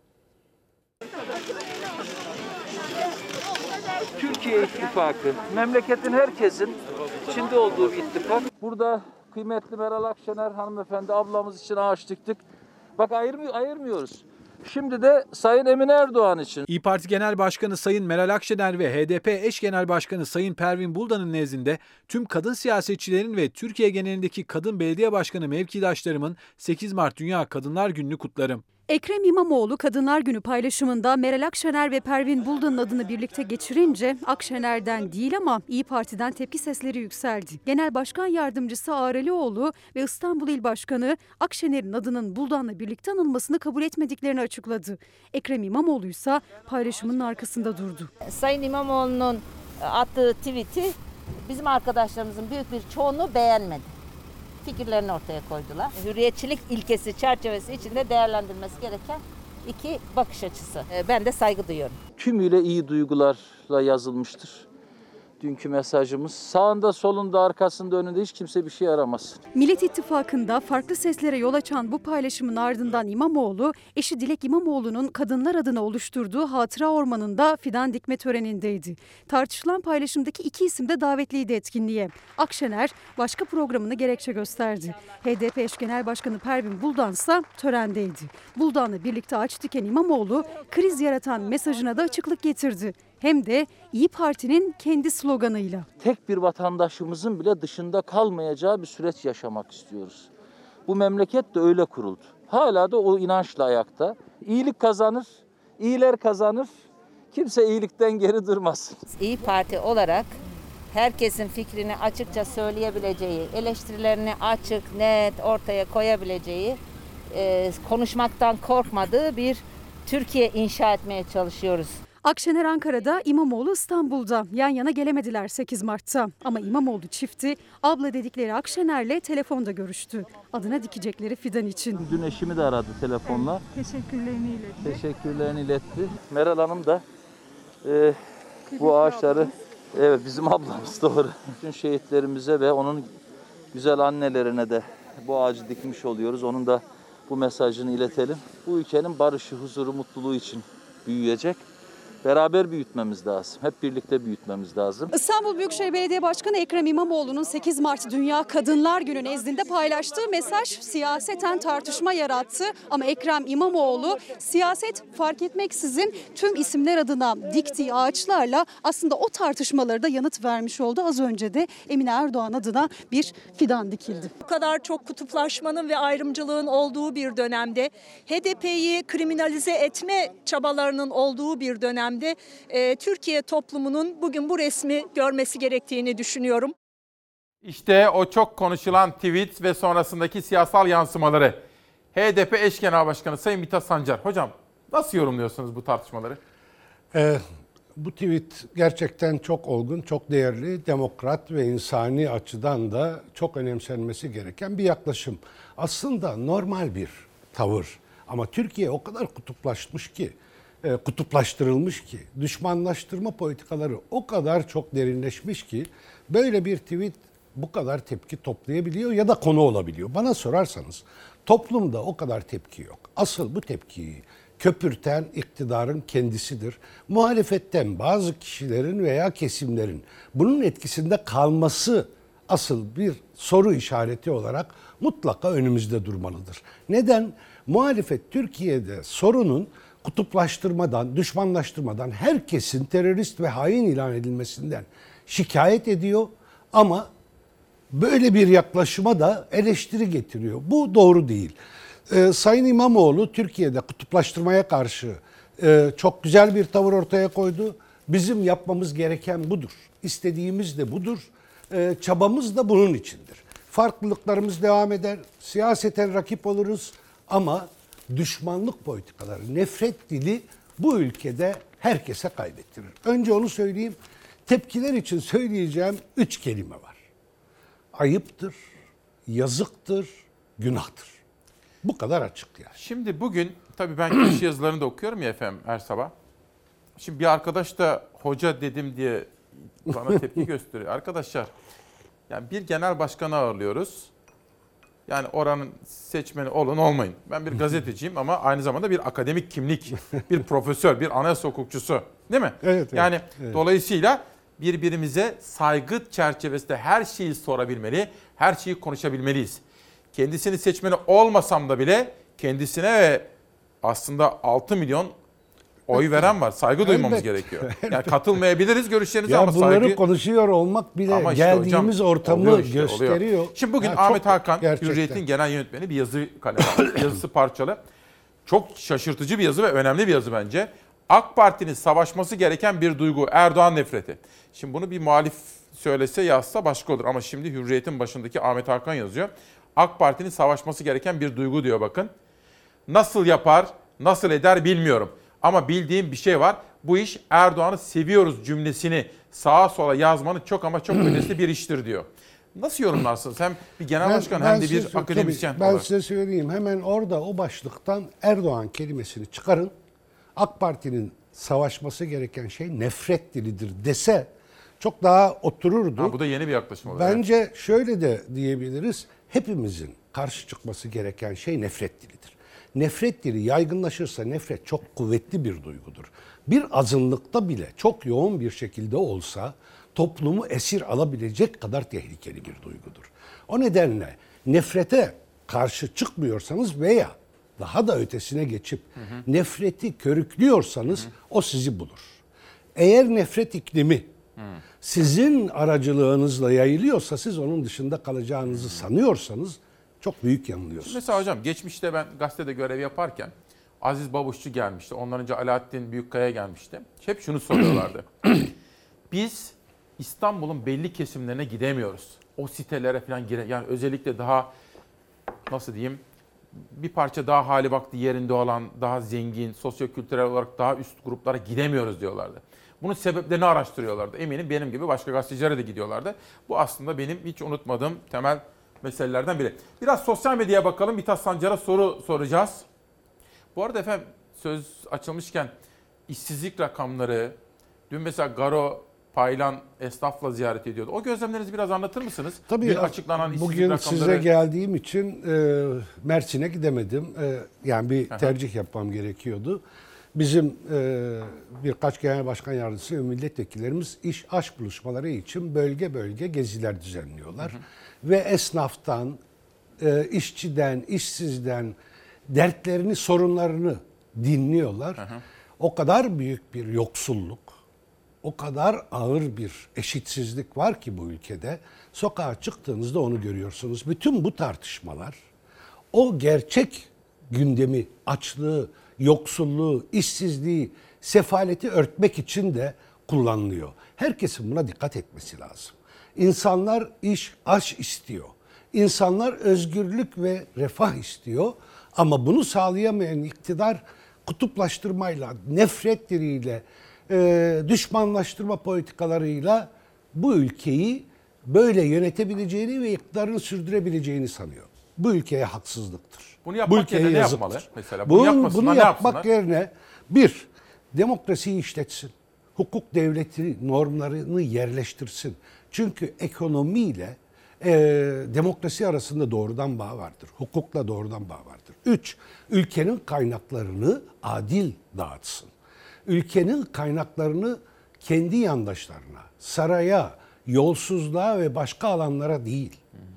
Türkiye İttifakı, memleketin herkesin içinde olduğu ittifak. Burada kıymetli Meral Akşener hanımefendi ablamız için ağaç diktik. Bak ayırmıyoruz. Şimdi de Sayın Emin Erdoğan için. İYİ Parti Genel Başkanı Sayın Meral Akşener ve HDP eş Genel Başkanı Sayın Pervin Buldan'ın nezdinde tüm kadın siyasetçilerin ve Türkiye genelindeki kadın belediye başkanı mevkidaşlarımın 8 Mart Dünya Kadınlar Günü'nü kutlarım. Ekrem İmamoğlu Kadınlar Günü paylaşımında Meral Akşener ve Pervin Buldan'ın adını birlikte geçirince Akşener'den değil ama İYİ Parti'den tepki sesleri yükseldi. Genel Başkan Yardımcısı Ağralioğlu ve İstanbul İl Başkanı Akşener'in adının Buldan'la birlikte anılmasını kabul etmediklerini açıkladı. Ekrem İmamoğlu ise paylaşımın arkasında durdu. Sayın İmamoğlu'nun attığı tweet'i bizim arkadaşlarımızın büyük bir çoğunluğu beğenmedi. Fikirlerini ortaya koydular. Hürriyetçilik ilkesi çerçevesi içinde değerlendirilmesi gereken iki bakış açısı. Ben de saygı duyuyorum. Tümüyle iyi duygularla yazılmıştır. dünkü mesajımız. Sağında, solunda, arkasında, önünde hiç kimse bir şey aramasın. Millet İttifakı'nda farklı seslere yol açan bu paylaşımın ardından İmamoğlu, eşi Dilek İmamoğlu'nun kadınlar adına oluşturduğu Hatıra Ormanı'nda fidan dikme törenindeydi. Tartışılan paylaşımdaki iki isim de davetliydi etkinliğe. Akşener başka programını gerekçe gösterdi. HDP eş genel başkanı Pervin Buldan ise törendeydi. Buldan'la birlikte ağaç diken İmamoğlu kriz yaratan mesajına da açıklık getirdi. Hem de İYİ Parti'nin kendi sloganıyla. Tek bir vatandaşımızın bile dışında kalmayacağı bir süreç yaşamak istiyoruz. Bu memleket de öyle kuruldu. Hala da o inançla ayakta. İyilik kazanır, iyiler kazanır. Kimse iyilikten geri durmasın. İYİ Parti olarak herkesin fikrini açıkça söyleyebileceği, eleştirilerini açık, net ortaya koyabileceği, konuşmaktan korkmadığı bir Türkiye inşa etmeye çalışıyoruz. Akşener Ankara'da, İmamoğlu İstanbul'da. Yan yana gelemediler 8 Mart'ta. Ama İmamoğlu çifti abla dedikleri Akşener'le telefonda görüştü. Adına dikecekleri fidan için. Dün eşimi de aradı telefonla. Teşekkürlerini iletti. Teşekkürlerini iletti. Meral Hanım da bu ağaçları, evet bizim ablamız doğru. Bütün şehitlerimize ve onun güzel annelerine de bu ağacı dikmiş oluyoruz. Onun da bu mesajını iletelim. Bu ülkenin barışı, huzuru, mutluluğu için büyüyecek. Beraber büyütmemiz lazım. Hep birlikte büyütmemiz lazım. İstanbul Büyükşehir Belediye Başkanı Ekrem İmamoğlu'nun 8 Mart Dünya Kadınlar Günü nezdinde paylaştığı mesaj siyaseten tartışma yarattı. Ama Ekrem İmamoğlu siyaset fark etmeksizin tüm isimler adına diktiği ağaçlarla aslında o tartışmaları da yanıt vermiş oldu. Az önce de Emine Erdoğan adına bir fidan dikildi. Bu kadar çok kutuplaşmanın ve ayrımcılığın olduğu bir dönemde, HDP'yi kriminalize etme çabalarının olduğu bir dönemde Türkiye toplumunun bugün bu resmi görmesi gerektiğini düşünüyorum. İşte o çok konuşulan tweet ve sonrasındaki siyasal yansımaları. HDP eş genel başkanı Sayın Mithat Sancar. Hocam nasıl yorumluyorsunuz bu tartışmaları? Bu tweet gerçekten çok olgun, çok değerli, demokrat ve insani açıdan da çok önemsenmesi gereken bir yaklaşım. Aslında normal bir tavır ama Türkiye o kadar kutuplaşmış ki, kutuplaştırılmış ki, düşmanlaştırma politikaları o kadar çok derinleşmiş ki böyle bir tweet bu kadar tepki toplayabiliyor ya da konu olabiliyor. Bana sorarsanız toplumda o kadar tepki yok. Asıl bu tepkiyi köpürten iktidarın kendisidir. Muhalefetten bazı kişilerin veya kesimlerin bunun etkisinde kalması asıl bir soru işareti olarak mutlaka önümüzde durmalıdır. Neden? Muhalefet Türkiye'de sorunun kutuplaştırmadan, düşmanlaştırmadan, herkesin terörist ve hain ilan edilmesinden şikayet ediyor ama böyle bir yaklaşıma da eleştiri getiriyor. Bu doğru değil. Sayın İmamoğlu Türkiye'de kutuplaştırmaya karşı çok güzel bir tavır ortaya koydu. Bizim yapmamız gereken budur. İstediğimiz de budur. Çabamız da bunun içindir. Farklılıklarımız devam eder. Siyaseten rakip oluruz ama düşmanlık politikaları, nefret dili bu ülkede herkese kaybettirir. Önce onu söyleyeyim. Tepkiler için söyleyeceğim 3 kelime var. Ayıptır, yazıktır, günahtır. Bu kadar açık yani. Şimdi bugün tabii ben köşe yazılarını da okuyorum ya efendim her sabah. Şimdi bir arkadaş da hoca dedim diye bana tepki gösteriyor. Arkadaşlar yani bir genel başkanı ağırlıyoruz. Yani oranın seçmeni olun olmayın. Ben bir gazeteciyim ama aynı zamanda bir akademik kimlik, bir profesör, bir anayasa hukukçusu değil mi? Evet. Yani evet. Dolayısıyla birbirimize saygı çerçevesinde her şeyi sorabilmeli, her şeyi konuşabilmeliyiz. Kendisini seçmeni olmasam da bile kendisine ve aslında 6 milyon oy veren var. Saygı duymamız gerekiyor. Yani katılmayabiliriz görüşlerinize ama bunları saygı... konuşuyor olmak bile işte geldiğimiz hocam, ortamı gösteriyor. Oluyor. Şimdi bugün Ahmet Hakan, Hürriyet'in genel yönetmeni bir yazı kaleme aldı. Yazısı parçalı. Çok şaşırtıcı bir yazı ve önemli bir yazı bence. AK Parti'nin savaşması gereken bir duygu, Erdoğan nefreti. Şimdi bunu bir muhalif söylese yazsa başka olur. Ama şimdi Hürriyet'in başındaki Ahmet Hakan yazıyor. AK Parti'nin savaşması gereken bir duygu diyor bakın. Nasıl yapar, nasıl eder bilmiyorum. Ama bildiğim bir şey var. Bu iş Erdoğan'ı seviyoruz cümlesini sağa sola yazmanın çok ama çok ötesi bir iştir diyor. Nasıl yorumlarsınız? Hem bir genel başkan hem de bir akademisyen olarak. Ben size söyleyeyim. Hemen orada o başlıktan Erdoğan kelimesini çıkarın. AK Parti'nin savaşması gereken şey nefret dilidir dese çok daha otururdu. Ha, bu da yeni bir yaklaşım oluyor. Bence şöyle de diyebiliriz. Hepimizin karşı çıkması gereken şey nefret dilidir. Nefret dili yaygınlaşırsa nefret çok kuvvetli bir duygudur. Bir azınlıkta bile çok yoğun bir şekilde olsa toplumu esir alabilecek kadar tehlikeli bir duygudur. O nedenle nefrete karşı çıkmıyorsanız veya daha da ötesine geçip nefreti körüklüyorsanız o sizi bulur. Eğer nefret iklimi sizin aracılığınızla yayılıyorsa, siz onun dışında kalacağınızı sanıyorsanız çok büyük yanılıyorsunuz. Mesela hocam geçmişte ben gazetede görev yaparken Aziz Babuşçu gelmişti. Ondan önce Alaaddin Büyükkaya gelmişti. Hep şunu soruyorlardı. Biz İstanbul'un belli kesimlerine gidemiyoruz. O sitelere falan yani özellikle daha nasıl diyeyim bir parça daha hali vakti yerinde olan, daha zengin, sosyokültürel olarak daha üst gruplara gidemiyoruz diyorlardı. Bunun sebeplerini araştırıyorlardı. Eminim benim gibi başka gazetecilere de gidiyorlardı. Bu aslında benim hiç unutmadığım temel meselelerden biri. Biraz sosyal medyaya bakalım. Mithat Sancar'a soru soracağız. Bu arada efendim söz açılmışken işsizlik rakamları, dün mesela Garo Paylan esnafla ziyaret ediyordu. O gözlemlerinizi biraz anlatır mısınız? Tabii dün açıklanan işsizlik bugün rakamları... size geldiğim için Mersin'e gidemedim. Yani bir tercih yapmam gerekiyordu. Bizim birkaç genel başkan yardımcısı ve milletvekillerimiz iş aşk buluşmaları için bölge bölge geziler düzenliyorlar. Ve esnaftan, işçiden, işsizden dertlerini, sorunlarını dinliyorlar. O kadar büyük bir yoksulluk, o kadar ağır bir eşitsizlik var ki bu ülkede. Sokağa çıktığınızda onu görüyorsunuz. Bütün bu tartışmalar o gerçek gündemi, açlığı, yoksulluğu, işsizliği, sefaleti örtmek için de kullanılıyor. Herkesin buna dikkat etmesi lazım. İnsanlar aş istiyor. İnsanlar özgürlük ve refah istiyor. Ama bunu sağlayamayan iktidar kutuplaştırmayla, nefret diliyle, düşmanlaştırma politikalarıyla bu ülkeyi böyle yönetebileceğini ve iktidarını sürdürebileceğini sanıyor. Bu ülkeye haksızlıktır. Bunu yapmak yerine ne yapmalı? Mesela bunu yapmak yerine bir, demokrasiyi işletsin. Hukuk devleti normlarını yerleştirsin. Çünkü ekonomiyle demokrasi arasında doğrudan bağ vardır. Hukukla doğrudan bağ vardır. 3, ülkenin kaynaklarını adil dağıtsın. Ülkenin kaynaklarını kendi yandaşlarına, saraya, yolsuzluğa ve başka alanlara değil,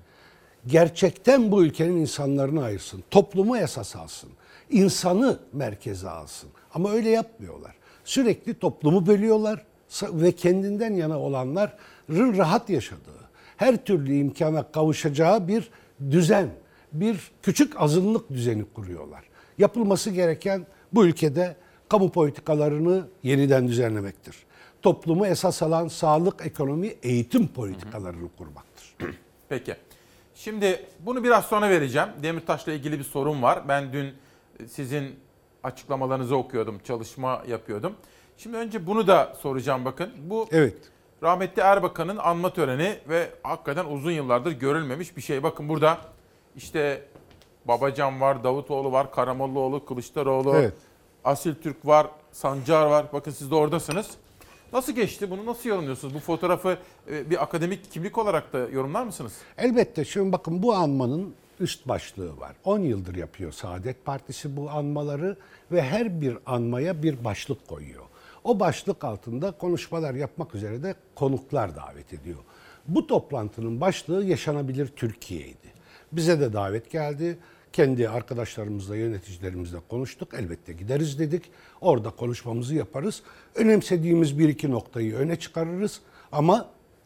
gerçekten bu ülkenin insanlarını ayırsın, toplumu esas alsın, insanı merkeze alsın. Ama öyle yapmıyorlar. Sürekli toplumu bölüyorlar ve kendinden yana olanların rahat yaşadığı, her türlü imkana kavuşacağı bir düzen, bir küçük azınlık düzeni kuruyorlar. Yapılması gereken bu ülkede kamu politikalarını yeniden düzenlemektir. Toplumu esas alan sağlık, ekonomi, eğitim politikalarını kurmaktır. Peki. Şimdi bunu biraz sonra vereceğim. Demirtaş'la ilgili bir sorun var. Ben dün sizin açıklamalarınızı okuyordum, çalışma yapıyordum. Şimdi önce bunu da soracağım bakın. Bu rahmetli Erbakan'ın anma töreni ve hakikaten uzun yıllardır görülmemiş bir şey. Bakın burada işte Babacan var, Davutoğlu var, Karamollaoğlu, Kılıçdaroğlu, Asil Türk var, Sancar var. Bakın siz de oradasınız. Nasıl geçti? Bunu nasıl yorumluyorsunuz? Bu fotoğrafı bir akademik kimlik olarak da yorumlar mısınız? Elbette. Şimdi bakın bu anmanın üst başlığı var. 10 yıldır yapıyor Saadet Partisi bu anmaları ve her bir anmaya bir başlık koyuyor. O başlık altında konuşmalar yapmak üzere de konuklar davet ediyor. Bu toplantının başlığı Yaşanabilir Türkiye'ydi. Bize de davet geldi. Kendi arkadaşlarımızla, yöneticilerimizle konuştuk. Elbette gideriz dedik. Orada konuşmamızı yaparız. Önemsediğimiz bir iki noktayı öne çıkarırız. Ama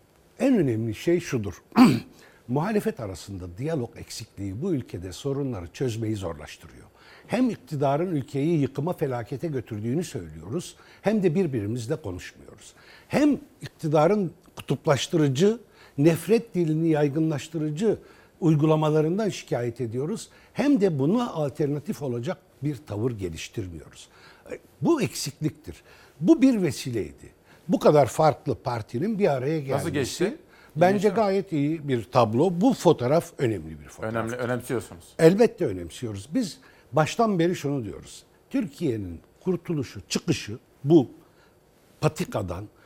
en önemli şey şudur. Muhalefet arasında diyalog eksikliği bu ülkede sorunları çözmeyi zorlaştırıyor. Hem iktidarın ülkeyi yıkıma, felakete götürdüğünü söylüyoruz, hem de birbirimizle konuşmuyoruz. Hem iktidarın kutuplaştırıcı, nefret dilini yaygınlaştırıcı uygulamalarından şikayet ediyoruz, hem de buna alternatif olacak bir tavır geliştirmiyoruz. Bu eksikliktir. Bu bir vesileydi. Bu kadar farklı partinin bir araya gelmesi. Nasıl geçti? Bence gayet iyi bir tablo. Bu fotoğraf önemli bir fotoğraf. Önemsiyorsunuz. Elbette önemsiyoruz. Biz baştan beri şunu diyoruz. Türkiye'nin kurtuluşu, çıkışı bu patikadan,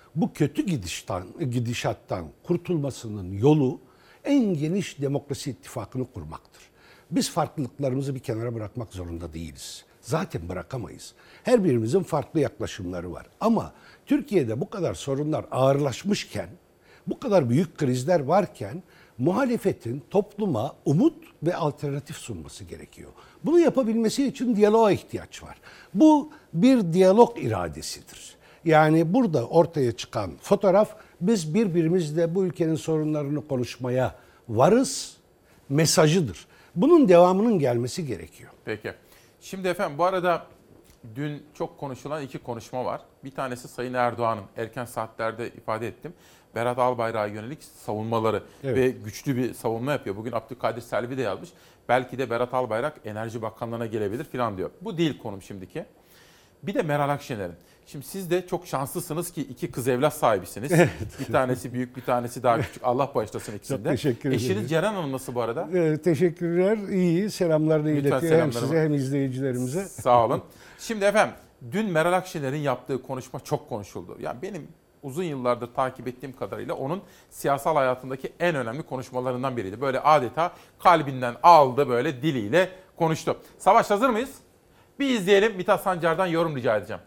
Bu kötü gidişattan kurtulmasının yolu en geniş demokrasi ittifakını kurmaktır. Biz farklılıklarımızı bir kenara bırakmak zorunda değiliz. Zaten bırakamayız. Her birimizin farklı yaklaşımları var. Ama Türkiye'de bu kadar sorunlar ağırlaşmışken, bu kadar büyük krizler varken muhalefetin topluma umut ve alternatif sunması gerekiyor. Bunu yapabilmesi için diyaloğa ihtiyaç var. Bu bir diyalog iradesidir. Yani burada ortaya çıkan fotoğraf, biz birbirimizle bu ülkenin sorunlarını konuşmaya varız mesajıdır. Bunun devamının gelmesi gerekiyor. Peki. Şimdi efendim bu arada dün çok konuşulan iki konuşma var. Bir tanesi Sayın Erdoğan'ın erken saatlerde ifade ettim. Berat Albayrak'a yönelik savunmaları ve güçlü bir savunma yapıyor. Bugün Abdülkadir Selvi de yazmış. Belki de Berat Albayrak Enerji Bakanlığı'na gelebilir falan diyor. Bu değil konum şimdiki. Bir de Meral Akşener'in. Şimdi siz de çok şanslısınız ki iki kız evlat sahibisiniz. Evet. Bir tanesi büyük, bir tanesi daha küçük. Allah bağışlasın ikisini de. Çok teşekkür ederim. Eşiniz Ceren Hanım nasıl bu arada? Teşekkürler. İyi. Selamlarını iletiyor hem size hem izleyicilerimize. Sağ olun. Şimdi efendim dün Meral Akşener'in yaptığı konuşma çok konuşuldu. Yani benim uzun yıllardır takip ettiğim kadarıyla onun siyasal hayatındaki en önemli konuşmalarından biriydi. Böyle adeta kalbinden aldı, böyle diliyle konuştu. Savaş, hazır mıyız? Bir izleyelim. Mithat Sancar'dan yorum rica edeceğim.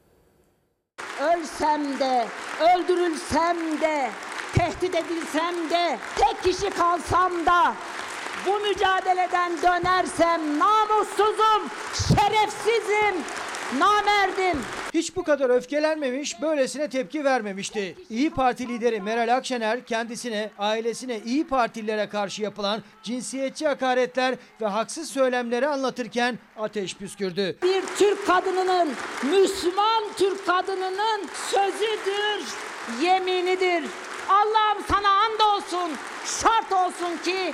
Ölsem de, öldürülsem de, tehdit edilsem de, tek kişi kalsam da, bu mücadeleden dönersem namussuzum, şerefsizim, namerdim. Hiç bu kadar öfkelenmemiş, böylesine tepki vermemişti. İYİ Parti lideri Meral Akşener kendisine, ailesine, İYİ Partililere karşı yapılan cinsiyetçi hakaretler ve haksız söylemleri anlatırken ateş püskürdü. Bir Türk kadınının, Müslüman Türk kadınının sözüdür, yeminidir. Allah'ım sana andolsun, şart olsun ki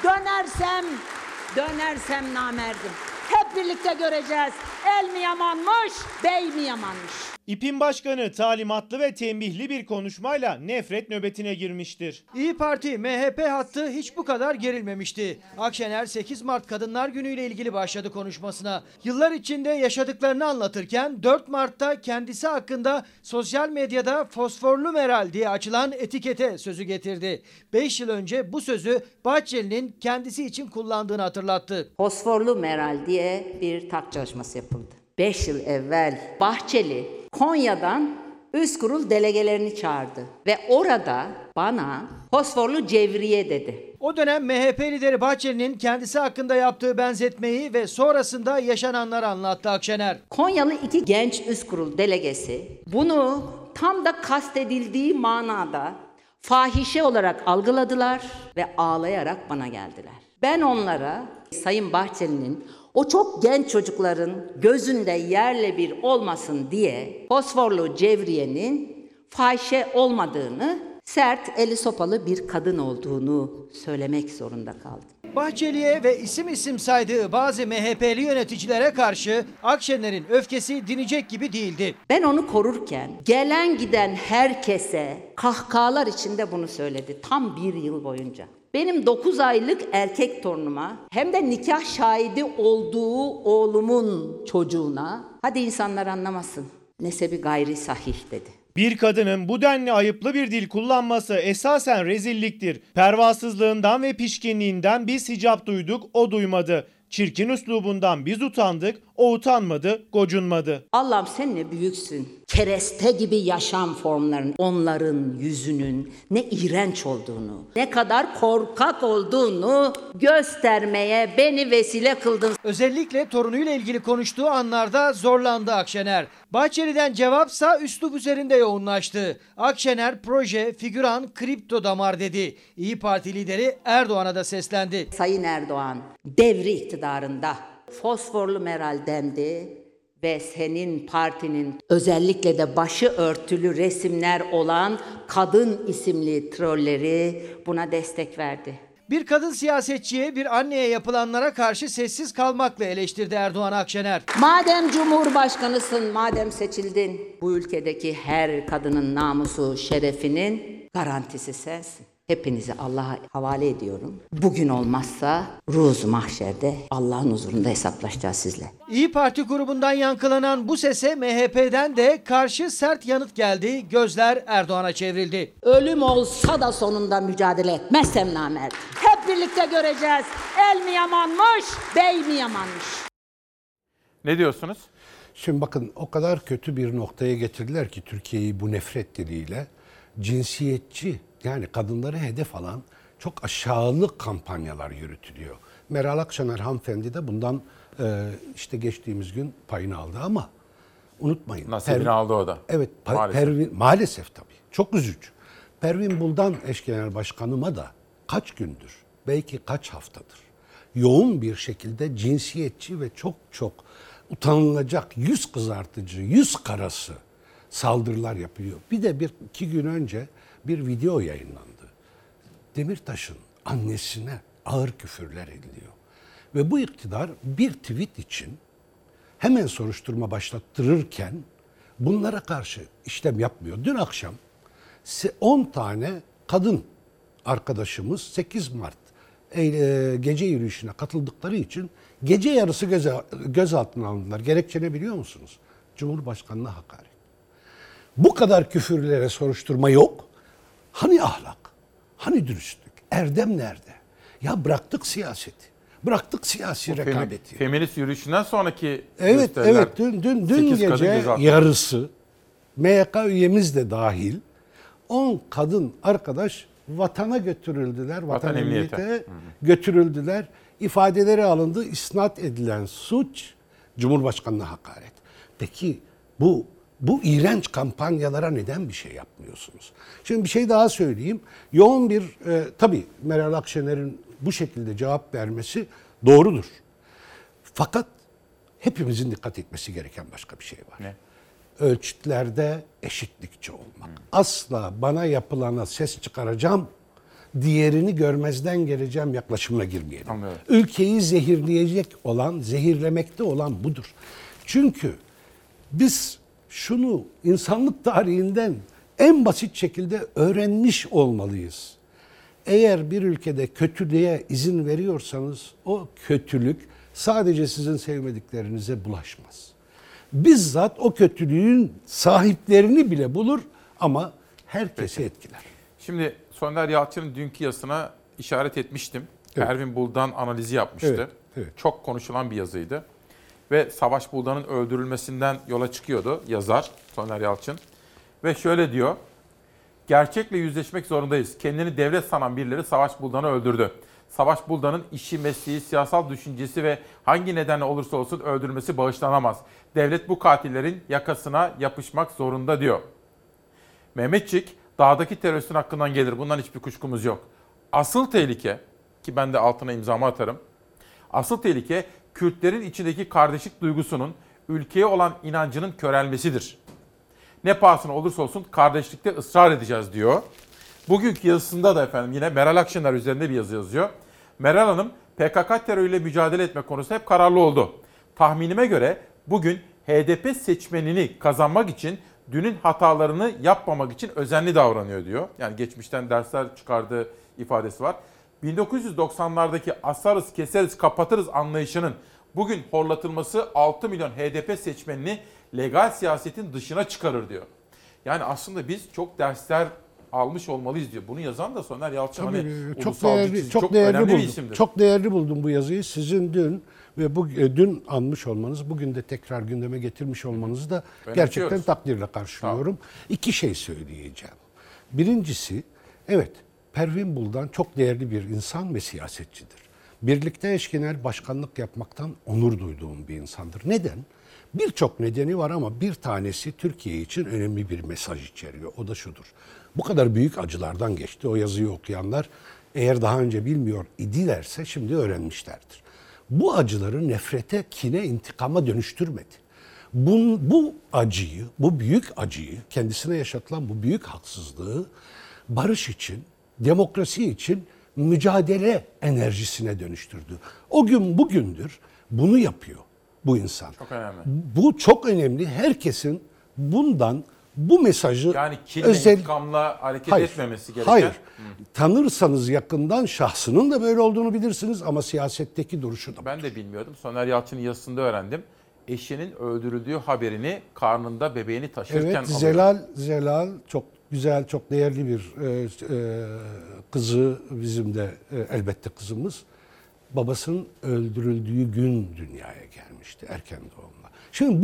dönersem namerdim. Hep birlikte göreceğiz. El mi yamanmış, bey mi yamanmış? İP'in başkanı talimatlı ve tembihli bir konuşmayla nefret nöbetine girmiştir. İYİ Parti MHP hattı hiç bu kadar gerilmemişti. Akşener 8 Mart Kadınlar Günü ile ilgili başladı konuşmasına. Yıllar içinde yaşadıklarını anlatırken 4 Mart'ta kendisi hakkında sosyal medyada fosforlu Meral diye açılan etikete sözü getirdi. 5 yıl önce bu sözü Bahçeli'nin kendisi için kullandığını hatırlattı. Fosforlu Meral diye bir TAK çalışması yapıldı. 5 yıl evvel Bahçeli Konya'dan üst kurul delegelerini çağırdı ve orada bana fosforlu Cevriye dedi. O dönem MHP lideri Bahçeli'nin kendisi hakkında yaptığı benzetmeyi ve sonrasında yaşananları anlattı Akşener. Konyalı 2 genç üst kurul delegesi bunu tam da kastedildiği manada fahişe olarak algıladılar ve ağlayarak bana geldiler. Ben onlara Sayın Bahçeli'nin o çok genç çocukların gözünde yerle bir olmasın diye fosforlu Cevriye'nin fahişe olmadığını, sert eli sopalı bir kadın olduğunu söylemek zorunda kaldım. Bahçeli'ye ve isim saydığı bazı MHP'li yöneticilere karşı Akşener'in öfkesi dinecek gibi değildi. Ben onu korurken gelen giden herkese kahkahalar içinde bunu söyledi tam 1 yıl boyunca. Benim 9 aylık erkek torunuma hem de nikah şahidi olduğu oğlumun çocuğuna hadi insanlar anlamasın nesebi gayri sahih dedi. Bir kadının bu denli ayıplı bir dil kullanması esasen rezilliktir. Pervasızlığından ve pişkinliğinden biz hicap duyduk, o duymadı. Çirkin üslubundan biz utandık, o utanmadı, gocunmadı. Allah'ım sen ne büyüksün. Kereste gibi yaşam formlarının, onların yüzünün ne iğrenç olduğunu, ne kadar korkak olduğunu göstermeye beni vesile kıldın. Özellikle torunuyla ilgili konuştuğu anlarda zorlandı Akşener. Bahçeli'den cevapsa üslup üzerinde yoğunlaştı. Akşener proje, figüran, kripto damar dedi. İYİ Parti lideri Erdoğan'a da seslendi. Sayın Erdoğan, devri iktidarında fosforlu Meral dendi ve senin partinin özellikle de başı örtülü resimler olan kadın isimli trolleri buna destek verdi. Bir kadın siyasetçiye, bir anneye yapılanlara karşı sessiz kalmakla eleştirdi Erdoğan Akşener. Madem Cumhurbaşkanısın, madem seçildin, bu ülkedeki her kadının namusu, şerefinin garantisi sensin. Hepinizi Allah'a havale ediyorum. Bugün olmazsa ruzu mahşerde Allah'ın huzurunda hesaplaşacağız sizle. İYİ Parti grubundan yankılanan bu sese MHP'den de karşı sert yanıt geldi. Gözler Erdoğan'a çevrildi. Ölüm olsa da sonunda mücadele etmezsem namert. Hep birlikte göreceğiz. El mi yamanmış, bey mi yamanmış? Ne diyorsunuz? Şimdi bakın o kadar kötü bir noktaya getirdiler ki Türkiye'yi bu nefret diliyle cinsiyetçi, yani kadınları hedef alan çok aşağılık kampanyalar yürütülüyor. Meral Akşener hanımefendi de bundan işte geçtiğimiz gün payını aldı ama unutmayın. Nasibini aldı o da. Evet, maalesef tabii. Çok üzücü. Pervin Buldan eş genel başkanıma da kaç gündür, belki kaç haftadır yoğun bir şekilde cinsiyetçi ve çok utanılacak, yüz kızartıcı, yüz karası saldırılar yapıyor. Bir de iki gün önce bir video yayınlandı. Demirtaş'ın annesine ağır küfürler ediliyor. Ve bu iktidar bir tweet için hemen soruşturma başlattırırken bunlara karşı işlem yapmıyor. Dün akşam 10 tane kadın arkadaşımız 8 Mart gece yürüyüşüne katıldıkları için gece yarısı gözaltına alındılar. Gerekçe ne biliyor musunuz? Cumhurbaşkanına hakaret. Bu kadar küfürlere soruşturma yok. Hani ahlak? Hani dürüstlük? Erdem nerede? Ya bıraktık siyaseti. Bıraktık siyasi rekabeti. Feminist yürüyüşünden sonraki Evet, dün gece yarısı MYK üyemiz de dahil 10 kadın arkadaş vatana götürüldüler. Vatan emniyete götürüldüler. İfadeleri alındı. İsnat edilen suç Cumhurbaşkanına hakaret. Peki bu iğrenç kampanyalara neden bir şey yapmıyorsunuz? Şimdi bir şey daha söyleyeyim. Yoğun bir, tabii Meral Akşener'in bu şekilde cevap vermesi doğrudur. Fakat hepimizin dikkat etmesi gereken başka bir şey var. Ne? Ölçütlerde eşitlikçi olmak. Asla bana yapılana ses çıkaracağım, diğerini görmezden geleceğim yaklaşımına girmeyelim. Anlıyorum. Ülkeyi zehirlemekte olan budur. Çünkü biz şunu insanlık tarihinden en basit şekilde öğrenmiş olmalıyız. Eğer bir ülkede kötülüğe izin veriyorsanız o kötülük sadece sizin sevmediklerinize bulaşmaz. Bizzat o kötülüğün sahiplerini bile bulur ama herkesi etkiler. Şimdi Soner Yalçın'ın dünkü yazısına işaret etmiştim. Evet. Pervin Buldan analizi yapmıştı. Evet. Çok konuşulan bir yazıydı. Ve Savaş Buldan'ın öldürülmesinden yola çıkıyordu yazar Soner Yalçın. Ve şöyle diyor. Gerçekle yüzleşmek zorundayız. Kendini devlet sanan birileri Savaş Buldan'ı öldürdü. Savaş Buldan'ın işi, mesleği, siyasal düşüncesi ve hangi nedenle olursa olsun öldürülmesi bağışlanamaz. Devlet bu katillerin yakasına yapışmak zorunda diyor. Mehmetçik dağdaki teröristin hakkından gelir. Bundan hiçbir kuşkumuz yok. Asıl tehlike, ki ben de altına imzamı atarım. Asıl tehlike Kürtlerin içindeki kardeşlik duygusunun ülkeye olan inancının körelmesidir. Ne pahasına olursa olsun kardeşlikte ısrar edeceğiz diyor. Bugünkü yazısında da efendim yine Meral Akşener üzerinde bir yazı yazıyor. Meral Hanım PKK terörüyle mücadele etme konusunda hep kararlı oldu. Tahminime göre bugün HDP seçmenini kazanmak için dünün hatalarını yapmamak için özenli davranıyor diyor. Yani geçmişten dersler çıkardığı ifadesi var. 1990'lardaki asarız, keseriz, kapatırız anlayışının bugün horlatılması 6 milyon HDP seçmenini legal siyasetin dışına çıkarır diyor. Yani aslında biz çok dersler almış olmalıyız diyor. Bunu yazan da Soner Yalçın. Tabii, hani çok değerli önemli buldum. bir isimdir. Çok değerli buldum bu yazıyı. Sizin dün ve dün anmış olmanız, bugün de tekrar gündeme getirmiş olmanızı da gerçekten takdirle karşılıyorum. Tamam. İki şey söyleyeceğim. Birincisi, evet Pervin Buldan çok değerli bir insan ve siyasetçidir. Birlikte eşkenar başkanlık yapmaktan onur duyduğum bir insandır. Neden? Birçok nedeni var ama bir tanesi Türkiye için önemli bir mesaj içeriyor. O da şudur. Bu kadar büyük acılardan geçti. O yazıyı okuyanlar eğer daha önce bilmiyor idilerse şimdi öğrenmişlerdir. Bu acıları nefrete, kine, intikama dönüştürmedi. Bu acıyı, bu büyük acıyı, kendisine yaşatılan bu büyük haksızlığı barış için, demokrasi için mücadele enerjisine dönüştürdü. O gün bugündür bunu yapıyor bu insan. Çok önemli. Bu çok önemli. Herkesin bundan Bu mesajı yani kinle, intikamla hareket etmemesi gereken. Hayır. Tanırsanız yakından şahsının da böyle olduğunu bilirsiniz ama siyasetteki duruşu da. Ben de bilmiyordum. Soner Yalçın'ın yazısında öğrendim. Eşinin öldürüldüğü haberini karnında bebeğini taşırken alıyor. Zelal çok güzel, çok değerli bir kızı, bizim de elbette kızımız. Babasının öldürüldüğü gün dünyaya gelmişti, erken doğumla. Şimdi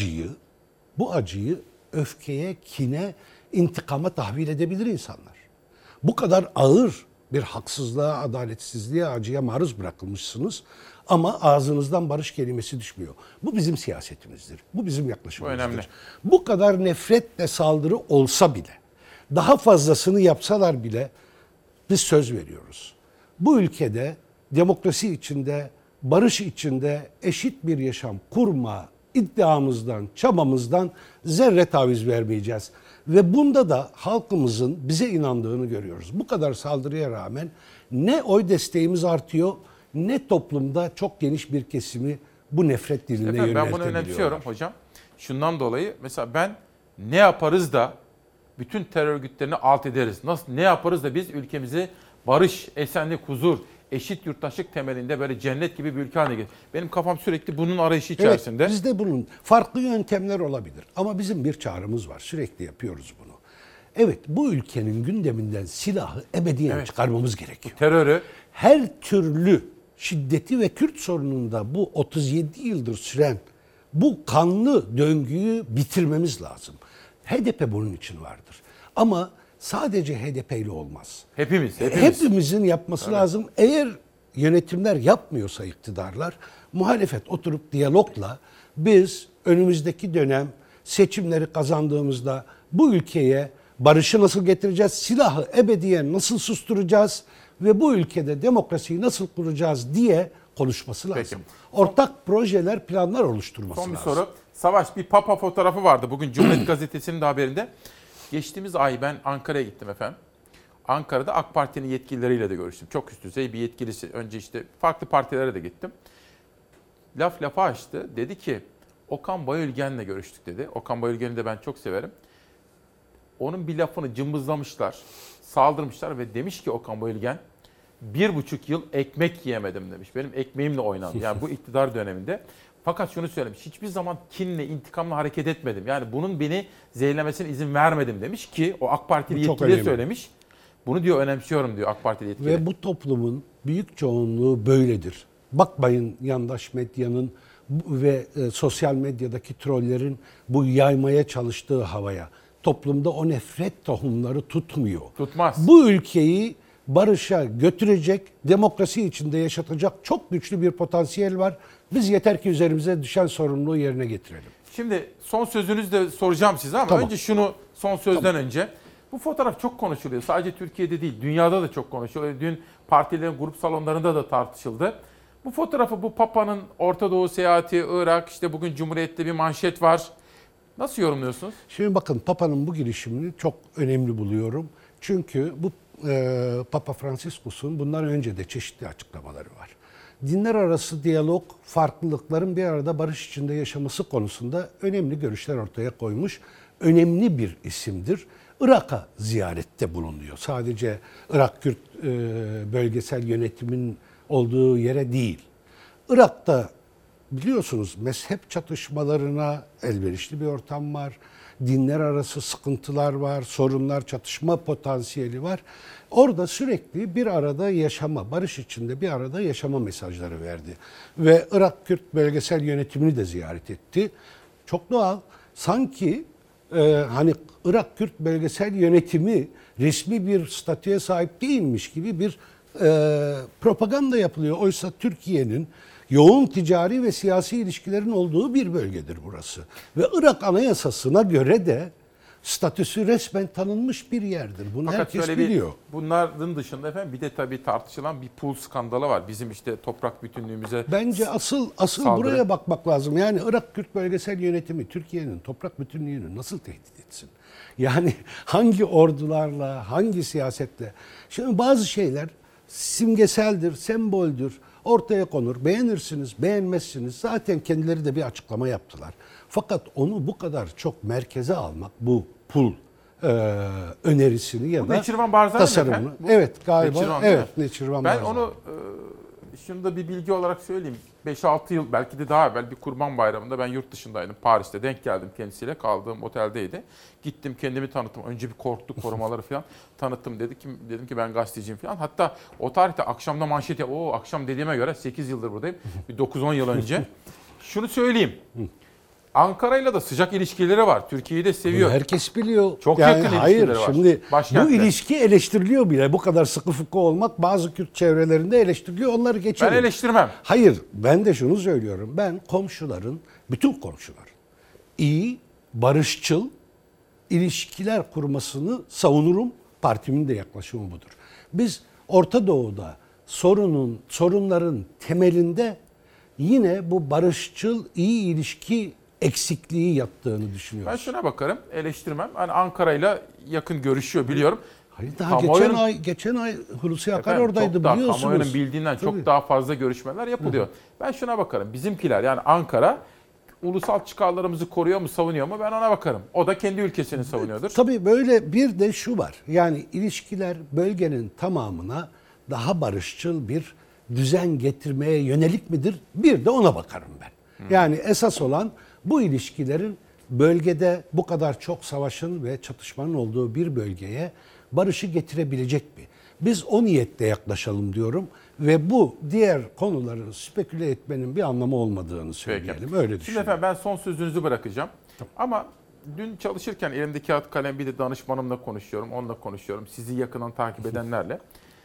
bu acıyı öfkeye, kine, intikama tahvil edebilir insanlar. Bu kadar ağır bir haksızlığa, adaletsizliğe, acıya maruz bırakılmışsınız ama ağzınızdan barış kelimesi düşmüyor. Bu bizim siyasetimizdir. Bu bizim yaklaşımımızdır. Bu önemli. Bu kadar nefretle saldırı olsa bile, daha fazlasını yapsalar bile biz söz veriyoruz. Bu ülkede demokrasi içinde, barış içinde eşit bir yaşam kurma iddiamızdan, çabamızdan zerre taviz vermeyeceğiz. Ve bunda da halkımızın bize inandığını görüyoruz. Bu kadar saldırıya rağmen ne oy desteğimiz artıyor ne toplumda çok geniş bir kesimi bu nefret diline yöneltebiliyorlar. Ben bunu önemsiyorum hocam. Şundan dolayı mesela ben ne yaparız da bütün terör örgütlerini alt ederiz. Ne yaparız da biz ülkemizi barış, esenlik, huzur, eşit yurttaşlık temelinde böyle cennet gibi bir ülke haline getir. Benim kafam sürekli bunun arayışı içerisinde. Evet, bizde bunun farklı yöntemler olabilir. Ama bizim bir çağrımız var. Sürekli yapıyoruz bunu. Evet, bu ülkenin gündeminden silahı ebediyen çıkarmamız gerekiyor. Terörü. Her türlü şiddeti ve Kürt sorununda bu 37 yıldır süren bu kanlı döngüyü bitirmemiz lazım. HDP bunun için vardır. Ama sadece HDP ile olmaz. Hepimizin yapması lazım. Eğer yönetimler yapmıyorsa iktidarlar, muhalefet oturup diyalogla biz önümüzdeki dönem seçimleri kazandığımızda bu ülkeye barışı nasıl getireceğiz, silahı ebediyen nasıl susturacağız ve bu ülkede demokrasiyi nasıl kuracağız diye konuşması lazım. Ortak projeler, planlar oluşturması lazım. Son bir soru. Savaş, bir papa fotoğrafı vardı bugün Cumhuriyet Gazetesi'nin de haberinde. Geçtiğimiz ay ben Ankara'ya gittim efendim. Ankara'da AK Parti'nin yetkilileriyle de görüştüm. Çok üst düzey bir yetkilisi. Önce işte farklı partilere de gittim. Laf lafa açtı. Dedi ki Okan Bayülgen'le görüştük dedi. Okan Bayülgen'i de ben çok severim. Onun bir lafını cımbızlamışlar, saldırmışlar ve demiş ki Okan Bayülgen 1,5 yıl ekmek yiyemedim demiş. Benim ekmeğimle oynandı. Yani bu iktidar döneminde. Fakat şunu söylemiş, hiçbir zaman kinle, intikamla hareket etmedim. Yani bunun beni zehirlemesine izin vermedim demiş ki o AK Partili yetkili söylemiş. Bunu diyor önemsiyorum diyor AK Partili yetkili. Ve bu toplumun büyük çoğunluğu böyledir. Bakmayın yandaş medyanın ve sosyal medyadaki trollerin bu yaymaya çalıştığı havaya. Toplumda o nefret tohumları tutmuyor. Tutmaz. Bu ülkeyi barışa götürecek, demokrasi içinde yaşatacak çok güçlü bir potansiyel var. Biz yeter ki üzerimize düşen sorumluluğu yerine getirelim. Şimdi son sözünüzü de soracağım size ama önce şunu son sözden önce. Bu fotoğraf çok konuşuluyor. Sadece Türkiye'de değil, dünyada da çok konuşuluyor. Dün partilerin grup salonlarında da tartışıldı. Bu fotoğrafı, bu Papa'nın Orta Doğu seyahati, Irak, işte bugün Cumhuriyet'te bir manşet var. Nasıl yorumluyorsunuz? Şimdi bakın Papa'nın bu girişimini çok önemli buluyorum. Çünkü bu Papa Franciscus'un bundan önce de çeşitli açıklamaları var. Dinler arası diyalog, farklılıkların bir arada barış içinde yaşaması konusunda önemli görüşler ortaya koymuş. Önemli bir isimdir. Irak'a ziyarette bulunuyor. Sadece Irak Kürt bölgesel yönetimin olduğu yere değil. Irak'ta biliyorsunuz mezhep çatışmalarına elverişli bir ortam var. Dinler arası sıkıntılar var, sorunlar, çatışma potansiyeli var. Orada sürekli bir arada yaşama, barış içinde bir arada yaşama mesajları verdi. Ve Irak Kürt bölgesel yönetimini de ziyaret etti. Çok doğal. Sanki hani Irak Kürt bölgesel yönetimi resmi bir statüye sahip değilmiş gibi bir propaganda yapılıyor. Oysa Türkiye'nin yoğun ticari ve siyasi ilişkilerin olduğu bir bölgedir burası. Ve Irak Anayasası'na göre de statüsü resmen tanınmış bir yerdir. Bunu fakat herkes biliyor. Bunların dışında efendim bir de tabii tartışılan bir pul skandalı var. Bizim işte toprak bütünlüğümüze bence asıl saldırı. Buraya bakmak lazım. Yani Irak Kürt bölgesel yönetimi Türkiye'nin toprak bütünlüğünü nasıl tehdit etsin? Yani hangi ordularla, hangi siyasetle? Şimdi bazı şeyler simgeseldir, semboldür. Ortaya konur. Beğenirsiniz, beğenmezsiniz. Zaten kendileri de bir açıklama yaptılar. Fakat onu bu kadar çok merkeze almak, bu pul önerisini ya bu da Neçirvan Barzani tasarımını. Evet galiba. Neçirvan, evet Neçirvan Ben Barzani. onu şunu da bir bilgi olarak söyleyeyim. 5-6 yıl belki de daha evvel bir Kurban Bayramı'nda ben yurt dışındaydım. Paris'te denk geldim kendisiyle. Kaldığım oteldeydi. Gittim kendimi tanıttım. Önce bir korktu korumaları falan tanıttım. Dedim ki ben gazeteciyim falan. Hatta o tarihte akşamda manşet akşam dediğime göre 8 yıldır buradayım. Bir 9-10 yıl önce. Şunu söyleyeyim. Ankara'yla da sıcak ilişkileri var. Türkiye'yi de seviyor. Bunu herkes biliyor. Çok yani yakın hayır, ilişkileri var. Şimdi Başkentle. bu ilişki eleştiriliyor bile. Bu kadar sıkı fıkı olmak bazı Kürt çevrelerinde eleştiriliyor. Onları geçelim. Ben eleştirmem. Hayır, ben de şunu söylüyorum. Ben bütün komşuların iyi, barışçıl ilişkiler kurmasını savunurum. Partimin de yaklaşımı budur. Biz Orta Doğu'da sorunların temelinde yine bu barışçıl iyi ilişki eksikliği yattığını düşünüyoruz. Ben şuna bakarım, eleştirmem. Hani Ankara'yla yakın görüşüyor biliyorum. Hayır, daha geçen ay Hulusi Akar oradaydı biliyorsunuz. Kamuoyunun bildiğinden çok daha fazla görüşmeler yapılıyor. Ben şuna bakarım. Bizimkiler yani Ankara ulusal çıkarlarımızı koruyor mu, savunuyor mu? Ben ona bakarım. O da kendi ülkesini savunuyordur. Tabii böyle bir de şu var. Yani ilişkiler bölgenin tamamına daha barışçıl bir düzen getirmeye yönelik midir? Bir de ona bakarım ben. Yani esas olan bu ilişkilerin bölgede bu kadar çok savaşın ve çatışmanın olduğu bir bölgeye barışı getirebilecek mi? Biz o niyetle yaklaşalım diyorum ve bu diğer konuları speküle etmenin bir anlamı olmadığını söyleyelim. Öyle düşünüyorum. Şimdi efendim ben son sözünüzü bırakacağım. Tamam. Ama dün çalışırken elimde kağıt kalem bir de danışmanımla konuşuyorum, onunla konuşuyorum. Sizi yakından takip edenlerle.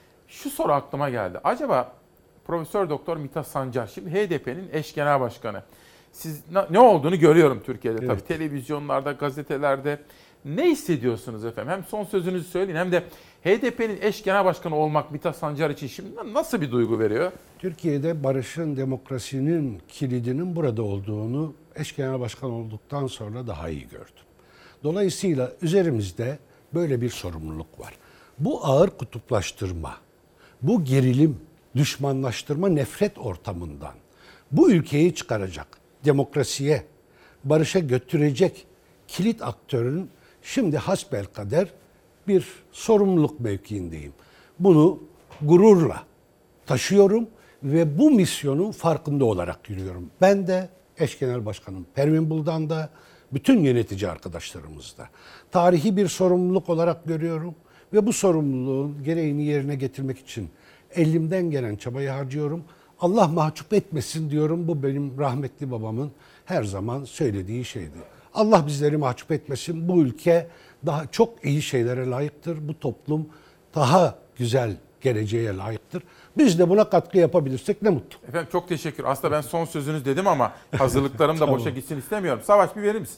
Şu soru aklıma geldi. Acaba Profesör Doktor Mithat Sancar şimdi HDP'nin eş genel başkanı. Siz ne olduğunu görüyorum Türkiye'de tabii. Televizyonlarda, gazetelerde. Ne hissediyorsunuz efendim? Hem son sözünüzü söyleyin hem de HDP'nin eş genel başkanı olmak Mithat Sancar için şimdi nasıl bir duygu veriyor? Türkiye'de barışın, demokrasinin kilidinin burada olduğunu eş genel başkan olduktan sonra daha iyi gördüm. Dolayısıyla üzerimizde böyle bir sorumluluk var. Bu ağır kutuplaştırma, bu gerilim, düşmanlaştırma, nefret ortamından bu ülkeyi çıkaracak, demokrasiye, barışa götürecek kilit aktörün şimdi hasbelkader bir sorumluluk mevkiindeyim. Bunu gururla taşıyorum ve bu misyonun farkında olarak yürüyorum. Ben de eş genel başkanım Pervin Buldan da bütün yönetici arkadaşlarımız da tarihi bir sorumluluk olarak görüyorum ve bu sorumluluğun gereğini yerine getirmek için elimden gelen çabayı harcıyorum. Allah mahcup etmesin diyorum. Bu benim rahmetli babamın her zaman söylediği şeydi. Allah bizleri mahcup etmesin. Bu ülke daha çok iyi şeylere layıktır. Bu toplum daha güzel geleceğe layıktır. Biz de buna katkı yapabilirsek ne mutlu. Efendim çok teşekkür. Aslında ben son sözünüz dedim ama hazırlıklarım da boşa gitsin istemiyorum. Savaş bir verir misin?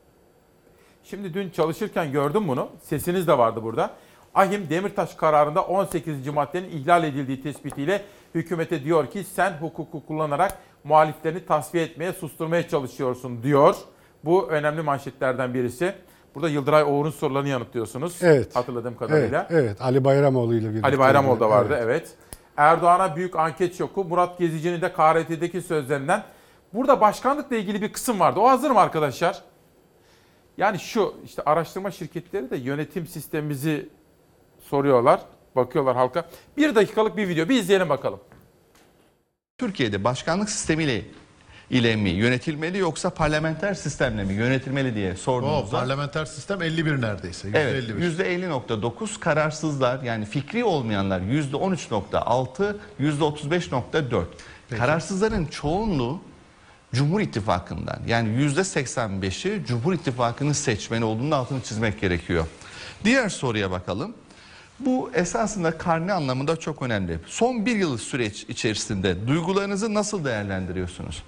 Şimdi dün çalışırken gördüm bunu. Sesiniz de vardı burada. Ahim Demirtaş kararında 18. maddenin ihlal edildiği tespitiyle hükümete diyor ki sen hukuku kullanarak muhaliflerini tasfiye etmeye, susturmaya çalışıyorsun diyor. Bu önemli manşetlerden birisi. Burada Yıldıray Oğur'un sorularını yanıtlıyorsunuz. Evet. Hatırladığım kadarıyla. Evet. Ali Bayramoğlu ile birlikte. Ali Bayramoğlu da vardı evet. Erdoğan'a büyük anket şoku. Murat Gezici'nin de KRT'deki sözlerinden. Burada başkanlıkla ilgili bir kısım vardı. O hazır mı arkadaşlar? Yani şu işte araştırma şirketleri de yönetim sistemimizi soruyorlar. Bakıyorlar halka. 1 dakikalık bir video. Bir izleyelim bakalım. Türkiye'de başkanlık sistemiyle mi yönetilmeli yoksa parlamenter sistemle mi yönetilmeli diye sorduğumuzda... Parlamenter sistem 51 neredeyse. %51. Evet, %50.9 kararsızlar yani fikri olmayanlar %13.6, %35.4. Kararsızların çoğunluğu Cumhur İttifakı'ndan yani %85'i Cumhur İttifakı'nın seçmeni olduğunu altını çizmek gerekiyor. Diğer soruya bakalım. Bu esasında karne anlamında çok önemli. Son bir yıllık süreç içerisinde duygularınızı nasıl değerlendiriyorsunuz?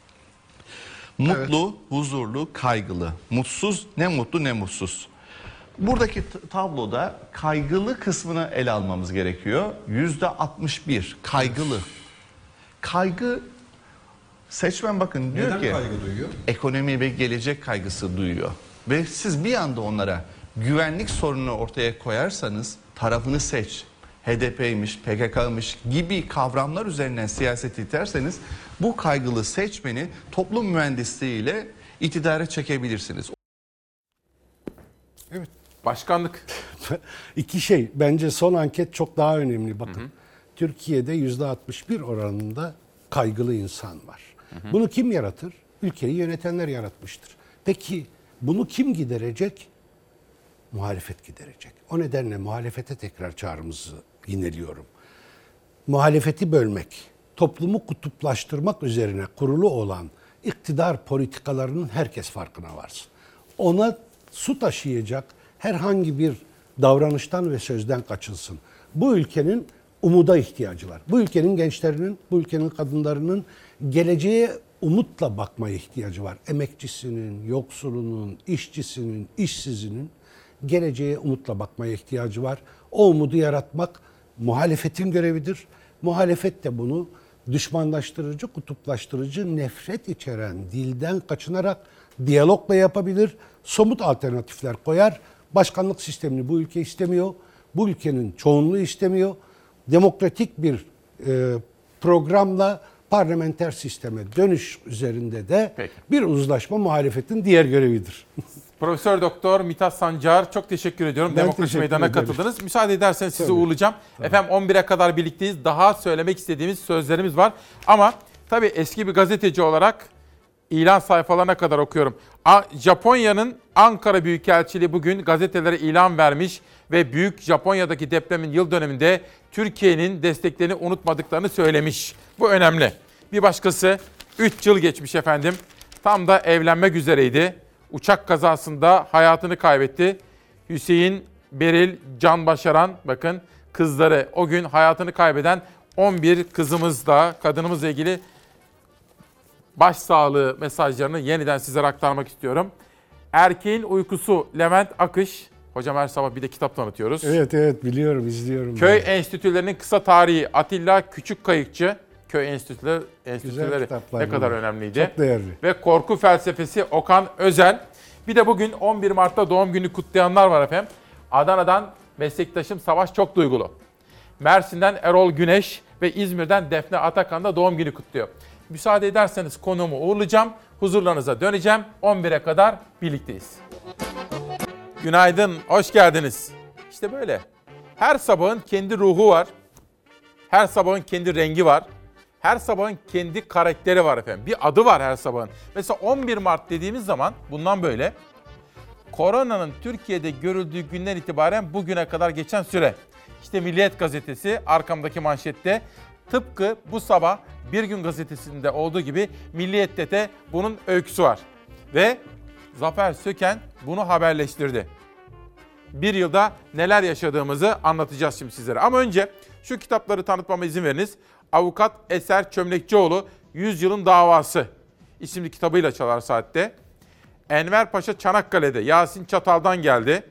Mutlu, huzurlu, kaygılı. Mutsuz, ne mutlu ne mutsuz. Buradaki tabloda kaygılı kısmını ele almamız gerekiyor. %61 kaygılı. Kaygı, seçmen bakın diyor ki ekonomi ve gelecek kaygısı duyuyor. Ve siz bir anda onlara güvenlik sorununu ortaya koyarsanız tarafını seç, HDP'ymiş, PKK'ymış gibi kavramlar üzerinden siyaset iterseniz bu kaygılı seçmeni toplum mühendisliğiyle iktidara çekebilirsiniz. Evet. Başkanlık. İki şey. Bence son anket çok daha önemli. Bakın. Türkiye'de %61 oranında kaygılı insan var. Bunu kim yaratır? Ülkeyi yönetenler yaratmıştır. Peki bunu kim giderecek? Muhalefet giderecek. O nedenle muhalefete tekrar çağrımızı yineliyorum. Muhalefeti bölmek, toplumu kutuplaştırmak üzerine kurulu olan iktidar politikalarının herkes farkına varsın. Ona su taşıyacak herhangi bir davranıştan ve sözden kaçınsın. Bu ülkenin umuda ihtiyacı var. Bu ülkenin gençlerinin, bu ülkenin kadınlarının geleceğe umutla bakmaya ihtiyacı var. Emekçisinin, yoksulunun, işçisinin, işsizinin geleceğe umutla bakmaya ihtiyacı var. O umudu yaratmak muhalefetin görevidir. Muhalefet de bunu düşmanlaştırıcı, kutuplaştırıcı, nefret içeren dilden kaçınarak diyalogla yapabilir. Somut alternatifler koyar. Başkanlık sistemini bu ülke istemiyor. Bu ülkenin çoğunluğu istemiyor. Demokratik bir programla parlamenter sisteme dönüş üzerinde de bir uzlaşma muhalefetin diğer görevidir. Profesör Doktor Mithat Sancar, çok teşekkür ediyorum. Ben Demokrasi teşekkür Meydanı'na ederim. katıldınız. Müsaade ederseniz sizi Tabii. uğurlayacağım. Tabii. Efendim 11'e kadar birlikteyiz. Daha söylemek istediğimiz sözlerimiz var. Ama tabii eski bir gazeteci olarak ilan sayfalarına kadar okuyorum. Japonya'nın Ankara Büyükelçiliği bugün gazetelere ilan vermiş ve Büyük Japonya'daki depremin yıl dönümünde Türkiye'nin desteklerini unutmadıklarını söylemiş. Bu önemli. Bir başkası 3 yıl geçmiş efendim. Tam da evlenmek üzereydi. Uçak kazasında hayatını kaybetti. Hüseyin Beril Can Başaran, bakın kızları, o gün hayatını kaybeden 11 kızımız da kadınımızla ilgili başsağlığı mesajlarını yeniden sizlere aktarmak istiyorum. Erkeğin Uykusu Levent Akış. Hocam her sabah bir de kitap tanıtıyoruz. Evet biliyorum, izliyorum. Köy enstitülerinin kısa tarihi Atilla Küçükkayıkçı. Köy enstitüleri ne kadar önemliydi. Çok değerli. Ve korku felsefesi Okan Özel. Bir de bugün 11 Mart'ta doğum günü kutlayanlar var efendim. Adana'dan meslektaşım Savaş çok duygulu. Mersin'den Erol Güneş ve İzmir'den Defne Atakan da doğum günü kutluyor. Müsaade ederseniz konuğumu uğurlayacağım. Huzurlarınıza döneceğim. 11'e kadar birlikteyiz. Günaydın, hoş geldiniz. İşte böyle. Her sabahın kendi ruhu var. Her sabahın kendi rengi var. Her sabahın kendi karakteri var efendim. Bir adı var her sabahın. Mesela 11 Mart dediğimiz zaman bundan böyle. Koronanın Türkiye'de görüldüğü günden itibaren bugüne kadar geçen süre. İşte Milliyet Gazetesi arkamdaki manşette. Tıpkı bu sabah Bir Gün Gazetesi'nde olduğu gibi Milliyet'te de bunun öyküsü var. Ve Zafer Söken bunu haberleştirdi. Bir yılda neler yaşadığımızı anlatacağız şimdi sizlere. Ama önce şu kitapları tanıtmama izin veriniz. Avukat Eser Çömlekçioğlu 100 Yılın Davası isimli kitabıyla Çalar Saat'te. Enver Paşa Çanakkale'de Yasin Çatal'dan geldi.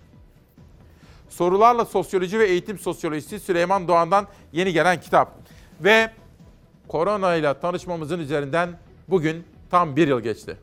Sorularla Sosyoloji ve Eğitim Sosyolojisi Süleyman Doğan'dan yeni gelen kitap. Ve korona ile tanışmamızın üzerinden bugün tam bir yıl geçti.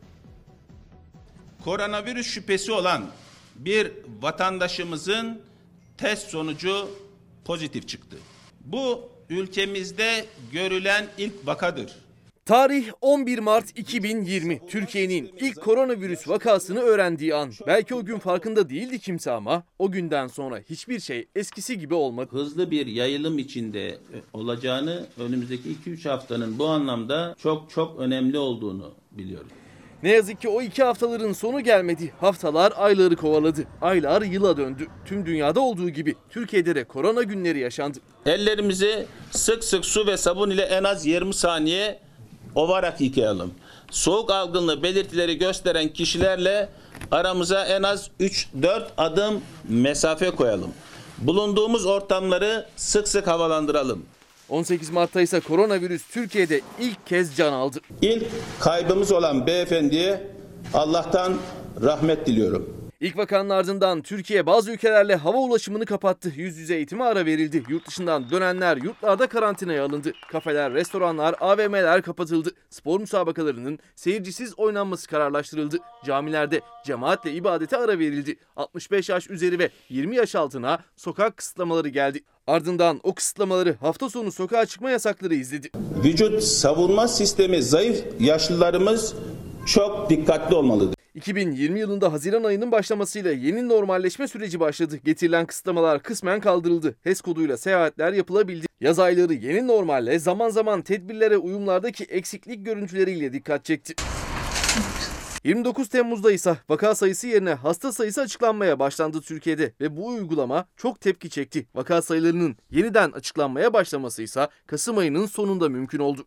Koronavirüs şüphesi olan bir vatandaşımızın test sonucu pozitif çıktı. Bu ülkemizde görülen ilk vakadır. Tarih 11 Mart 2020. Türkiye'nin ilk koronavirüs vakasını öğrendiği an. Belki o gün farkında değildi kimse ama o günden sonra hiçbir şey eskisi gibi olmadı. Hızlı bir yayılım içinde olacağını, önümüzdeki 2-3 haftanın bu anlamda çok önemli olduğunu biliyoruz. Ne yazık ki o 2 haftaların sonu gelmedi. Haftalar ayları kovaladı. Aylar yıla döndü. Tüm dünyada olduğu gibi Türkiye'de de korona günleri yaşandı. Ellerimizi sık sık su ve sabun ile en az 20 saniye ovarak yıkayalım. Soğuk algınlığı belirtileri gösteren kişilerle aramıza en az 3-4 adım mesafe koyalım. Bulunduğumuz ortamları sık sık havalandıralım. 18 Mart'ta ise koronavirüs Türkiye'de ilk kez can aldı. İlk kaybımız olan beyefendiye Allah'tan rahmet diliyorum. İlk vakanın ardından Türkiye bazı ülkelerle hava ulaşımını kapattı. Yüz yüze eğitime ara verildi. Yurt dışından dönenler yurtlarda karantinaya alındı. Kafeler, restoranlar, AVM'ler kapatıldı. Spor müsabakalarının seyircisiz oynanması kararlaştırıldı. Camilerde cemaatle ibadete ara verildi. 65 yaş üzeri ve 20 yaş altına sokak kısıtlamaları geldi. Ardından o kısıtlamaları hafta sonu sokağa çıkma yasakları izledi. Vücut savunma sistemi zayıf yaşlılarımız çok dikkatli olmalıdır. 2020 yılında Haziran ayının başlamasıyla yeni normalleşme süreci başladı. Getirilen kısıtlamalar kısmen kaldırıldı. HES koduyla seyahatler yapılabildi. Yaz ayları yeni normalle zaman zaman tedbirlere uyumlardaki eksiklik görüntüleriyle dikkat çekti. 29 Temmuz'da ise vaka sayısı yerine hasta sayısı açıklanmaya başlandı Türkiye'de ve bu uygulama çok tepki çekti. Vaka sayılarının yeniden açıklanmaya başlaması ise Kasım ayının sonunda mümkün oldu.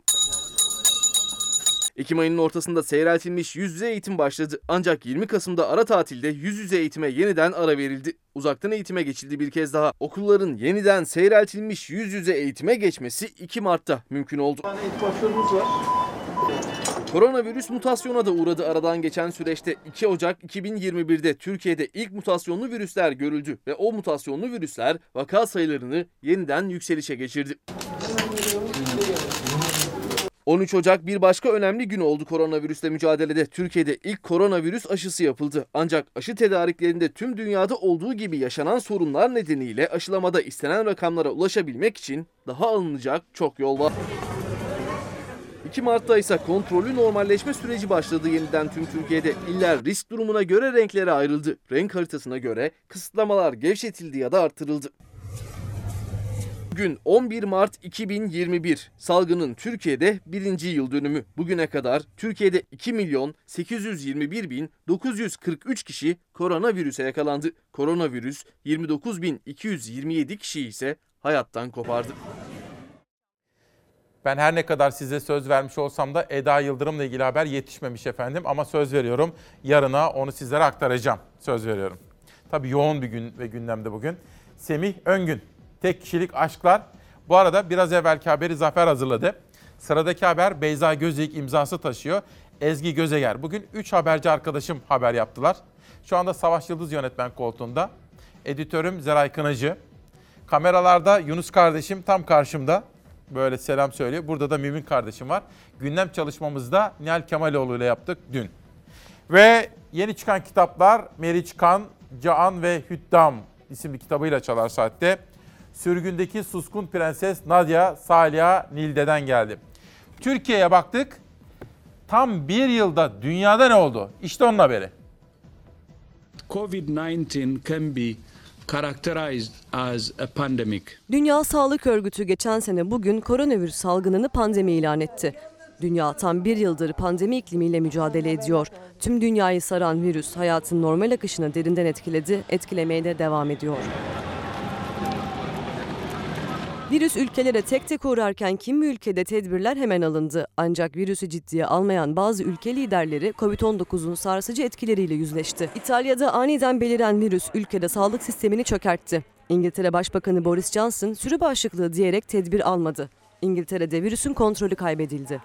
Ekim ayının ortasında seyreltilmiş yüz yüze eğitim başladı. Ancak 20 Kasım'da ara tatilde yüz yüze eğitime yeniden ara verildi. Uzaktan eğitime geçildi bir kez daha. Okulların yeniden seyreltilmiş yüz yüze eğitime geçmesi 2 Mart'ta mümkün oldu. Koronavirüs mutasyona da uğradı aradan geçen süreçte. 2 Ocak 2021'de Türkiye'de ilk mutasyonlu virüsler görüldü ve o mutasyonlu virüsler vaka sayılarını yeniden yükselişe geçirdi. 13 Ocak bir başka önemli gün oldu koronavirüsle mücadelede. Türkiye'de ilk koronavirüs aşısı yapıldı. Ancak aşı tedariklerinde tüm dünyada olduğu gibi yaşanan sorunlar nedeniyle aşılamada istenen rakamlara ulaşabilmek için daha alınacak çok yol var. 2 Mart'ta ise kontrollü normalleşme süreci başladı yeniden tüm Türkiye'de. İller risk durumuna göre renklere ayrıldı. Renk haritasına göre kısıtlamalar gevşetildi ya da artırıldı. Bugün 11 Mart 2021. Salgının Türkiye'de 1. yıl dönümü. Bugüne kadar Türkiye'de 2.821.943 kişi koronavirüse yakalandı. Koronavirüs 29.227 kişiyi ise hayattan kopardı. Ben her ne kadar size söz vermiş olsam da Eda Yıldırım'la ilgili haber yetişmemiş efendim. Ama söz veriyorum, yarına onu sizlere aktaracağım. Söz veriyorum. Tabii yoğun bir gün ve gündemde bugün. Semih Öngün, tek kişilik aşklar. Bu arada biraz evvelki haberi Zafer hazırladı. Sıradaki haber Beyza Gözeyik imzası taşıyor. Ezgi Gözeger. Bugün 3 haberci arkadaşım haber yaptılar. Şu anda Savaş Yıldız yönetmen koltuğunda. Editörüm Zeray Kınacı. Kameralarda Yunus kardeşim tam karşımda. Böyle selam söylüyor. Burada da Mümin kardeşim var. Gündem çalışmamızda Nihal Kemaloğlu ile yaptık dün. Ve yeni çıkan kitaplar Meriç Kan, Caan ve Hüddam isimli kitabıyla Çalar Saat'te. Sürgündeki suskun prenses Nadia Saliha Nilde'den geldi. Türkiye'ye baktık. Tam bir yılda dünyada ne oldu? İşte onun haberi. COVID-19 can be characterized as a pandemic. Dünya Sağlık Örgütü geçen sene bugün koronavirüs salgınını pandemi ilan etti. Dünya tam bir yıldır pandemi iklimiyle mücadele ediyor. Tüm dünyayı saran virüs hayatın normal akışını derinden etkiledi, etkilemeye de devam ediyor. Virüs ülkelere tek tek uğrarken kimi ülkede tedbirler hemen alındı. Ancak virüsü ciddiye almayan bazı ülke liderleri Covid-19'un sarsıcı etkileriyle yüzleşti. İtalya'da aniden beliren virüs ülkede sağlık sistemini çökertti. İngiltere Başbakanı Boris Johnson sürü bağışıklığı diyerek tedbir almadı. İngiltere'de virüsün kontrolü kaybedildi.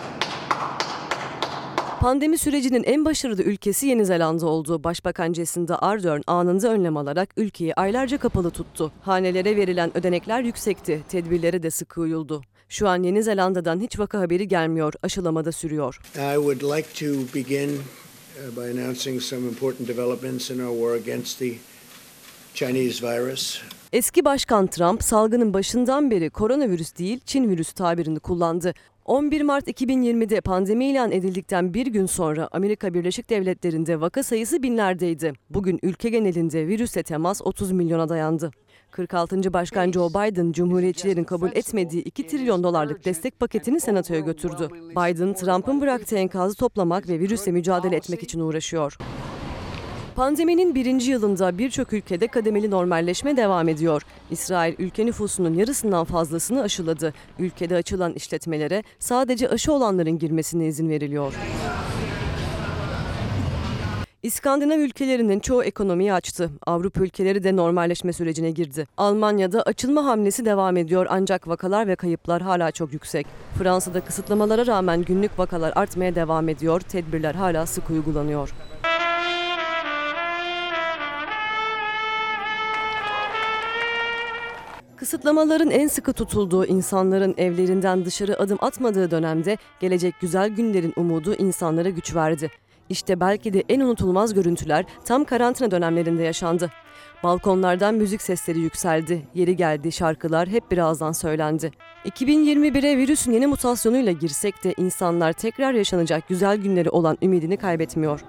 Pandemi sürecinin en başarılı ülkesi Yeni Zelanda oldu. Başbakan Jacinda Ardern anında önlem alarak ülkeyi aylarca kapalı tuttu. Hanelere verilen ödenekler yüksekti, tedbirlere de sıkı uyuldu. Şu an Yeni Zelanda'dan hiç vaka haberi gelmiyor, aşılama da sürüyor. I would like to begin by announcing some important developments in our war against the Chinese virus. Eski Başkan Trump salgının başından beri koronavirüs değil Çin virüsü tabirini kullandı. 11 Mart 2020'de pandemi ilan edildikten bir gün sonra Amerika Birleşik Devletleri'nde vaka sayısı binlerdeydi. Bugün ülke genelinde virüsle temas 30 milyona dayandı. 46. Başkan Joe Biden, Cumhuriyetçilerin kabul etmediği 2 trilyon dolarlık destek paketini Senato'ya götürdü. Biden, Trump'ın bıraktığı enkazı toplamak ve virüsle mücadele etmek için uğraşıyor. Pandeminin 1. yılında birçok ülkede kademeli normalleşme devam ediyor. İsrail ülke nüfusunun yarısından fazlasını aşıladı. Ülkede açılan işletmelere sadece aşı olanların girmesine izin veriliyor. İskandinav ülkelerinin çoğu ekonomiyi açtı. Avrupa ülkeleri de normalleşme sürecine girdi. Almanya'da açılma hamlesi devam ediyor ancak vakalar ve kayıplar hala çok yüksek. Fransa'da kısıtlamalara rağmen günlük vakalar artmaya devam ediyor. Tedbirler hala sık uygulanıyor. Kısıtlamaların en sıkı tutulduğu, insanların evlerinden dışarı adım atmadığı dönemde gelecek güzel günlerin umudu insanlara güç verdi. İşte belki de en unutulmaz görüntüler tam karantina dönemlerinde yaşandı. Balkonlardan müzik sesleri yükseldi. Yeri geldi şarkılar hep birazdan söylendi. 2021'e virüsün yeni mutasyonuyla girsek de insanlar tekrar yaşanacak güzel günleri olan ümidini kaybetmiyor.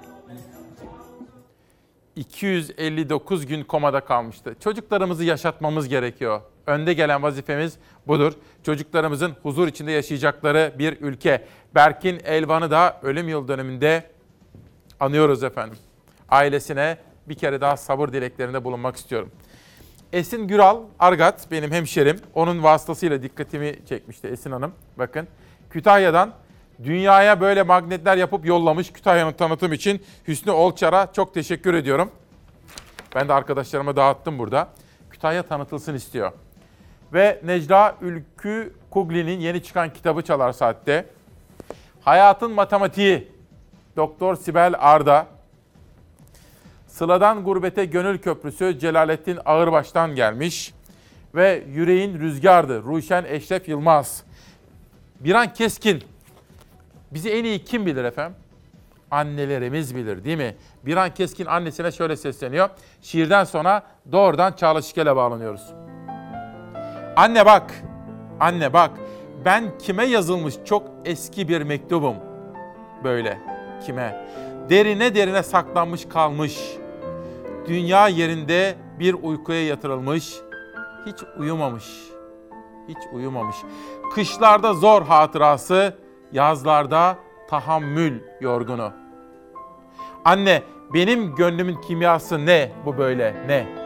259 gün komada kalmıştı. Çocuklarımızı yaşatmamız gerekiyor. Önde gelen vazifemiz budur. Çocuklarımızın huzur içinde yaşayacakları bir ülke. Berkin Elvan'ı da ölüm yıl dönümünde anıyoruz efendim. Ailesine bir kere daha sabır dileklerinde bulunmak istiyorum. Esin Güral Argat benim hemşerim. Onun vasıtasıyla dikkatimi çekmişti Esin Hanım. Bakın Kütahya'dan dünyaya böyle magnetler yapıp yollamış Kütahya'nın tanıtım için Hüsnü Olçar'a çok teşekkür ediyorum. Ben de arkadaşlarıma dağıttım burada. Kütahya tanıtılsın istiyor. Ve Necla Ülkü Kugli'nin yeni çıkan kitabı Çalar Saat'te. Hayatın Matematiği Doktor Sibel Arda. Sıla'dan Gurbete Gönül Köprüsü Celalettin Ağırbaş'tan gelmiş. Ve Yüreğin Rüzgardı Ruşen Eşref Yılmaz. Biran Keskin. Bizi en iyi kim bilir efendim? Annelerimiz bilir değil mi? Biran Keskin annesine şöyle sesleniyor. Şiirden sonra doğrudan Çağla Şikel'e bağlanıyoruz. Anne bak, anne bak. Ben kime yazılmış çok eski bir mektubum. Böyle, kime? Derine derine saklanmış kalmış. Dünya yerinde bir uykuya yatırılmış. Hiç uyumamış. Hiç uyumamış. Kışlarda zor hatırası, yazlarda tahammül yorgunu. Anne, benim gönlümün kimyası ne bu böyle, ne?